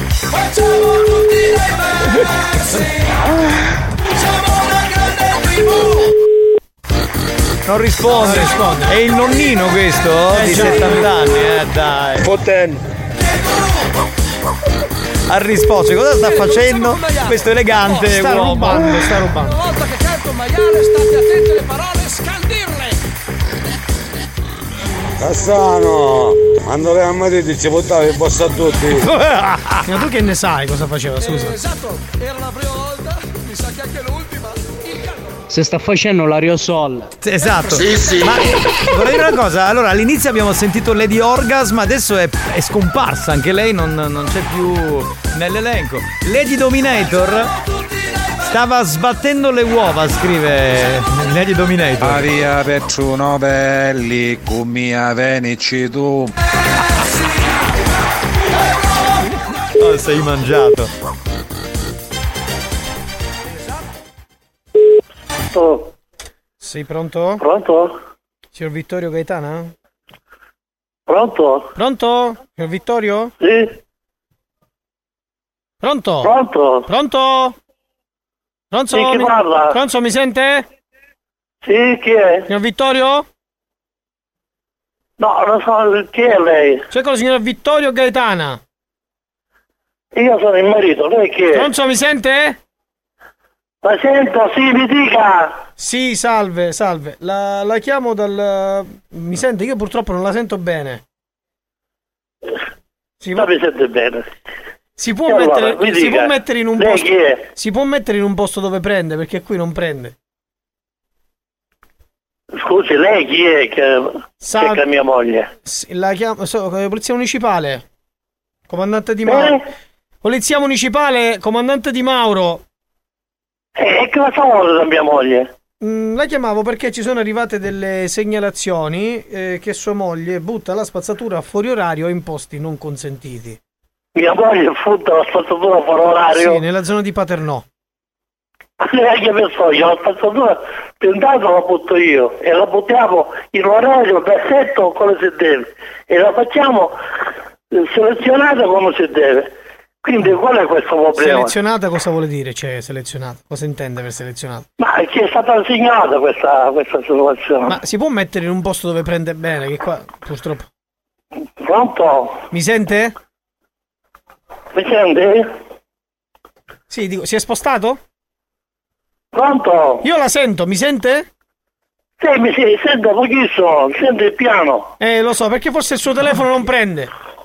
Non risponde. Non risponde. È il nonnino questo? Eh, di già. settanta anni, eh dai. Fotten. Ha risposto. Cosa sta facendo? Questo elegante Sta uomo. rubando, sta rubando. Una volta che canto un maiale, state attenti alle parole, scandirle. Cassano, andare a Madrid ci buttava il boss a tutti. Ma tu che ne sai cosa faceva, scusa? Eh, esatto, era la prima volta, mi sa che anche l'ultima. Se sta facendo l'aerosol. Esatto. Sì, sì. Ma vorrei dire una cosa, allora all'inizio abbiamo sentito Lady Orgasm, adesso è, è scomparsa, anche lei non, non c'è più nell'elenco. Lady Dominator stava sbattendo le uova, scrive Lady Dominator. Maria Petruno belli, cummia venici tu. Oh, sei mangiato. Sei pronto? Pronto? Signor Vittorio Gaetana? Pronto? Pronto? Signor Vittorio? Sì. Pronto? Pronto? Pronto? Pronto? Sì, chi mi... parla? Pronto, mi sente? Sì, chi è? Signor Vittorio? No, non so chi è lei. C'è con il signor Vittorio Gaetana. Io sono il marito, lei chi è? Pronto, mi sente? La sento, sì, mi dica. Sì, salve, salve. La, la chiamo dal... Mi sente? Io purtroppo non la sento bene. Si Non mi sente bene. Si può, E allora, mettere, mi si dica, può mettere in un lei posto. chi è? Si può mettere in un posto dove prende, perché qui non prende. Scusi, lei chi è che, Salve. che è mia moglie? Sì, la chiamo. So, polizia municipale. Comandante Di Mauro. Eh? Polizia municipale, comandante Di Mauro. E che cosa vuole da mia moglie? Mm, la chiamavo perché ci sono arrivate delle segnalazioni eh, che sua moglie butta la spazzatura fuori orario in posti non consentiti. Mia moglie futta la spazzatura fuori orario? Sì, nella zona di Paternò. Lei che penso io, la spazzatura pintato la butto io e la buttiamo in orario perfetto come si deve e la facciamo selezionata come si deve. Quindi qual è questo problema? Selezionata cosa vuole dire? Cioè, selezionata. Cosa intende per selezionata? Ma ci è stata assegnata questa, questa situazione. Ma si può mettere in un posto dove prende bene? Che qua purtroppo. Pronto? Mi sente? Mi senti? Sì, dico, si è spostato? Pronto? Io la sento, mi sente? Sì, mi si sento pochissimo, mi sente il piano. Eh, lo so, perché forse il suo telefono non prende.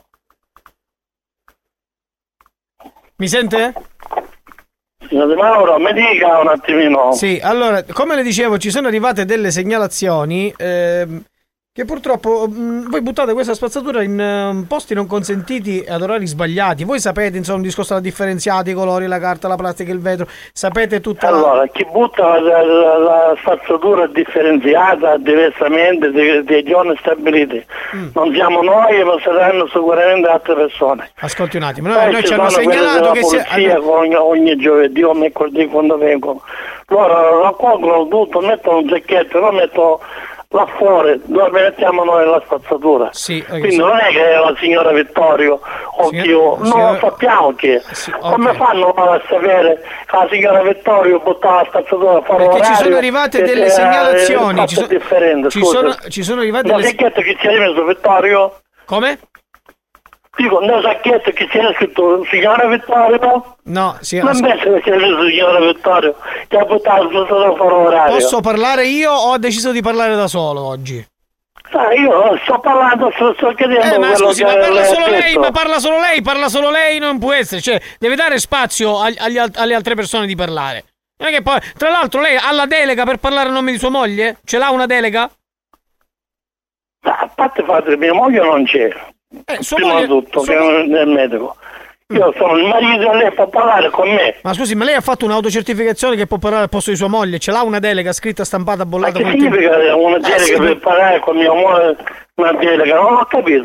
Mi sente? Signor Di Mauro, mi dica un attimino. Sì, allora, come le dicevo, ci sono arrivate delle segnalazioni ehm, che purtroppo mh, voi buttate questa spazzatura in uh, posti non consentiti ad orari sbagliati. Voi sapete, insomma, un discorso da differenziati, i colori, la carta, la plastica, il vetro. Sapete tutta la... Allora, chi butta la, la, la spazzatura differenziata diversamente dei, dei giorni stabiliti Mm. non siamo noi, ma saranno sicuramente altre persone. Ascolti un attimo, Poi noi, noi ci ci hanno sono quelli segnalato della che si... polizia ogni, ogni giovedì o mercoledì quando vengono. Loro raccolgono tutto, mettono un zacchetto, lo mettono là fuori dove mettiamo noi la spazzatura. Sì, quindi sì. non è che è la signora Vittorio o Signor- chi o- non signor- lo sappiamo chi è. Sì, Come ok. fanno a sapere che la signora Vittorio buttava la spazzatura fuori Perché ci orario sono arrivate e- delle e- segnalazioni, il ci fatto so- è differente, ci scusa. sono- ci sono arrivate nel delle- sacchetto che ci è messo Vittorio? Come? Dico, nel sacchetto che c'era scritto signora Vittorio? No, sì, Non as- penso che c'era scritto signora Vittorio che ha buttato la spazzatura fuori orario. Posso parlare io o ho deciso di parlare da solo oggi? Sai, io sto parlando, sto, sto chiedendo Eh, ma quello scusi, che ma parla lei ha solo lei, detto. ma parla solo lei, parla solo lei, non può essere, cioè, deve dare spazio agli- agli al- alle altre persone di parlare. Non è che poi, tra l'altro, lei ha la delega per parlare a nome di sua moglie? Ce l'ha una delega? Ma a parte il fatto che mia moglie non c'è, Eh, sua prima moglie- di tutto, sua che mo- è il medico. Io sono il marito e lei può parlare con me. Ma scusi, ma lei ha fatto un'autocertificazione che può parlare al posto di sua moglie? Ce l'ha una delega scritta, stampata, bollata? Che con il tempo? significa una Eh, delega sì, per parlare con mia moglie? Una delega, non ho capito.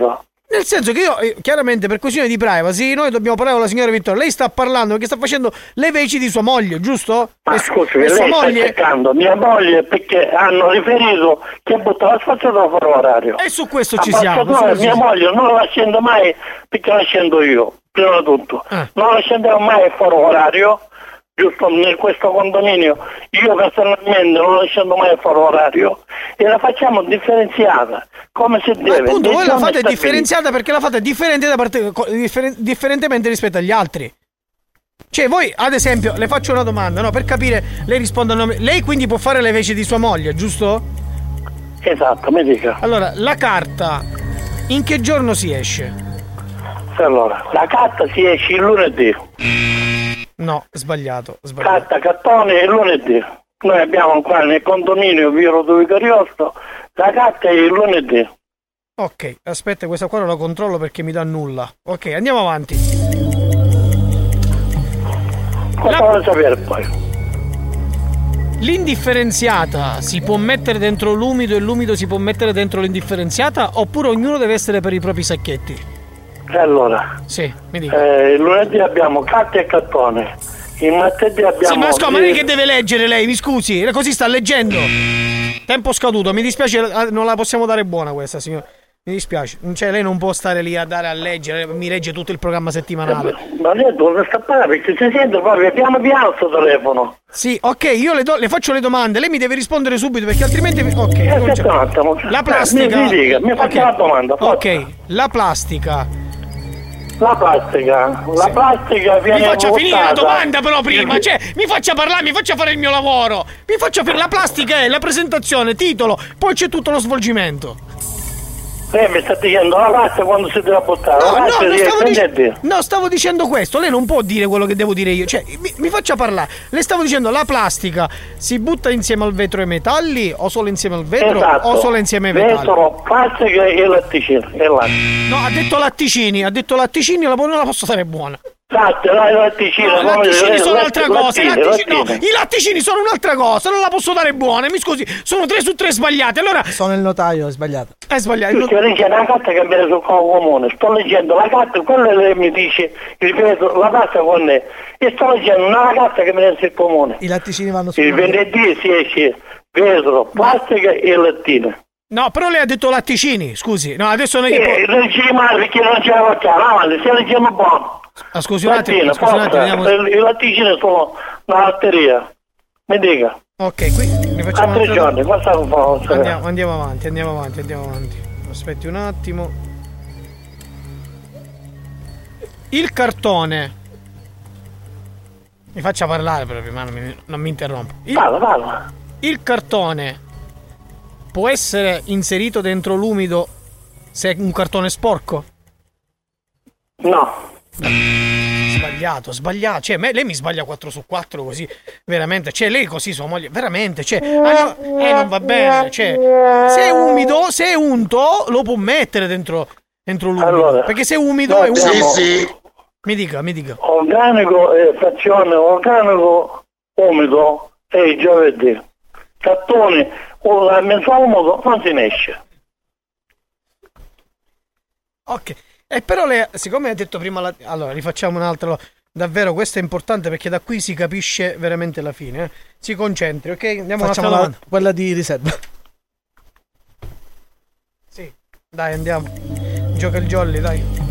Nel senso che io, eh, chiaramente per questione di privacy, noi dobbiamo parlare con la signora Vittoria. Lei sta parlando perché sta facendo le veci di sua moglie, giusto? Ma e, scusi, e lei sua sta moglie... cercando mia moglie perché hanno riferito che butta la spazzatura fuori orario. E su questo la ci siamo. spazzatura Su mia ci moglie non la scendo mai perché la scendo io, prima di tutto. Ah. Non la scendevo mai fuori orario. Giusto, in questo condominio io personalmente non la scendo mai fuori orario e la facciamo differenziata come si Ma deve. appunto Dei voi la giorni fate stabiliti. differenziata perché la fate differente da parte, co- differen- differentemente rispetto agli altri. Cioè voi ad esempio le faccio una domanda, no? Per capire, lei risponde a nome. Lei quindi può fare le veci di sua moglie, giusto? Esatto, mi dica. Allora, la carta in che giorno si esce? Allora, la carta si esce il lunedì. No, sbagliato, sbagliato. Carta, cartone il lunedì. Noi abbiamo qua nel condominio Via Ludovico Ariosto, la carta è il lunedì. Ok, aspetta, questa qua non la controllo perché mi dà nulla. Ok, andiamo avanti. Cosa vuole sapere poi? L'indifferenziata si può mettere dentro l'umido e l'umido si può mettere dentro l'indifferenziata oppure ognuno deve essere per i propri sacchetti? Allora, sì, mi dica. Eh, il lunedì abbiamo carta e cartone, il martedì abbiamo... Sì, ma scusa, ma non è che deve leggere lei, mi scusi, così sta leggendo. Tempo scaduto, mi dispiace, non la possiamo dare buona questa, signora. Mi dispiace, cioè lei non può stare lì a dare a leggere, mi legge tutto il programma settimanale. Ma lei dove sta parlando? Perché si sente proprio piano piano sto telefono. Sì, ok, io le, do, le faccio le domande, lei mi deve rispondere subito perché altrimenti... Ok, Eh, cominciamo. aspetta un attimo. La plastica... Mi, mi dica, mi faccia Ok. la domanda. forza. Ok, la plastica... La plastica, la Sì. plastica viene Mi faccia finire la buttata. domanda però prima, cioè mi faccia parlare, mi faccia fare il mio lavoro. Mi faccia fare la plastica è la presentazione, titolo, poi c'è tutto lo svolgimento. Lei mi sta dicendo la plastica quando si deve buttare. No, la no, plastica non si stavo, deve dic- dire. no, stavo dicendo questo, lei non può dire quello che devo dire io, cioè mi, mi faccia parlare. Le stavo dicendo la plastica si butta insieme al vetro e ai metalli o solo insieme al vetro Esatto. o solo insieme ai metalli? Vetro, plastica e latticino. E latte. No, ha detto latticini, ha detto latticini, la non la posso stare buona. Latte, la latticino. No, i latticini sono un'altra cosa. I lattine, latticini, no, lattine. i latticini sono un'altra cosa. Non la posso dare buona. Mi scusi, sono tre su tre sbagliate. Allora. Sono il notaio, è sbagliato. È sbagliato. Tu stai leggendo la carta che viene sul comune. Sto leggendo la carta, quello lei mi dice, ripeto, la pasta con lei. E sto leggendo una carta che viene sul comune. I latticini vanno su. Il venerdì si esce vetro, plastica e lattine. No, però lei ha detto latticini, scusi. No, adesso non è che. Eh, leggi male perché non c'è la chiara, avanti, stai leggendo buono. Ah, scusi un attimo, Lattina, scusi un attimo, forza, vediamo. I latticini sono una latteria. Mi dica. Ok, qui ne facciamo A tre un'altra- giorni, questa non fa. Andiamo, andiamo avanti, andiamo avanti, andiamo avanti. Aspetti un attimo. Il cartone. Mi faccia parlare però prima, non mi, non mi interrompo. Il, Parla, parla. il cartone può essere inserito dentro l'umido se è un cartone sporco? No. Sbagliato, sbagliato. Cioè, me- lei mi sbaglia quattro su quattro così, veramente. Cioè, lei così sua moglie, veramente. Cioè, ah, no, eh, non va bene. Cioè, se è umido, se è unto, lo può mettere dentro, dentro l'umido. Allora, perché se è umido noi è umido. abbiamo- Sì, sì. Mi dica, mi dica. Organico e frazione organico umido è il giovedì. Cartone o la mezzo umido non si ne esce. Ok. E però lei, siccome ha detto prima la... Allora, rifacciamo un altro. Davvero, questo è importante perché da qui si capisce veramente la fine. eh. Si concentri, ok? Andiamo Facciamo un'altra la- domanda. quella di riserva. Sì, dai, andiamo. Gioca il jolly, dai.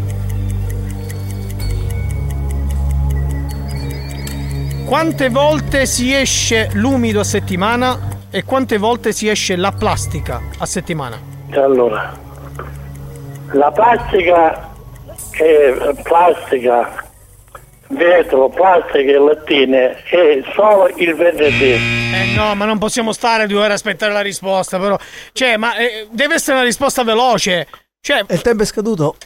Quante volte si esce l'umido a settimana e quante volte si esce la plastica a settimana? Allora, la plastica è plastica, vetro, plastica e lattine è solo il venerdì. Eh no, ma non possiamo stare due ore a aspettare la risposta, però. Cioè, ma eh, deve essere una risposta veloce. Cioè. E il tempo è scaduto?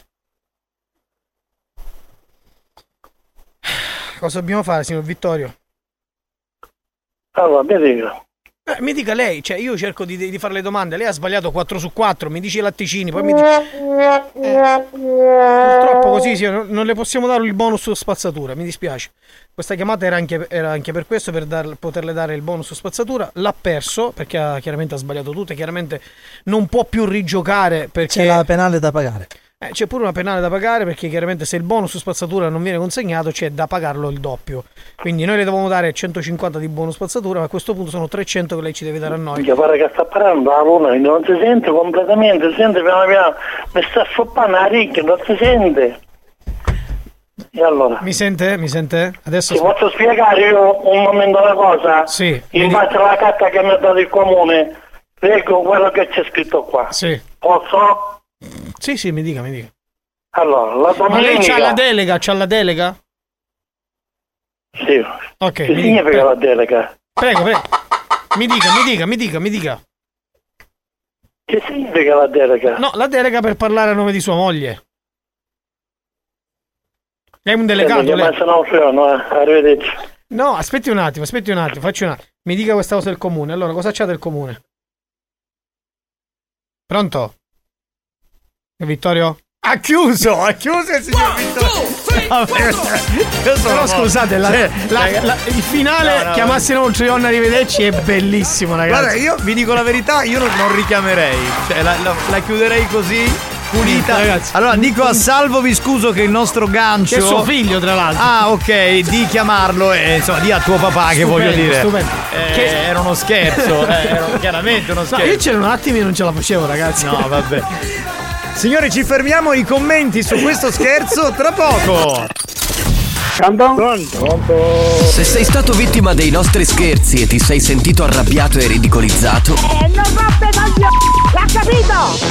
Cosa dobbiamo fare, signor Vittorio? Allora, mi dica. Eh, mi dica lei, cioè io cerco di, di fare le domande, lei ha sbagliato quattro su quattro, mi dice i latticini, poi mi dice... Eh, purtroppo così sì, non, non le possiamo dare il bonus su spazzatura, mi dispiace. Questa chiamata era anche, era anche per questo, per dar, poterle dare il bonus su spazzatura, l'ha perso perché ha, chiaramente ha sbagliato tutto e chiaramente non può più rigiocare perché... C'è la penale da pagare. Eh, c'è pure una penale da pagare perché chiaramente se il bonus spazzatura non viene consegnato c'è da pagarlo il doppio. Quindi noi le dovevamo dare centocinquanta di bonus spazzatura, ma a questo punto sono trecento che lei ci deve dare a noi. Minchia, pare che sta parlando la luna, non si sente completamente, si sente piano piano, mi sta sfoppando la ricchia, non si sente. E allora? Mi sente? Mi sente? Adesso ti posso spiegare io un momento una cosa? Sì. In base alla carta che mi ha dato il comune, leggo quello che c'è scritto qua. Sì. Posso? Sì, sì, mi dica, mi dica. Allora, la domenica... Ma lei c'ha la delega? C'ha la delega? Sì. Ok. Che significa dica, la delega? Prego, prego. Mi dica, mi dica, mi dica, mi dica. Che significa la delega? No, la delega per parlare a nome di sua moglie. È un delegato, Senti, lei. No, no, eh. Arrivederci. No, aspetti un attimo, aspetti un attimo, faccio un attimo. Mi dica questa cosa del comune. Allora, cosa c'ha del comune? Pronto? Vittorio? Ha chiuso, ha chiuso il signor Vittorio. Però scusate, la, la, la, il finale no, no, chiamassi Trion arrivederci è bellissimo, ragazzi. Guarda, io vi dico la verità, io non, non richiamerei. Cioè, la, la, la chiuderei così. Pulita. Ragazzi. Allora dico a Salvo, vi scuso che il nostro gancio, che è suo figlio tra l'altro. Ah, ok, di chiamarlo e insomma di a tuo papà, che stupendo, voglio dire stupendo. Eh, che era uno scherzo, eh, era chiaramente uno scherzo. No, io c'ero un attimo e non ce la facevo, ragazzi. No, vabbè. Signori, ci fermiamo ai commenti su questo scherzo tra poco. Se sei stato vittima dei nostri scherzi e ti sei sentito arrabbiato e ridicolizzato, Eh, non roppe coglioni! L'ha capito!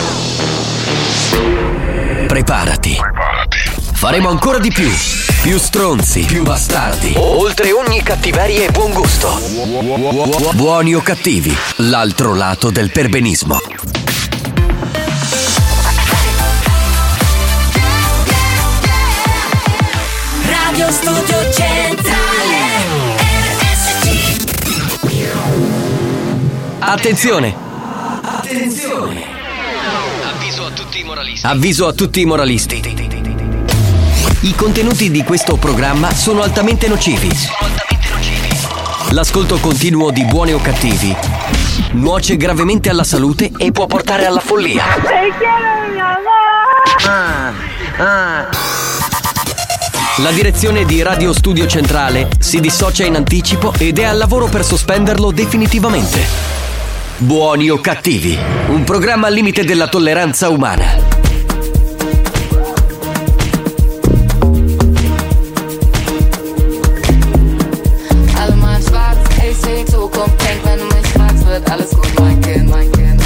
preparati. Faremo ancora di più. Più stronzi, più bastardi. Oltre ogni cattiveria e buon gusto. Buoni o cattivi, l'altro lato del perbenismo. Radio Studio Centrale R S C. Attenzione! Attenzione! Avviso a tutti i moralisti. Avviso a tutti i moralisti. I contenuti di questo programma sono altamente nocivi. L'ascolto continuo di buoni o cattivi nuoce gravemente alla salute e può portare alla follia. Ah, ah. La direzione di Radio Studio Centrale si dissocia in anticipo ed è al lavoro per sospenderlo definitivamente. Buoni o cattivi, un programma al limite della tolleranza umana. Allemaal schwarz, ich seh die Zukunft, denk, wenn du mich fragst, wird alles gut, mein Kind, mein Kind.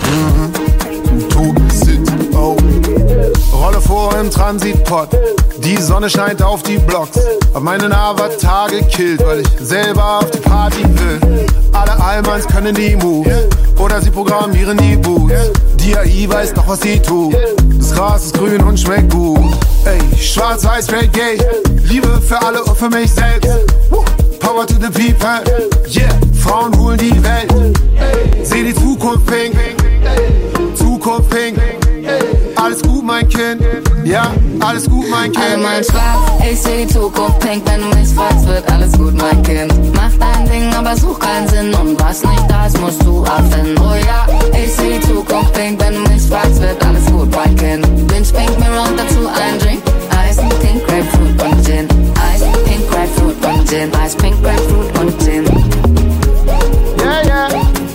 Oh. Rolle vor im Transitpot. Die Sonne scheint auf die Blocks. Hab meinen Avatar gekillt, weil ich selber auf die Party will. Alle Allmanns können die Moves. Oder sie programmieren die Boots. Die A I weiß noch, was sie tut. Das Gras ist grün und schmeckt gut. Ey, schwarz, weiß, straight, gay. Liebe für alle und für mich selbst. Power to the people. Yeah, Frauen holen die Welt. Seh die Zukunft pink. Zukunft pink. Alles gut, mein Kind. Ja, alles gut, mein Kind. Allemaal schwarz, ich seh die Zukunft pink, wenn du mich fragst, wird alles gut, mein Kind. Mach dein Ding, aber such keinen Sinn und was nicht da ist, musst du erfinden. Oh ja, ich seh die Zukunft pink, wenn du mich fragst, wird alles gut, mein Kind. Binge pink, mir und dazu ein Drink. Eis, Pink, Grapefruit und Gin. Eis, Pink, Grapefruit und Gin. Eis, Pink, Grapefruit und Gin. Yeah, yeah.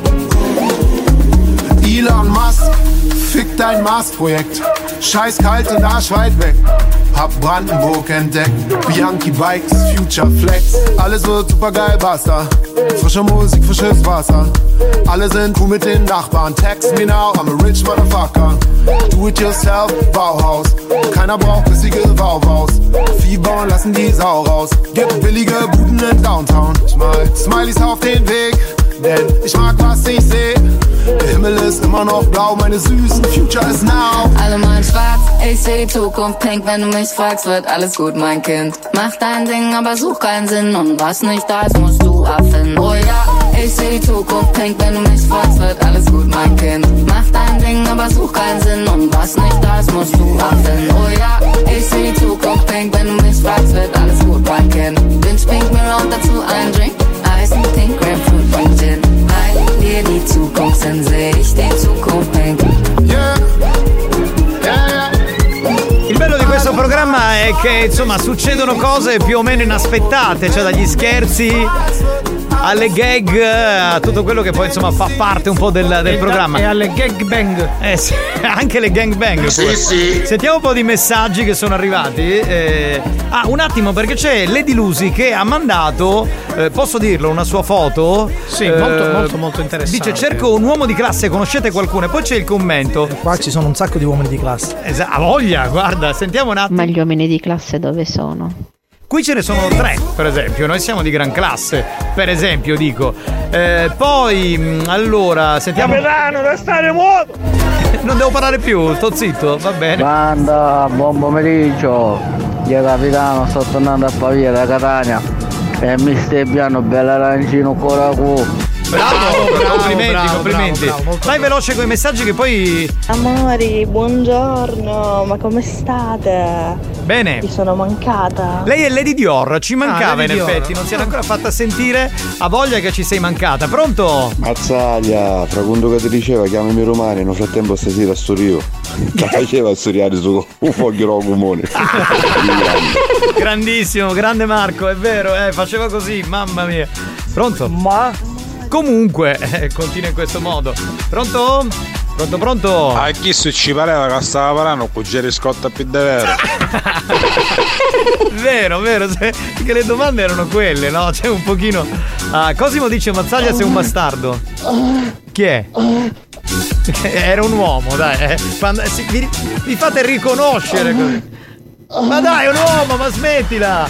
Elon Musk, fick dein Mars-Projekt. Scheiß kalt und arschweit weg. Hab Brandenburg entdeckt. Bianchi Bikes, Future Flex. Alles wird super geil, basta. Frische Musik, frisches Wasser. Alle sind cool mit den Nachbarn. Text me now, I'm a rich motherfucker. Do it yourself, Bauhaus. Keiner braucht bissige Bauhaus. Vieh bauen, lassen die Sau raus. Gibt billige Buden in Downtown. Ich mal Smileys auf den Weg. Denn ich mag, was ich seh. Der Himmel ist immer noch blau, meine süßen Future is now. Allemaal schwarz, ich seh die Zukunft pink, wenn du mich fragst, wird alles gut, mein Kind. Mach dein Ding, aber such keinen Sinn und was nicht da ist, musst du erfinden. Oh ja, ich seh die Zukunft pink, wenn du mich fragst, wird alles gut, mein Kind. Mach dein Ding, aber such keinen Sinn und was nicht da ist, musst du erfinden. Oh ja, ich seh die Zukunft pink, wenn du mich fragst, wird alles gut, mein Kind. Binge pink, mir und dazu ein Drink. Eis, Pink, Grapefruit und Gin. Weil wir die Zukunft sind, seh ich die Zukunft pink. Yeah, yeah, yeah. insomma succedono cose più o meno inaspettate, cioè dagli scherzi alle gag, a tutto quello che poi insomma fa parte un po' del, del e programma. Da, e alle gag bang. Eh sì, anche le gang bang. Sì, pure. sì. Sentiamo un po' di messaggi che sono arrivati. Eh, ah, un attimo, perché c'è Lady Lucy che ha mandato, eh, posso dirlo, una sua foto. Sì, eh, molto molto molto interessante. Dice: cerco un uomo di classe, conoscete qualcuno? E poi c'è il commento. Qua ci sono un sacco di uomini di classe. Esatto, ha voglia, guarda, sentiamo un attimo. Ma gli uomini di classe dove sono? Qui ce ne sono tre, per esempio, noi siamo di gran classe, per esempio, dico. Eh, poi, mh, allora, sentiamo. Capitano, restare muoto! Non devo parlare più, sto zitto, va bene. Banda, buon pomeriggio. Io capitano, sto tornando a Pavia da Catania e mi stai piano bello arancino coracu. Bravo, bravo, complimenti, bravo, complimenti. bravo, bravo, Vai veloce con i messaggi che poi. Amori, buongiorno, ma come state? Bene. Ti sono mancata. Lei è Lady Dior, ci mancava Ah, in Lady Dior. effetti, non si era ancora fatta sentire. Ha voglia che ci sei mancata. Pronto? Mazzaglia, fra quando che ti diceva chiamami romani, nel frattempo stasera sto io. La faceva a studiare su un foglio comune. Grandissimo, grande Marco, è vero, eh, faceva così, mamma mia. Pronto? Ma Comunque, eh, continua in questo modo. Pronto? Pronto, pronto? A chi se ci pareva che stava parlando con Jerry Scott più di vero. Vero, vero, se, perché le domande erano quelle, no? C'è un pochino. Ah, Cosimo dice Mazzaglia sei un bastardo. Chi è? Era un uomo, dai. Eh. Quando, si, vi, vi fate riconoscere così. Ma dai, è un uomo, ma smettila!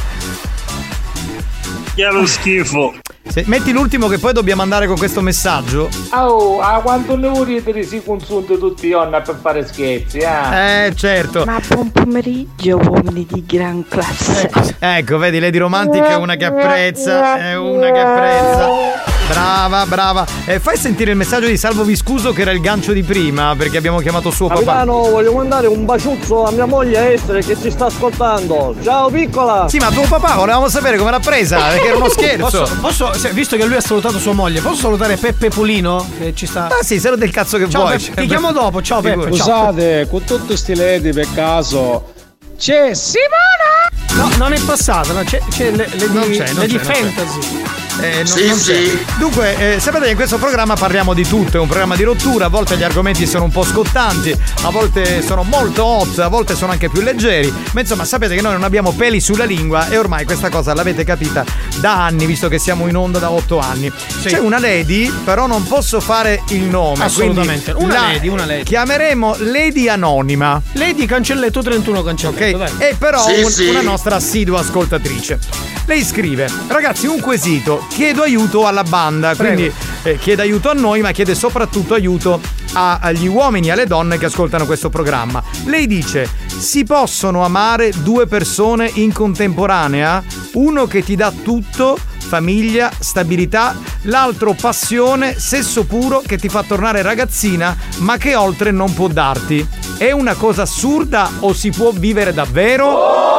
Che è lo schifo. Se, metti l'ultimo che poi dobbiamo andare con questo messaggio. oh, a quanto ne volete si consunte tutti i giorni per fare scherzi, eh? Eh, certo. Ma buon pomeriggio, uomini di gran classe. Ecco, vedi, Lady Romantic è una che apprezza, è una che apprezza. Brava, brava. Eh, fai sentire il messaggio di Salvo Viscuso che era il gancio di prima, perché abbiamo chiamato suo papà. Capitano, voglio mandare un baciuzzo a mia moglie Esther che ci sta ascoltando. Ciao piccola! Sì, ma tuo papà volevamo sapere come l'ha presa, perché era uno scherzo. Posso, posso se- visto che lui ha salutato sua moglie, posso salutare Peppe Pulino? Che ci sta. Ah sì, se lo del cazzo che Ciao, vuoi. Peppe, ti chiamo dopo, ciao Peppe. Ciao. Scusate, con tutti sti ledi per caso c'è Simona? No, non è passata, no, c'è, c'è le, le Non di, c'è, non le di c'è, non c'è. fantasy. Eh, non, Sì, non sì. c'è. Dunque, eh, sapete che in questo programma parliamo di tutto, è un programma di rottura, a volte gli argomenti sono un po' scottanti, a volte sono molto hot, a volte sono anche più leggeri, ma insomma sapete che noi non abbiamo peli sulla lingua e ormai questa cosa l'avete capita da anni, visto che siamo in onda da otto anni. Sì. C'è una lady, però non posso fare il nome. Assolutamente. quindi Una la lady, una lady. Chiameremo Lady Anonima. Lady Cancelletto trentuno Cancelletto, Ok, dai. e però Sì, un- sì. una nostra assidua ascoltatrice. Lei scrive: ragazzi, un quesito, chiedo aiuto alla banda. Prego. Quindi eh, chiede aiuto a noi, ma chiede soprattutto aiuto a- agli uomini e alle donne che ascoltano questo programma. Lei dice: si possono amare due persone in contemporanea? Uno che ti dà tutto, famiglia, stabilità, l'altro passione, sesso puro che ti fa tornare ragazzina, ma che oltre non può darti. È una cosa assurda o si può vivere davvero?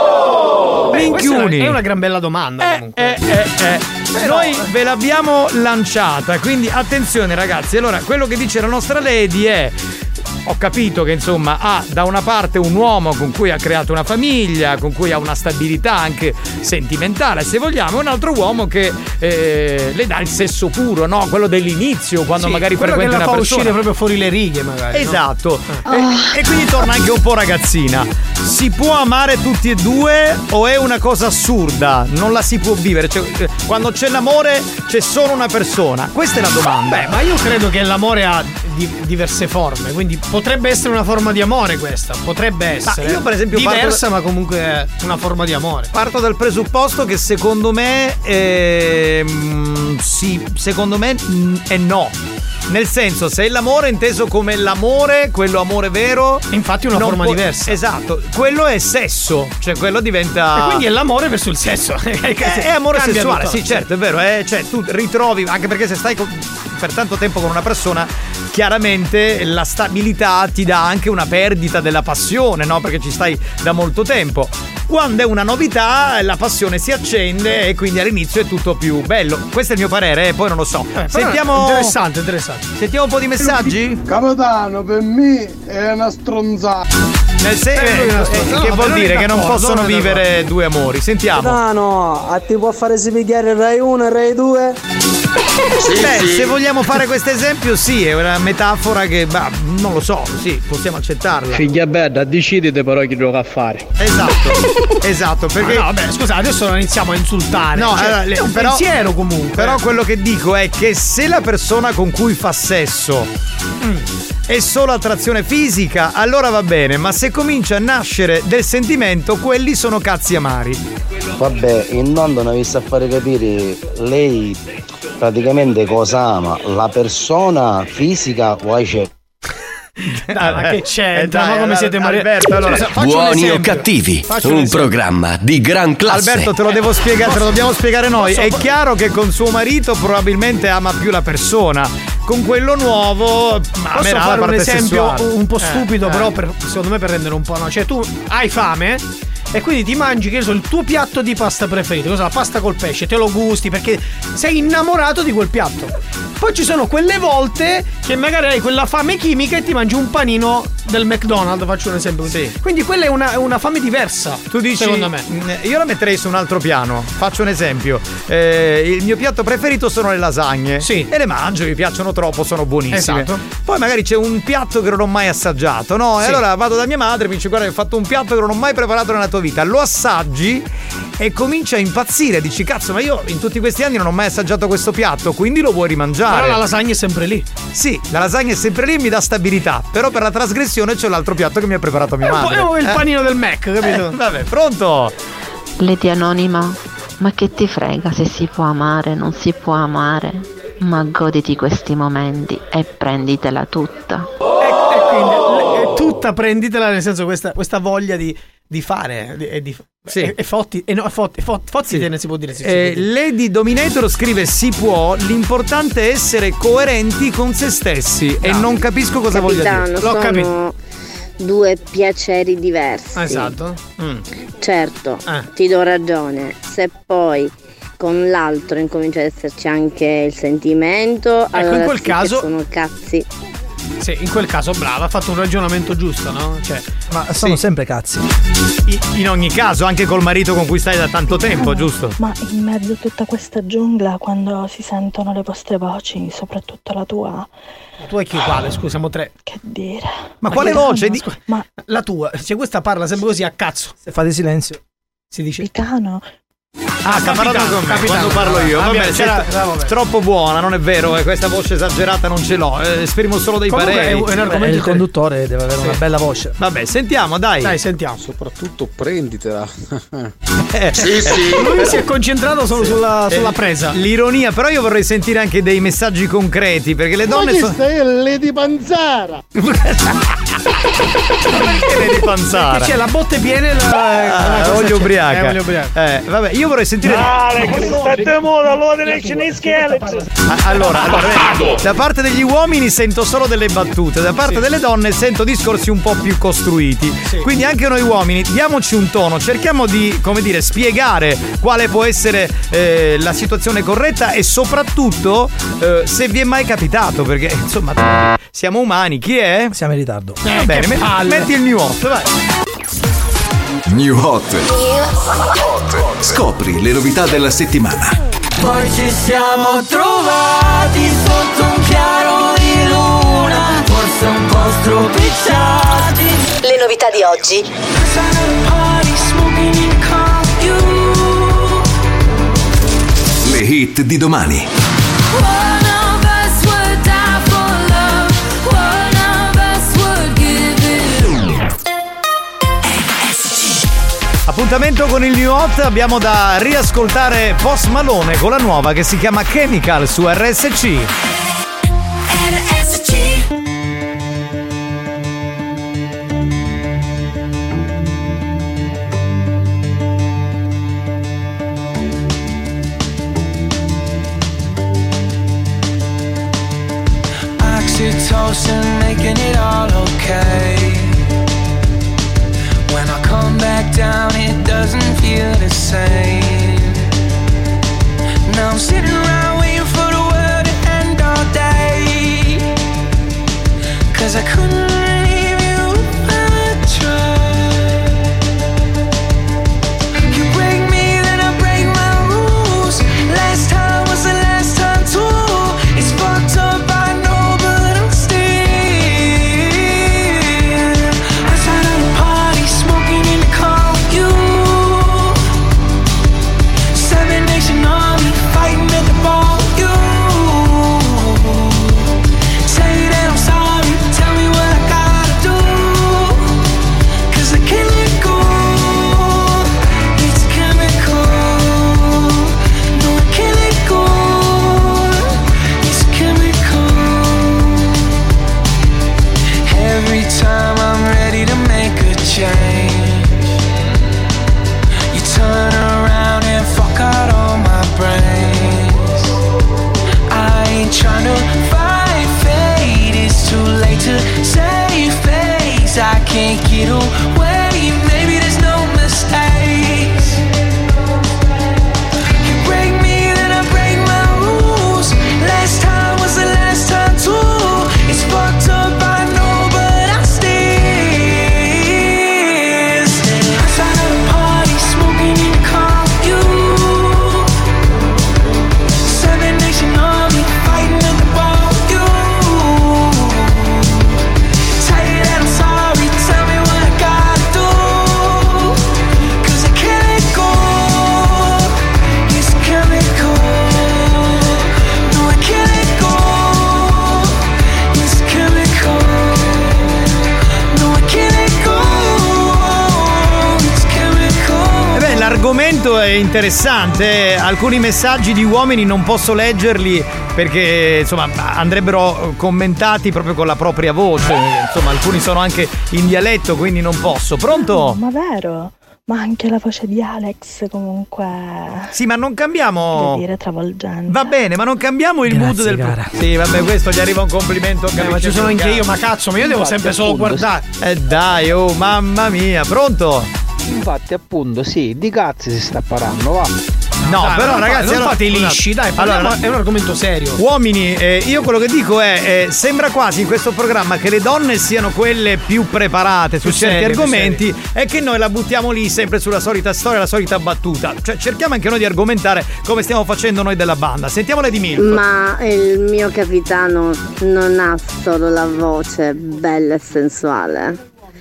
Beh, questa Minchiuni. è una gran bella domanda comunque. Eh, eh, eh. Noi ve l'abbiamo lanciata, quindi attenzione ragazzi. Allora, quello che dice la nostra lady è: ho capito che insomma ha da una parte un uomo con cui ha creato una famiglia, con cui ha una stabilità anche sentimentale, se vogliamo, e un altro uomo che eh, le dà il sesso puro, no? Quello dell'inizio, quando Sì, magari quello frequenta che la una fa persona. uscire proprio fuori le righe magari, no? Esatto. E, e quindi torna anche un po' ragazzina. Si può amare tutti e due o è una cosa assurda? Non la si può vivere. Cioè, eh, quando c'è l'amore c'è solo una persona. Questa è la domanda. Beh, ma io credo che l'amore ha di- diverse forme, quindi potrebbe essere una forma di amore questa, potrebbe essere. io, per esempio, parto diversa, da- ma comunque è una forma di amore. Parto dal presupposto che secondo me ehm, sì, secondo me mm, è no. Nel senso, se è l'amore inteso come l'amore, quello amore vero, infatti è una non forma può- diversa. Esatto, quello è sesso, cioè quello diventa. E quindi è l'amore verso il sesso. È, è amore Cambia sessuale, tutto. sì, certo, è vero. Eh, cioè, tu ritrovi, anche perché se stai con- per tanto tempo con una persona, chiaramente la stabilità ti dà anche una perdita della passione, no? Perché ci stai da molto tempo. Quando è una novità, la passione si accende e quindi all'inizio è tutto più bello. Questo è il mio parere, eh, poi non lo so. Eh, però Sentiamo. interessante, interessante. Sentiamo un po' di messaggi? Capitano, per me è una stronzata. Nel sen- Eh, lui è una eh, stronza. che No, vuol non è dire che non d'accordo, possono non è vivere due amori. Sentiamo. No, no, a ti può fare spiegare il Rai uno e il Rai due? Beh, se vogliamo fare questo esempio, sì, è una metafora che, bah, non lo so, sì, possiamo accettarla. Figlia bella, decidete però chi lo va a fare. Esatto, esatto, perché. Ah, no, vabbè, scusa, adesso non iniziamo a insultare. No, cioè, allora, le- è un però, pensiero comunque. Però quello che dico è che se la persona con cui fa sesso mm, è solo attrazione fisica, allora va bene, ma se comincia a nascere del sentimento, quelli sono cazzi amari. Vabbè, intanto non vi sta a fare capire lei praticamente cosa ama, la persona fisica o c'è. Dai, ma che c'entra? Eh, dai, ma come siete mari- Alberto, allora, Scusa, faccio un Buoni o esempio. cattivi, Faccio un un esempio. programma di gran classe. Alberto, te lo devo spiegare, te lo dobbiamo spiegare noi. Posso- È chiaro che con suo marito probabilmente ama più la persona. Con quello nuovo, ma Posso amerà la fare un parte esempio sessuale. un po' Eh, stupido, eh. però per, secondo me per rendere un po', no? Cioè tu hai fame e quindi ti mangi, che ne so, il tuo piatto di pasta preferito, cosa? La pasta col pesce, te lo gusti perché sei innamorato di quel piatto. Poi ci sono quelle volte che magari hai quella fame chimica e ti mangi un panino del McDonald's, faccio un esempio così. Quindi quella è una, è una fame diversa. Tu dici, secondo me. mh, io la metterei su un altro piano. Faccio un esempio. Eh, il mio piatto preferito sono le lasagne. Sì. E le mangio, mi piacciono troppo, sono buonissime. Esatto. Poi magari c'è un piatto che non ho mai assaggiato, no? E Sì. allora vado da mia madre e mi dice: guarda, ho fatto un piatto che non ho mai preparato nella tua vita. Lo assaggi e comincia a impazzire. Dici, cazzo, ma io in tutti questi anni non ho mai assaggiato questo piatto, quindi lo vuoi rimangiare. Però la lasagna è sempre lì. Sì, la lasagna è sempre lì e mi dà stabilità. Però per la trasgressione c'è l'altro piatto che mi ha preparato mia È un po' madre. è il Eh? panino del Mac, capito? Eh, vabbè, pronto? Lady Anonima, ma che ti frega se si può amare, non si può amare? Ma goditi questi momenti e prenditela tutta. E quindi è tutta prenditela, nel senso questa, questa voglia di, di fare di- e di Sì. e, e fotti e no fotti, fotti, fotti ne si può dire sì, si Eh, può dire. Lady Dominator scrive: si può, l'importante è essere coerenti con se stessi. E non capisco cosa voglia Capitano, dire. L'ho sono capito. due piaceri diversi. Esatto. Mm. Certo, Eh. ti do ragione. Se poi con l'altro incomincia ad esserci anche il sentimento, allora in quel sì che caso- sono cazzi. Sì, in quel caso brava, ha fatto un ragionamento giusto, no? Cioè, Ma sono Sì. sempre cazzi. I- In ogni caso, anche col marito con cui stai da tanto tempo, giusto? Ma in mezzo a tutta questa giungla, quando si sentono le vostre voci, soprattutto la tua, tu hai chi uguale, scusa, siamo tre. che dire? Ma quale che- voce? no, Di- scusa, ma la tua, se questa parla sempre così a cazzo. Se fate silenzio. Si dice Capitano, Ah, sta parlando con me capitano. quando parlo io. Vabbè, Vabbè, c'era- siete ah, vabbè. troppo buona, non è vero, eh, questa voce esagerata non ce l'ho. eh, esprimo solo dei Comunque pareri. è un- è un Beh, argomento il conduttore deve avere Sì. una bella voce. Vabbè, sentiamo, dai. Dai, sentiamo. Soprattutto prenditela. Eh, Sì, sì. Lui si è concentrato solo sulla, sulla eh, presa. L'ironia, però io vorrei sentire anche dei messaggi concreti, perché le donne sono. è Lady Panzara? Perché Lady Panzara? Perché c'è la botte piena e la, Ah, la cosa voglio c'è. ubriaca. Eh, voglio ubriaca. Eh, vabbè, io vorrei sentire. sette moda, allora ne scheletro. Ah, Allora, allora, vedi, da parte degli uomini sento solo delle battute, da parte Sì. delle donne sento discorsi un po' più costruiti. Sì. Quindi anche noi uomini diamoci un tono, cerchiamo di, come dire, spiegare quale può essere eh, la situazione corretta e soprattutto eh, se vi è mai capitato, perché insomma siamo umani, chi è? Siamo in ritardo. Va Eh, bene, che me- palle. metti il new hot, vai. New Hot. Scopri le novità della settimana. Poi ci siamo trovati sotto un chiaro di luna, forse un po' stropicciati. Le novità di oggi. Le hit di domani. Appuntamento con il New Hot, abbiamo da riascoltare Post Malone con la nuova che si chiama Chemical su R S C. Oxytocin making it all okay. When I come back down, it doesn't feel the same. Now I'm sitting around waiting for the world to end all day. Cause I couldn't leave you if I tried. l'argomento è interessante. Alcuni messaggi di uomini non posso leggerli perché insomma andrebbero commentati proprio con la propria voce. Insomma, alcuni sono anche in dialetto, quindi non posso. Pronto? Ma vero? Ma anche la voce di Alex comunque. Sì, ma non cambiamo. Devo dire travolgente. Va bene, ma non cambiamo il Grazie, mood del cara. Sì, vabbè, questo gli arriva un complimento. Eh, ma ci sono anche io, ma cazzo, ma io devo sempre solo guardare. Eh dai, oh mamma mia, pronto? Infatti, appunto, sì, di cazzi si sta parlando, va. No, Dai, però non ragazzi, fate, non allora- fate i lisci, dai, parliamo- Allora, è un argomento serio. Uomini, eh, io quello che dico è, eh, sembra quasi in questo programma che le donne siano quelle più preparate su Più certi serie, più argomenti e che noi la buttiamo lì sempre sulla solita storia, la solita battuta. Cioè cerchiamo anche noi di argomentare come stiamo facendo noi della banda. Sentiamola di Milf. Ma il mio capitano non ha solo la voce bella e sensuale,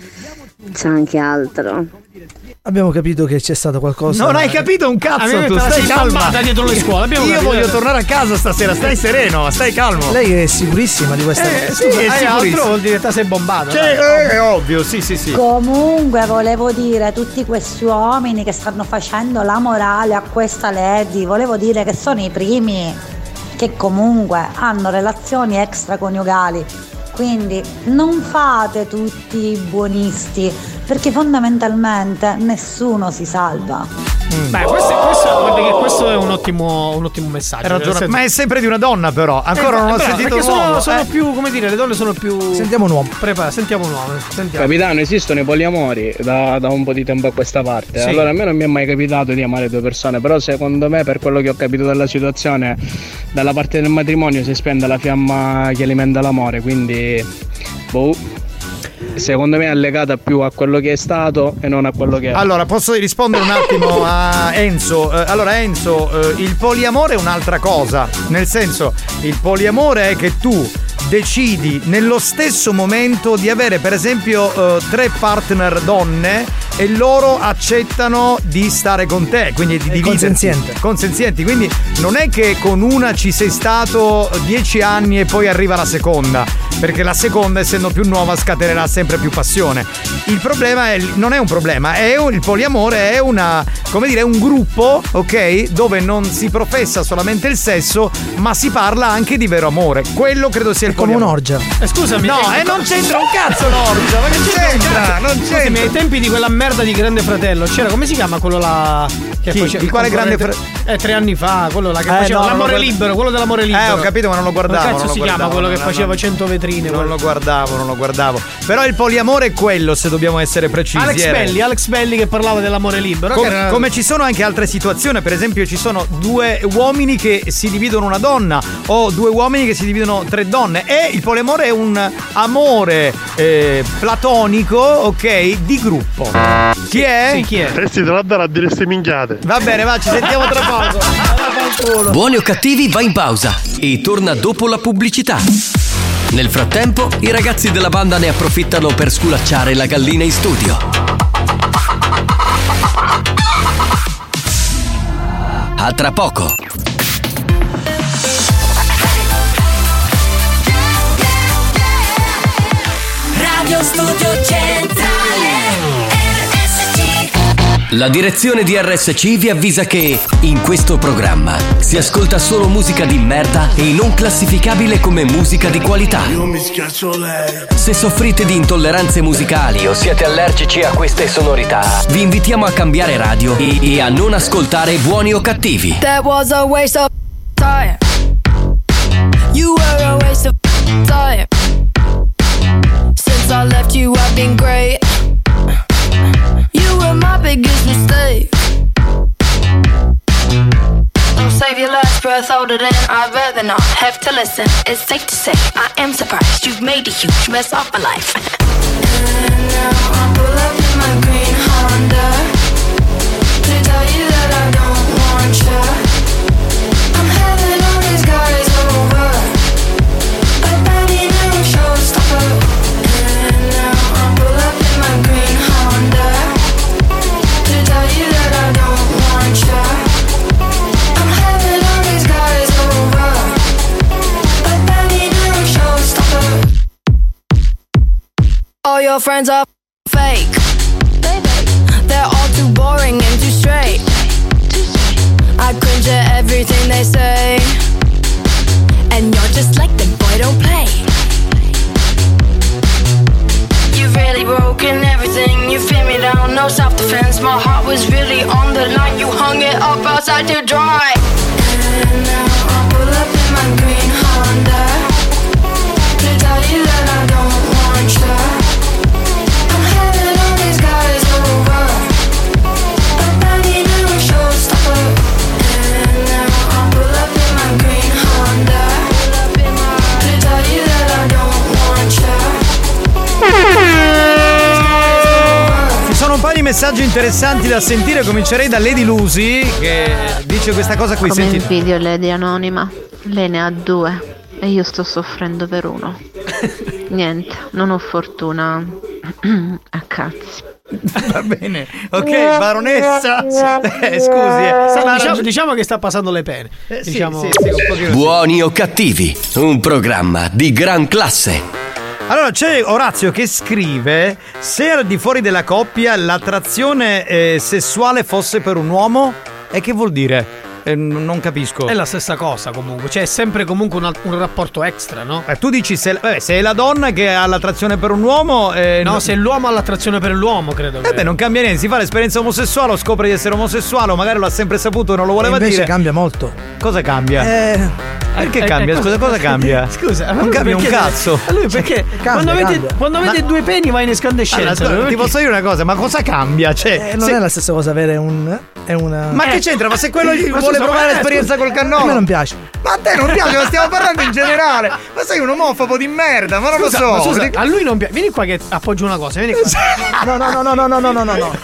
c'è anche altro. Abbiamo capito che c'è stato qualcosa. Non hai capito un cazzo, Avevi tu te la stai sei calma. spalmata dietro le scuole, abbiamo Io capito. voglio tornare a casa stasera, stai sereno, stai calmo. Lei è sicurissima di questa Eh, cosa? sì, è Hai sicurissimo. altro vuol dire che te sei bombato. Cioè, dai. è ovvio, sì, sì, sì. Comunque volevo dire a tutti questi uomini che stanno facendo la morale a questa lady, volevo dire che sono i primi che comunque hanno relazioni extraconiugali, quindi non fate tutti i buonisti perché fondamentalmente nessuno si salva. Beh, questo, questo, guarda che questo è un ottimo, un ottimo messaggio. Hai ragione, Nel senso- ma è sempre di una donna però. Ancora Eh, non ho bravo, sentito perché un sono, uomo. sono eh. più, come dire, le donne sono più. Sentiamo un uomo. Prepara, sentiamo un uomo. Sentiamo. Capitano, esistono i poliamori da, da un po' di tempo a questa parte. Sì. Allora, a me non mi è mai capitato di amare due persone, però secondo me, per quello che ho capito della situazione, dalla parte del matrimonio si spende la fiamma che alimenta l'amore, quindi boh. Secondo me è legata più a quello che è stato e non a quello che è. Allora, posso rispondere un attimo a Enzo? Eh, allora, Enzo, eh, il poliamore è un'altra cosa. Nel senso, il poliamore è che tu decidi nello stesso momento di avere, per esempio, eh, tre partner donne e loro accettano di stare con te, quindi di dividerti. consenziente. Consenzienti, quindi non è che con una ci sei stato dieci anni e poi arriva la seconda, perché la seconda, essendo più nuova, scatenerà sempre più passione. Il problema è, non è un problema, è un, il poliamore è una, come dire, un gruppo, ok, dove non si professa solamente il sesso, ma si parla anche di vero amore. Quello credo sia il Come poliamore. un'orgia. Eh, scusami. No, eh, e non c'entra un cazzo l'orgia, ma che c'entra? Non Scusami, c'entra. ai tempi di quella merda di Grande Fratello c'era, come si chiama quello là che Chi? faceva Il quale Grande concorrente- Eh, tre anni fa, quello là che Eh, faceva no, non l'amore lo guarda- libero, quello dell'amore libero. Eh, ho capito, ma non lo guardavo. Come cazzo non lo si guardavo, chiama quello che non- faceva non- cento vetrine? Non quello? lo guardavo, non lo guardavo. Però il poliamore è quello, se dobbiamo essere precisi. Alex era- Belli, Alex Belli che parlava dell'amore libero. Com- che era- Come ci sono anche altre situazioni, per esempio ci sono due uomini che si dividono una donna o due uomini che si dividono tre donne, e il poliamore è un amore eh, platonico, ok, di gruppo. Chi è? Sì, chi è? Eh sì, te la darà a dire ste minchiate. Va bene, va, ci sentiamo tra poco. Buoni o cattivi va in pausa e torna dopo la pubblicità. Nel frattempo, i ragazzi della banda ne approfittano per sculacciare la gallina in studio. A tra poco. Radio Studio Centrale R S C. La direzione di R S C vi avvisa che in questo programma si ascolta solo musica di merda e non classificabile come musica di qualità. Io mi schiaccio lei. Se soffrite di intolleranze musicali o siete allergici a queste sonorità, vi invitiamo a cambiare radio e, e a non ascoltare Buoni o Cattivi. That was a waste of time. You were a waste of time. Since I left you, I've been great. You were my biggest mistake. Don't save your last breath, older than I'd rather not have to listen. It's safe to say I am surprised you've made a huge mess of my life. And now I pull up in my green Honda to tell you that I don't want you. I'm having all these guys over, but that ain't no showstopper. And now I pull up in my green Honda to tell you that I don't want you. I'm having all these guys over, but that ain't no showstopper. All your friends are fake. They're all too boring and too straight. they say. And you're just like them, boy, don't play. You've really broken everything, you pinned me down, no self-defense. My heart was really on the line, you hung it up outside to dry. And now I pull up in my green Honda to tell you that I don't want you. I'm having all these guys over, but that ain't no showstopper. And now I pull up in my green Honda to tell you that I don't want you. Ci sono un paio di messaggi interessanti da sentire. Comincerei da Lady Lucy che dice questa cosa qui. Come Sentite. invidio Lady Anonima. Lei ne ha due e io sto soffrendo per uno. Niente, non ho fortuna a cazzi. Va bene, ok, baronessa. Eh, scusi, eh. Sta- diciamo, diciamo che sta passando le pene. Eh, sì, diciamo... sì, sì, un pochino sì. Buoni o cattivi, un programma di gran classe. Allora c'è Orazio che scrive: se al di fuori della coppia l'attrazione eh, sessuale fosse per un uomo, e che vuol dire? Eh, n- non capisco. È la stessa cosa comunque, cioè è sempre comunque un, un rapporto extra, no? Eh, tu dici se, vabbè, se è la donna che ha l'attrazione per un uomo eh, No, no, se l'uomo ha l'attrazione per l'uomo, credo. Eh beh, non cambia niente, si fa l'esperienza omosessuale, o scopre di essere omosessuale, o magari lo ha sempre saputo e non lo voleva Invece dire. cambia molto. Cosa cambia? Eh, Perché Eh, cambia? eh, Scusa, cosa cambia? Scusa, non cambia un cazzo. A lui perché Cambia, quando avete, cambia. quando avete Ma- due peni va in escandescenza. Allora, perché- ti posso dire una cosa, ma cosa cambia? Cioè, eh, non se- è la stessa cosa avere un. È una. Ma Eh. che c'entra? Ma se quello gli Ma vuole scusa, provare ma- l'esperienza col A cannolo? me non piace. Ma a te non piace, ma stiamo parlando in generale. Ma sei un omofobo di merda, ma non Scusa, lo ma so. scusa, a lui non piace. Vieni qua che appoggio una cosa, vieni qua. No, no, no, no, no, no, no, no, no, no.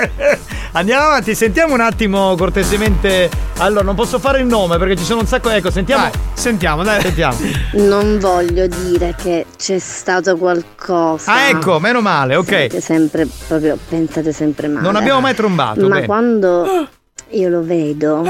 Andiamo avanti, sentiamo un attimo cortesemente. Allora, non posso fare il nome perché ci sono un sacco. Ecco, sentiamo. Dai, sentiamo, dai. Sentiamo. Non voglio dire che c'è stato qualcosa. Ah, ecco, meno male, ok. Siete sempre proprio, pensate sempre male. Non abbiamo mai trombato. Ma bene. quando io lo vedo,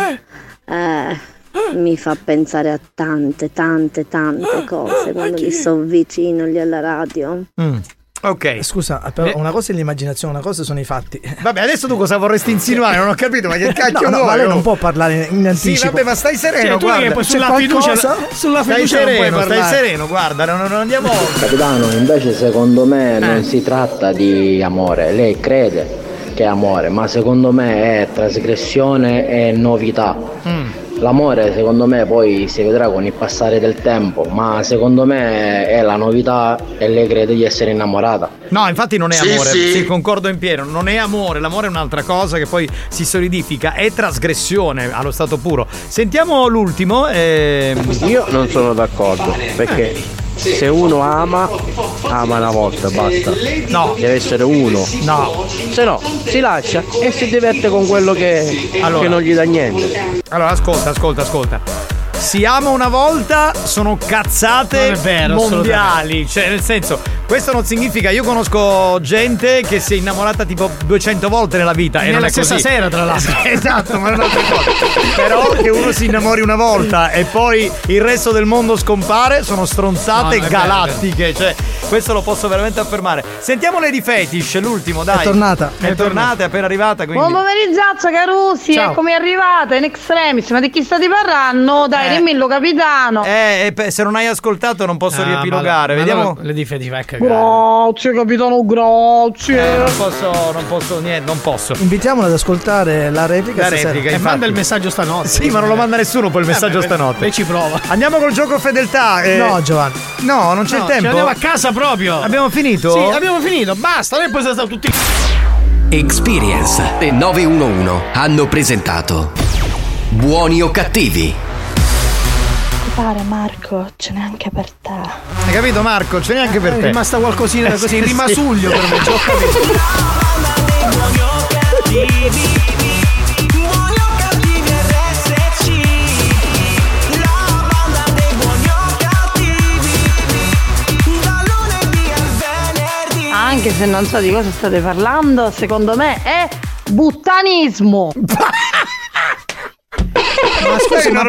eh, mi fa pensare a tante, tante, tante cose quando li sto vicino lì alla radio. Mm. Ok. Scusa, però Eh. una cosa è l'immaginazione, una cosa sono i fatti. Vabbè, adesso tu cosa vorresti insinuare? Non ho capito, ma che cacchio No, no, vuoi? ma lei oh? non può parlare in anticipo. Sì, vabbè, ma stai sereno, Cioè, tu guarda. che poi sulla C'è fiducia, qualcosa? sulla Stai fiducia non puoi sereno, stai parlare. sereno, guarda, non, non andiamo. Capitano, invece secondo me non si tratta di amore, lei crede che è amore, ma secondo me è trasgressione e novità. Mm. L'amore secondo me poi si vedrà con il passare del tempo, ma secondo me è la novità e lei crede di essere innamorata. No, infatti non è Sì, amore, sì. sì, concordo in pieno, non è amore, l'amore è un'altra cosa che poi si solidifica, è trasgressione allo stato puro. Sentiamo l'ultimo. ehm. Io non sono d'accordo, perché se uno ama, ama una volta, basta. No. Deve essere uno. No. Se no, si lascia e si diverte con quello che, Allora. che non gli dà niente. Allora, ascolta, ascolta, ascolta. Si ama una volta, sono cazzate Non è vero, mondiali. Cioè, nel senso, questo non significa. Io conosco gente che si è innamorata tipo duecento volte nella vita. E Nella non è stessa così. sera, tra l'altro. Esatto, ma non altre cose. Però che uno si innamori una volta e poi il resto del mondo scompare, sono stronzate No, è vero, galattiche. Cioè, questo lo posso veramente affermare. Sentiamo Lady Fetish, l'ultimo, dai. È tornata. È tornata, è appena arrivata. Quindi. Buon pomeriggio Carusi, Ciao. eccomi arrivata in extremis, ma di chi state parlando? Dai, Eh. dimmi il capitano. Eh, e pe- se non hai ascoltato non posso Ah, riepilogare. ma- ma Vediamo. allora Le dife ti vai a cagare. Grazie capitano, grazie. Eh, non posso, non posso, niente, non posso. Invitiamola ad ascoltare la replica La stasera. replica, E infatti. manda il messaggio stanotte. Sì, ma non lo manda nessuno poi il messaggio Eh, beh, stanotte. Lei ci prova. Andiamo col gioco fedeltà. eh. No, Giovanni. No, non c'è No, il tempo. ci andiamo a casa proprio. Abbiamo finito? Sì, abbiamo finito. Basta. Noi poi siamo stati tutti. Experience e nove uno uno hanno presentato Buoni o cattivi? Ti pare Marco, ce n'è anche per te. Hai capito Marco? Ce n'è anche per È te. rimasta qualcosina Eh, così, sì, in rimasuglio sì. per me. Ci ho capito. Anche se non so di cosa state parlando, secondo me è buttanismo. Ma scusa, Sei ma norma- per-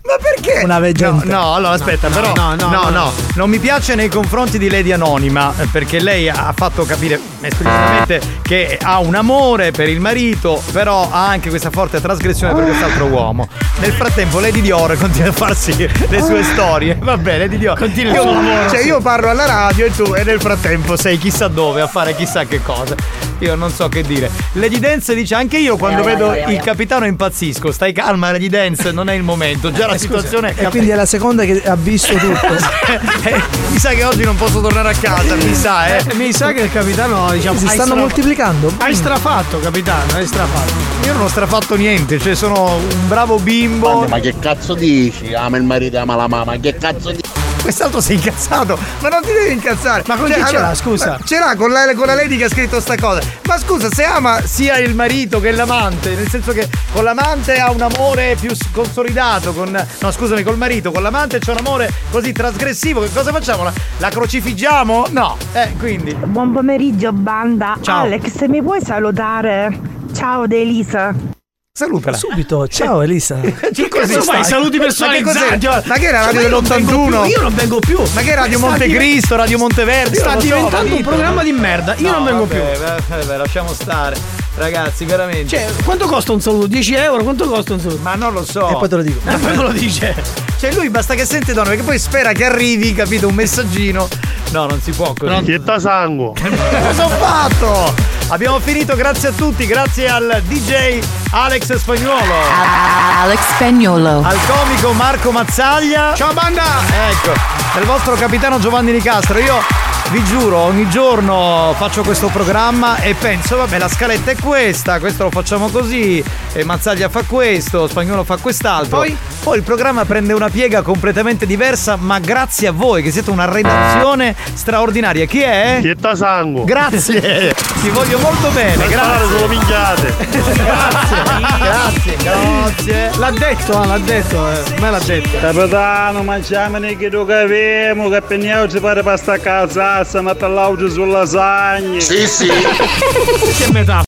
Ma perché? Una veggente. No, no, allora aspetta, no, però no, no, no, no, no, no. non mi piace nei confronti di Lady Anonima, eh, perché lei ha fatto capire esplicitamente che ha un amore per il marito, però ha anche questa forte trasgressione per quest'altro uomo. Nel frattempo Lady Dior continua a farsi le sue storie. Va bene, Lady Dior. Continua il io, suo lavoro, cioè sì. io parlo alla radio e tu e nel frattempo sei chissà dove a fare chissà che cosa. Io non so che dire. Lady Dance dice anche io quando vedo il capitano impazzisco. Stai calma Lady Dance, non è il momento. Già la situazione E quindi è la seconda che ha visto tutto. eh, mi sa che oggi non posso tornare a casa, mi sa, eh. Mi sa che il capitano, diciamo, Si hai stanno stra- moltiplicando. Hai strafatto, capitano, hai strafatto. Io non ho strafatto niente, cioè sono un bravo bimbo. Ma che cazzo dici? Ama il marito, ama la mamma, che cazzo dici? Quest'altro sei incazzato, ma non ti devi incazzare. Ma con chi ce l'ha, scusa? Ce l'ha con la, con la lady che ha scritto sta cosa. Ma scusa, se ama sia il marito che l'amante, nel senso che con l'amante ha un amore più consolidato, con. No, scusami, col marito, con l'amante c'è un amore così trasgressivo, che cosa facciamo? La, la crocifiggiamo? No, eh, quindi. Buon pomeriggio, banda. Ciao. Alex, mi puoi salutare? Ciao da Elisa. Salutala. Subito, ciao Elisa. Che Cazzo fai? I saluti personalizzati. Ma che era Radio Ma io non vengo dell'ottantuno? più, Io non vengo più. Ma che Radio Sta Montecristo, Radio Monteverde? Sta Io non lo so, diventando ma un dito. programma di merda. Io No, non vengo vabbè, più. vabbè, vabbè, lasciamo stare. Ragazzi, veramente. Cioè, quanto costa un saluto? dieci euro? Quanto costa un saluto? Ma non lo so. E poi te lo dico. Ma poi me lo dice. Cioè lui basta che sente donne, perché poi spera che arrivi, capito, un messaggino. No, non si può così. Chietta sangue. Cosa ho fatto? Abbiamo finito, grazie a tutti, grazie al D J Alex Spagnuolo, Alex Spagnuolo, al comico Marco Mazzaglia. Ciao banda! Ecco, del vostro capitano Giovanni Nicastro. Io vi giuro, ogni giorno faccio questo programma e penso, vabbè, la scaletta è questa, questo lo facciamo così, e Mazzaglia fa questo, Spagnuolo fa quest'altro. Poi? Poi il programma prende una piega completamente diversa, ma grazie a voi che siete una redazione straordinaria. Chi è? Chietta sangue. Grazie, ti voglio molto bene, grazie. Solo minchiate. Grazie, grazie. L'ha detto, ah, l'ha detto, eh. Me l'ha detto. Capitano, mangiamone che tu capiamo, che peniamo ci pare pasta a casa, ma per l'audio sulla lasagna. Sì, sì. Che metà.